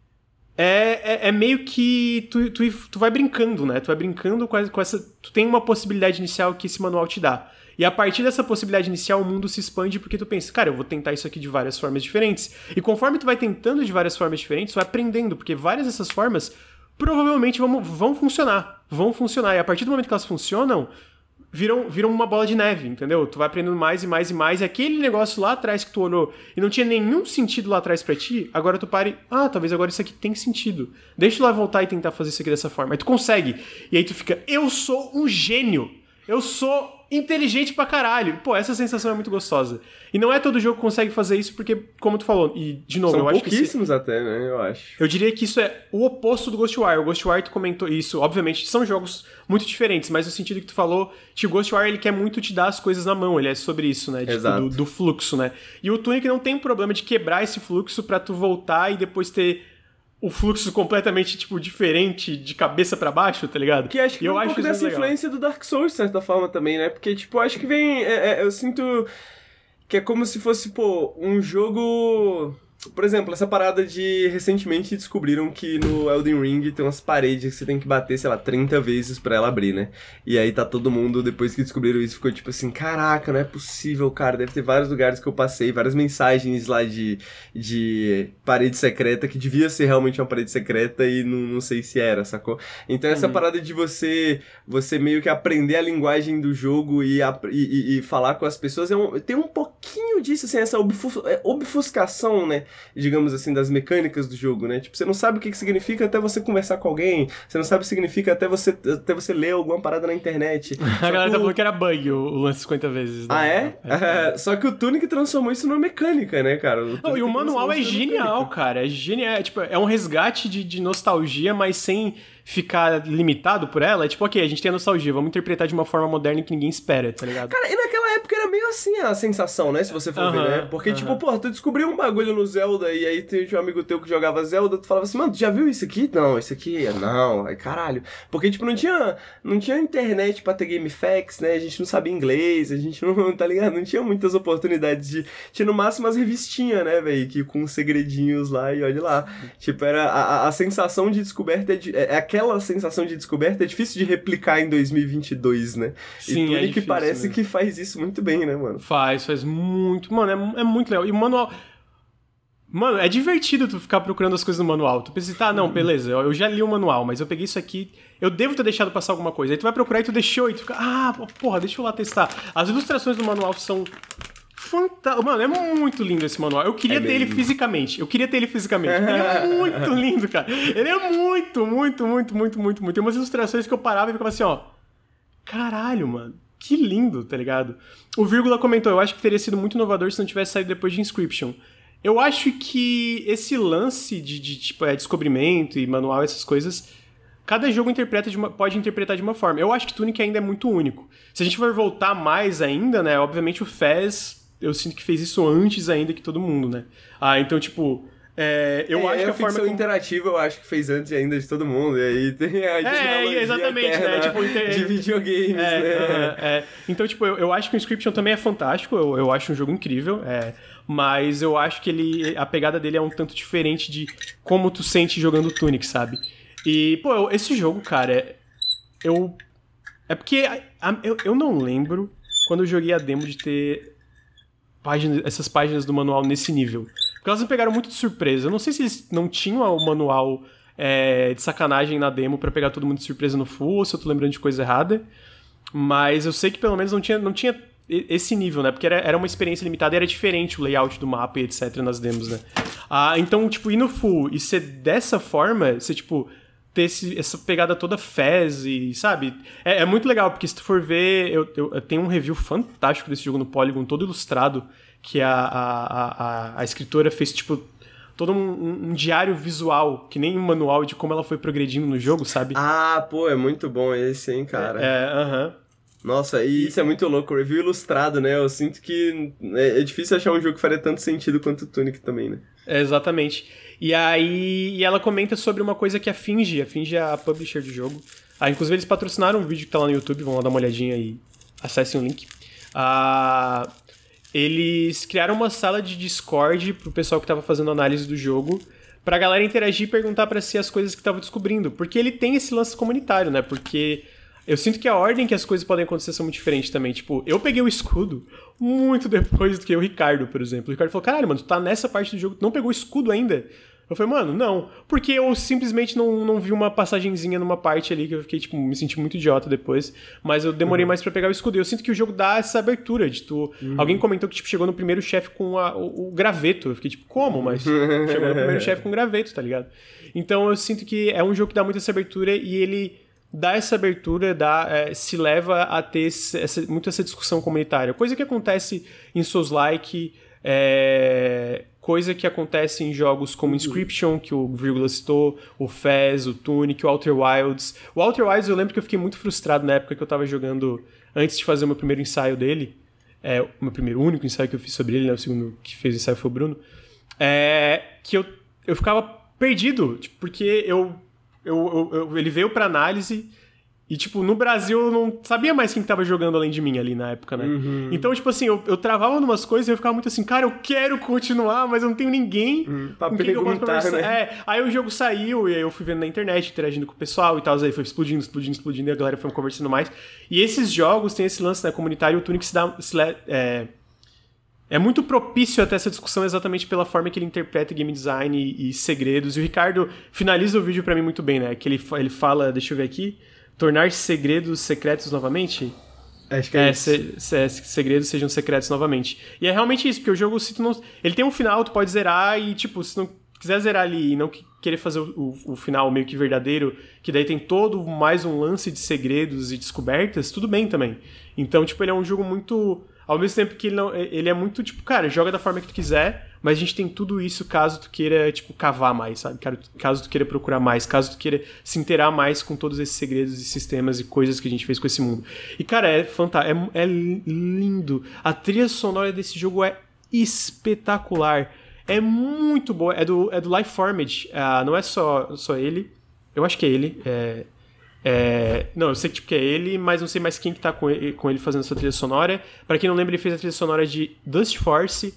É meio que... Tu vai brincando, né? Tu vai brincando com essa... Tu tem uma possibilidade inicial que esse manual te dá. E a partir dessa possibilidade inicial, o mundo se expande porque tu pensa... Cara, eu vou tentar isso aqui de várias formas diferentes. E conforme tu vai tentando de várias formas diferentes, tu vai aprendendo. Porque várias dessas formas provavelmente vão funcionar. Vão funcionar. E a partir do momento que elas funcionam... Viram uma bola de neve, entendeu? Tu vai aprendendo mais e mais e mais, e aquele negócio lá atrás que tu olhou e não tinha nenhum sentido lá atrás pra ti, agora tu para e... talvez agora isso aqui tem sentido. Deixa eu lá voltar e tentar fazer isso aqui dessa forma. Aí tu consegue. E aí tu fica, eu sou um gênio! Eu sou inteligente pra caralho! Pô, essa sensação é muito gostosa. E não é todo jogo que consegue fazer isso, porque, como tu falou, e de novo, eu acho que... São pouquíssimos até, né? Eu acho. Eu diria que isso é o oposto do Ghostwire. O Ghostwire, tu comentou isso, obviamente, são jogos muito diferentes, mas no sentido que tu falou, que o Ghostwire, ele quer muito te dar as coisas na mão, ele é sobre isso, né? Tipo, do fluxo, né? E o Tunic não tem problema de quebrar esse fluxo pra tu voltar e depois ter... o fluxo completamente, tipo, diferente de cabeça pra baixo, tá ligado? Que acho que eu acho dessa influência do Dark Souls, de certa forma, também, né? Porque, tipo, acho que vem... eu sinto que é como se fosse, pô, um jogo... Por exemplo, essa parada de... Recentemente descobriram que no Elden Ring tem umas paredes que você tem que bater, sei lá, 30 vezes pra ela abrir, né? E aí tá todo mundo, depois que descobriram isso, ficou tipo assim, caraca, não é possível, cara. Deve ter vários lugares que eu passei, várias mensagens lá de parede secreta, que devia ser realmente uma parede secreta e não sei se era, sacou? Então essa parada de você meio que aprender a linguagem do jogo e falar com as pessoas, tem um pouquinho disso, assim, essa obfuscação, né? Digamos assim, das mecânicas do jogo, né? Tipo, você não sabe o que significa até você conversar com alguém, você não sabe o que significa até você ler alguma parada na internet. A galera tá falando que era bug o lance 50 vezes. Né? Só que o Tunic transformou isso numa mecânica, né, cara? E o manual é genial, cara. É genial. É um resgate de nostalgia, mas sem ficar limitado por ela. É tipo, ok, a gente tem a nostalgia, vamos interpretar de uma forma moderna que ninguém espera, tá ligado? Cara, e naquela época era meio assim a sensação, né? Se você for ver, né? Porque, tipo, pô, tu descobriu um bagulho no Zelda e aí tinha um amigo teu que jogava Zelda, tu falava assim, mano, tu já viu isso aqui? Não, isso aqui, não, ai, caralho. Porque, tipo, não tinha internet pra ter GameFAQs, né? A gente não sabia inglês, a gente não, tá ligado? Não tinha muitas oportunidades de... Tinha no máximo as revistinhas, né, velho? Que com segredinhos lá e olha lá. Tipo, era a sensação de descoberta, aquela sensação de descoberta é difícil de replicar em 2022, né? Sim, e Tunic difícil, parece né? que faz isso muito bem, né, mano? Faz muito. Mano, é muito legal. E o manual... Mano, é divertido tu ficar procurando as coisas no manual. Tu pensa assim, tá, não, beleza, eu já li o manual, mas eu peguei isso aqui, eu devo ter deixado passar alguma coisa. Aí tu vai procurar e tu deixou, e tu fica, porra, deixa eu lá testar. As ilustrações do manual são fantásticas. Mano, é muito lindo esse manual. Eu queria ter ele fisicamente. Ele é muito lindo, cara. Ele é muito. Tem umas ilustrações que eu parava e ficava assim, ó. Caralho, mano. Que lindo, tá ligado? O Vírgula comentou, eu acho que teria sido muito inovador se não tivesse saído depois de Inscription. Eu acho que esse lance de tipo, descobrimento e manual, essas coisas, cada jogo pode interpretar de uma forma. Eu acho que Tunic ainda é muito único. Se a gente for voltar mais ainda, né, obviamente o Fez, eu sinto que fez isso antes ainda que todo mundo, né? Então, tipo... eu acho que a forma interativa eu acho que fez antes ainda de todo mundo. E aí tem a exatamente, né? Tipo, de videogames, né? Então, tipo, eu acho que o Inscription também é fantástico. Eu acho um jogo incrível. Mas eu acho que a pegada dele é um tanto diferente de como tu sente jogando Tunic, sabe? E, pô, esse jogo, cara, é porque eu não lembro quando eu joguei a demo de ter essas páginas do manual nesse nível. Porque elas me pegaram muito de surpresa. Eu não sei se eles não tinham o manual de sacanagem na demo pra pegar todo mundo de surpresa no full, ou se eu tô lembrando de coisa errada. Mas eu sei que pelo menos não tinha esse nível, né? Porque era uma experiência limitada e era diferente o layout do mapa e etc. nas demos, né? Então, tipo, ir no full e ser dessa forma, você, tipo, ter essa pegada toda Fez e, sabe? É muito legal, porque se tu for ver, eu tenho um review fantástico desse jogo no Polygon, todo ilustrado, que a escritora fez, tipo, todo um diário visual, que nem um manual de como ela foi progredindo no jogo, sabe? Pô, é muito bom esse, hein, cara? Aham. Nossa, e isso é muito louco, review ilustrado, né? Eu sinto que é difícil achar um jogo que faria tanto sentido quanto o Tunic também, né? Exatamente. E aí ela comenta sobre uma coisa que a Finge é a publisher do jogo. Inclusive eles patrocinaram um vídeo que tá lá no YouTube, vão lá dar uma olhadinha e acessem o link. Eles criaram uma sala de Discord pro pessoal que tava fazendo análise do jogo, pra galera interagir e perguntar pra si as coisas que tava descobrindo. Porque ele tem esse lance comunitário, né? Porque eu sinto que a ordem que as coisas podem acontecer são muito diferentes também. Tipo, eu peguei o escudo muito depois do que o Ricardo, por exemplo. O Ricardo falou, caralho, mano, tu tá nessa parte do jogo, tu não pegou o escudo ainda? Eu falei, mano, não. Porque eu simplesmente não vi uma passagenzinha numa parte ali que eu fiquei, tipo, me senti muito idiota depois. Mas eu demorei mais pra pegar o escudo. E eu sinto que o jogo dá essa abertura de tu... Alguém comentou que, tipo, chegou no primeiro chefe com o graveto. Eu fiquei, tipo, como? Mas chegou no primeiro chefe com graveto, tá ligado? Então eu sinto que é um jogo que dá muito essa abertura e ele... dá essa abertura, se leva a ter muito essa discussão comunitária. Coisa que acontece em Souls-like, coisa que acontece em jogos como Inscription, que o Vírgula citou, o Fez, o Tunic, o Outer Wilds. O Outer Wilds eu lembro que eu fiquei muito frustrado na época que eu tava jogando, antes de fazer o meu primeiro ensaio dele, o meu único ensaio que eu fiz sobre ele, né, o segundo que fez o ensaio foi o Bruno, que eu ficava perdido, tipo, porque ele veio pra análise e, tipo, no Brasil eu não sabia mais quem tava jogando além de mim ali na época, né? Então, tipo assim, eu travava numas coisas e eu ficava muito assim, cara, eu quero continuar, mas eu não tenho ninguém pra com quem eu posso perguntar, conversar. né? Aí o jogo saiu e aí eu fui vendo na internet, interagindo com o pessoal e tal, aí foi explodindo e a galera foi conversando mais. E esses jogos têm esse lance, né, comunitário, o Tunic é muito propício até essa discussão exatamente pela forma que ele interpreta game design e segredos. E o Ricardo finaliza o vídeo pra mim muito bem, né? Que ele fala, deixa eu ver aqui, tornar segredos secretos novamente. Acho que é isso. Segredos sejam secretos novamente. E é realmente isso, porque o jogo, se tu não... ele tem um final, tu pode zerar e, tipo, se não quiser zerar ali e não querer fazer o final meio que verdadeiro, que daí tem todo mais um lance de segredos e descobertas, tudo bem também. Então, tipo, ele é um jogo muito... Ao mesmo tempo que ele é muito, tipo, cara, joga da forma que tu quiser, mas a gente tem tudo isso caso tu queira, tipo, cavar mais, sabe? Caso tu queira procurar mais, caso tu queira se inteirar mais com todos esses segredos e sistemas e coisas que a gente fez com esse mundo. E, cara, é fantástico, é lindo. A trilha sonora desse jogo é espetacular. É muito boa. É do Lifeformage. Não é só ele. Eu acho que é ele. Não, eu sei que, tipo, que é ele, mas não sei mais quem que tá com ele fazendo essa trilha sonora. Pra quem não lembra, ele fez a trilha sonora de Dust Force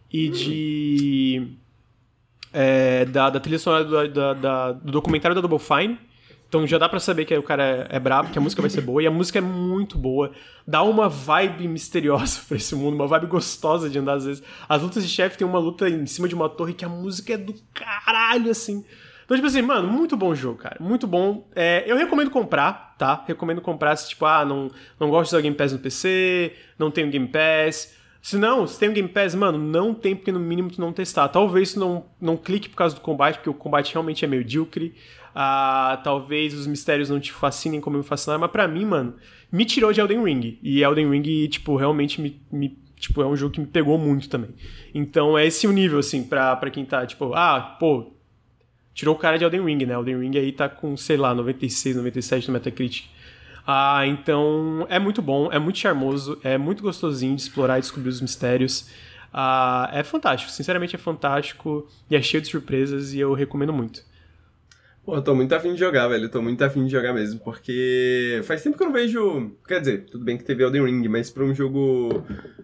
e da trilha sonora do documentário da Double Fine. Então já dá pra saber que o cara é brabo, que a música vai ser boa. E a música é muito boa. Dá uma vibe misteriosa pra esse mundo, uma vibe gostosa de andar às vezes. As lutas de chefe tem uma luta em cima de uma torre que a música é do caralho, assim. Então, tipo assim, mano, muito bom o jogo, cara. Muito bom. Eu recomendo comprar, tá? Recomendo comprar se, tipo, não gosto de usar Game Pass no PC, não tenho Game Pass. Se tem um Game Pass, mano, não tem porque no mínimo tu não testar. Talvez tu não clique por causa do combate, porque o combate realmente é medíocre. Talvez os mistérios não te fascinem como me fascinaram, mas pra mim, mano, me tirou de Elden Ring. E Elden Ring, tipo, realmente tipo, é um jogo que me pegou muito também. Então é esse o nível, assim, pra quem tá, tipo, tirou o cara de Elden Ring, né? Elden Ring aí tá com, sei lá, 96, 97 no Metacritic. Então é muito bom, é muito charmoso, é muito gostosinho de explorar e descobrir os mistérios. É fantástico, sinceramente é fantástico e é cheio de surpresas e eu recomendo muito. Pô, eu tô muito afim de jogar, velho. Tô muito afim de jogar mesmo, porque faz tempo que eu não vejo... Quer dizer, tudo bem que teve Elden Ring, mas pra um jogo...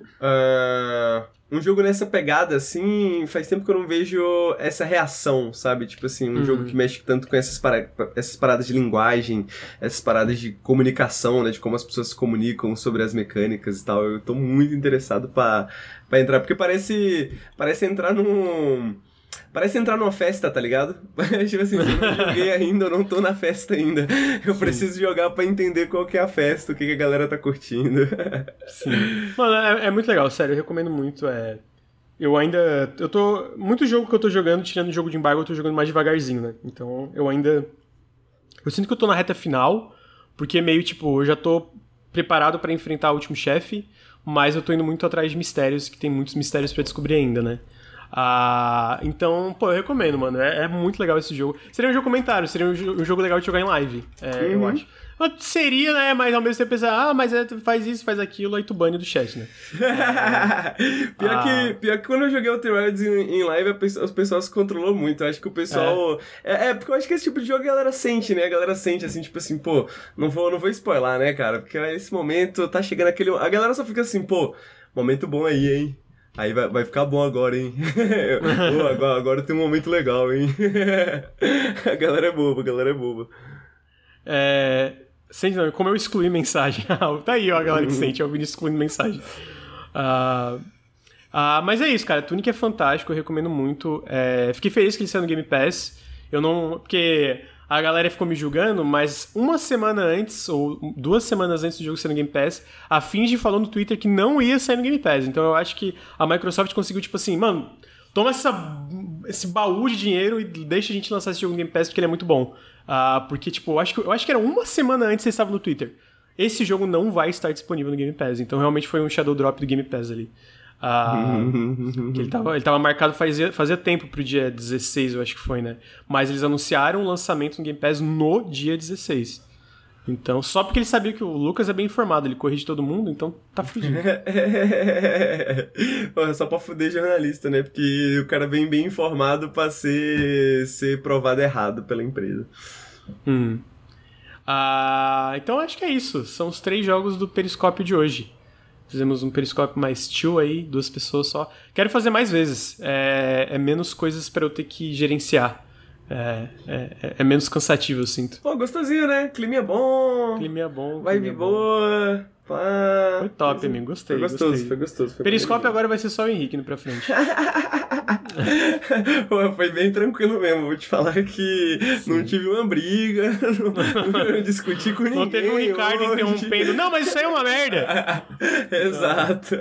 Um jogo nessa pegada, assim, faz tempo que eu não vejo essa reação, sabe? Tipo assim, um jogo que mexe tanto com essas paradas de linguagem, essas paradas de comunicação, né? De como as pessoas se comunicam sobre as mecânicas e tal. Eu tô muito interessado pra entrar, porque parece entrar num... Parece entrar numa festa, tá ligado? Tipo assim, eu não joguei ainda, eu não tô na festa ainda. Eu preciso jogar pra entender qual que é a festa, o que a galera tá curtindo. Sim. Mano, é muito legal, sério, eu recomendo muito. Muito jogo que eu tô jogando, tirando o jogo de embargo, eu tô jogando mais devagarzinho, né? Então, eu sinto que eu tô na reta final, porque meio, tipo, eu já tô preparado pra enfrentar o último chefe, mas eu tô indo muito atrás de mistérios, que tem muitos mistérios pra descobrir ainda, né? Então, pô, eu recomendo, mano. É muito legal esse jogo. Seria um jogo comentário, seria um jogo legal de jogar em live, eu acho. Seria, né? Mas ao mesmo tempo pensar, mas faz isso, faz aquilo, aí tu bane do chat, né? Pior que quando eu joguei Outer Wilds em live, as pessoas se controlou muito. Eu acho que o pessoal... porque eu acho que esse tipo de jogo a galera sente, né? A galera sente, assim, tipo assim, pô, não vou spoiler, né, cara? Porque nesse momento tá chegando aquele... A galera só fica assim, pô, momento bom aí, hein? Aí vai ficar bom agora, hein? Agora tem um momento legal, hein? A galera é boba. Sente, não, como eu excluí mensagem. Tá aí, ó, a galera que sente, eu ouvindo excluindo mensagem. Mas é isso, cara. Tunic é fantástico, eu recomendo muito. Fiquei feliz que ele saiu no Game Pass. Porque a galera ficou me julgando, mas uma semana antes, ou 2 semanas antes do jogo sair no Game Pass, a Finge falou no Twitter que não ia sair no Game Pass. Então eu acho que a Microsoft conseguiu, tipo assim, mano, toma esse baú de dinheiro e deixa a gente lançar esse jogo no Game Pass porque ele é muito bom. Porque, tipo, eu acho que era uma semana antes que vocês estavam no Twitter. Esse jogo não vai estar disponível no Game Pass. Então realmente foi um shadow drop do Game Pass ali. Que ele tava marcado fazia tempo pro dia 16, eu acho que foi, né? Mas eles anunciaram o lançamento no Game Pass no dia 16. Então, só porque ele sabia que o Lucas é bem informado, ele corrige todo mundo, então tá fudido. Só pra fuder jornalista, né? Porque o cara vem bem informado pra ser provado errado pela empresa. Então acho que é isso. São os 3 jogos do Periscópio de hoje. Fizemos um Periscópio mais chill aí, 2 pessoas só. Quero fazer mais vezes. É menos coisas pra eu ter que gerenciar. É menos cansativo, eu sinto. Pô, gostosinho, né? Climinha bom. Vibe boa. Pá. Foi top, amigo. Gostei. Foi gostoso. Periscópio agora vai ser só o Henrique indo pra frente. Pô, foi bem tranquilo mesmo. Vou te falar que não tive uma briga, não discuti com ninguém. Não teve um Ricardo interrompendo. Não, mas isso aí é uma merda. Exato.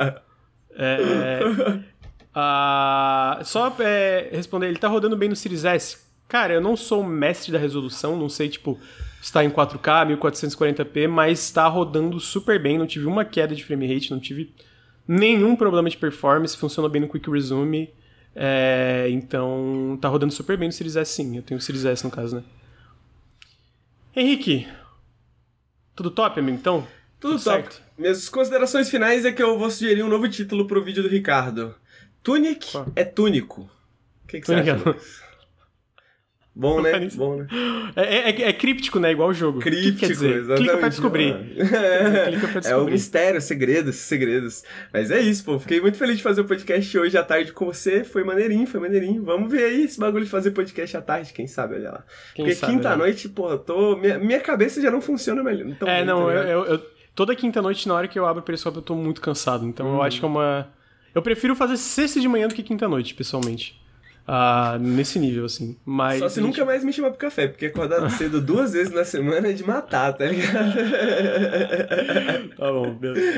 Só responder, ele tá rodando bem no Series S? Cara, eu não sou o mestre da resolução, não sei, tipo, se tá em 4K, 1440p, mas tá rodando super bem, não tive uma queda de frame rate, não tive nenhum problema de performance, funcionou bem no Quick Resume. Então tá rodando super bem no Series S, sim. Eu tenho o Series S no caso, né? Henrique, tudo top, amigo, então? Tudo top. Certo? Minhas considerações finais é que eu vou sugerir um novo título pro vídeo do Ricardo. Tunic é túnico. O que você acha disso? Bom, né? Bom, né? É críptico, né? Igual o jogo. Críptico, que quer dizer? Exatamente. Clica pra descobrir. Clica pra descobrir. É o mistério, segredos. Mas é isso, pô. Fiquei muito feliz de fazer o podcast hoje à tarde com você. Foi maneirinho. Vamos ver aí esse bagulho de fazer podcast à tarde, quem sabe, olha lá. Porque quinta-noite, pô, minha cabeça já não funciona melhor. Toda quinta-noite, na hora que eu abro o Periscope, eu tô muito cansado. Então eu acho que é uma... Eu prefiro fazer sexta de manhã do que quinta-noite, pessoalmente. Nesse nível, assim. Mas só se nunca mais me chamar pro café, porque acordar cedo 2 vezes na semana é de matar, tá ligado? Tá bom, beleza.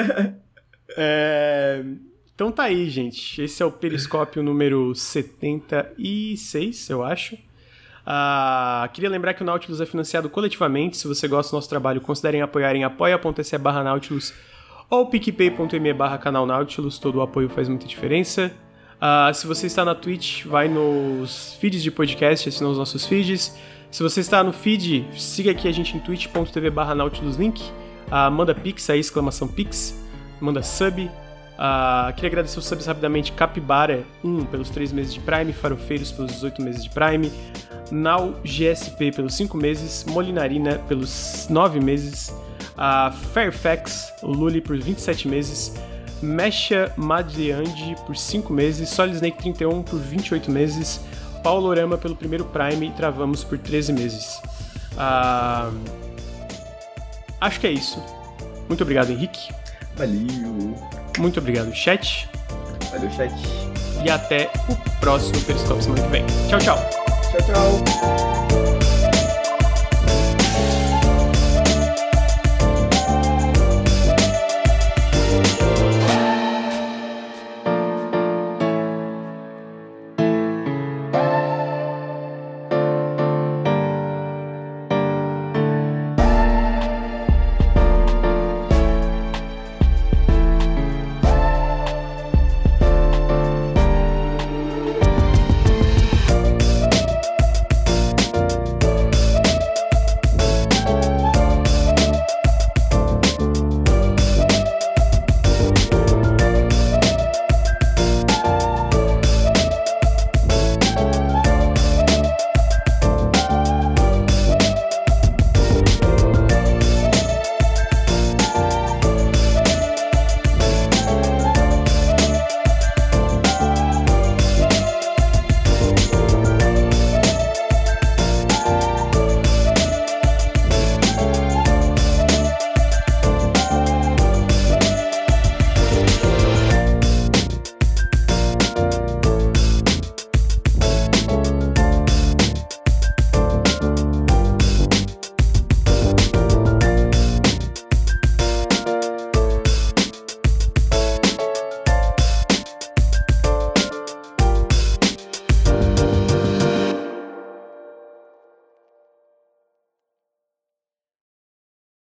Então tá aí, gente. Esse é o Periscópio número 76, eu acho. Queria lembrar que o Nautilus é financiado coletivamente. Se você gosta do nosso trabalho, considerem apoiar em apoia.se/Nautilus ou picpay.me/canal Nautilus. Todo o apoio faz muita diferença. Se você está na Twitch, vai nos feeds de podcast, assina os nossos feeds. Se você está no feed, siga aqui a gente em twitch.tv/NautilusLink. Manda pix aí, !pix. Manda sub. Queria agradecer os subs rapidamente. Capibara 1 pelos 3 meses de Prime, Farofeiros pelos 18 meses de Prime, Nau GSP pelos 5 meses, Molinarina pelos 9 meses, Fairfax Luli por 27 meses, Mesha Madiandi por 5 meses, Solid Snake 31 por 28 meses, Paulo Orama pelo primeiro Prime e Travamos por 13 meses. Acho que é isso. Muito obrigado, Henrique. Valeu. Muito obrigado, chat. Valeu, chat. E até o próximo Periscópio semana que vem. Tchau, tchau. Tchau, tchau.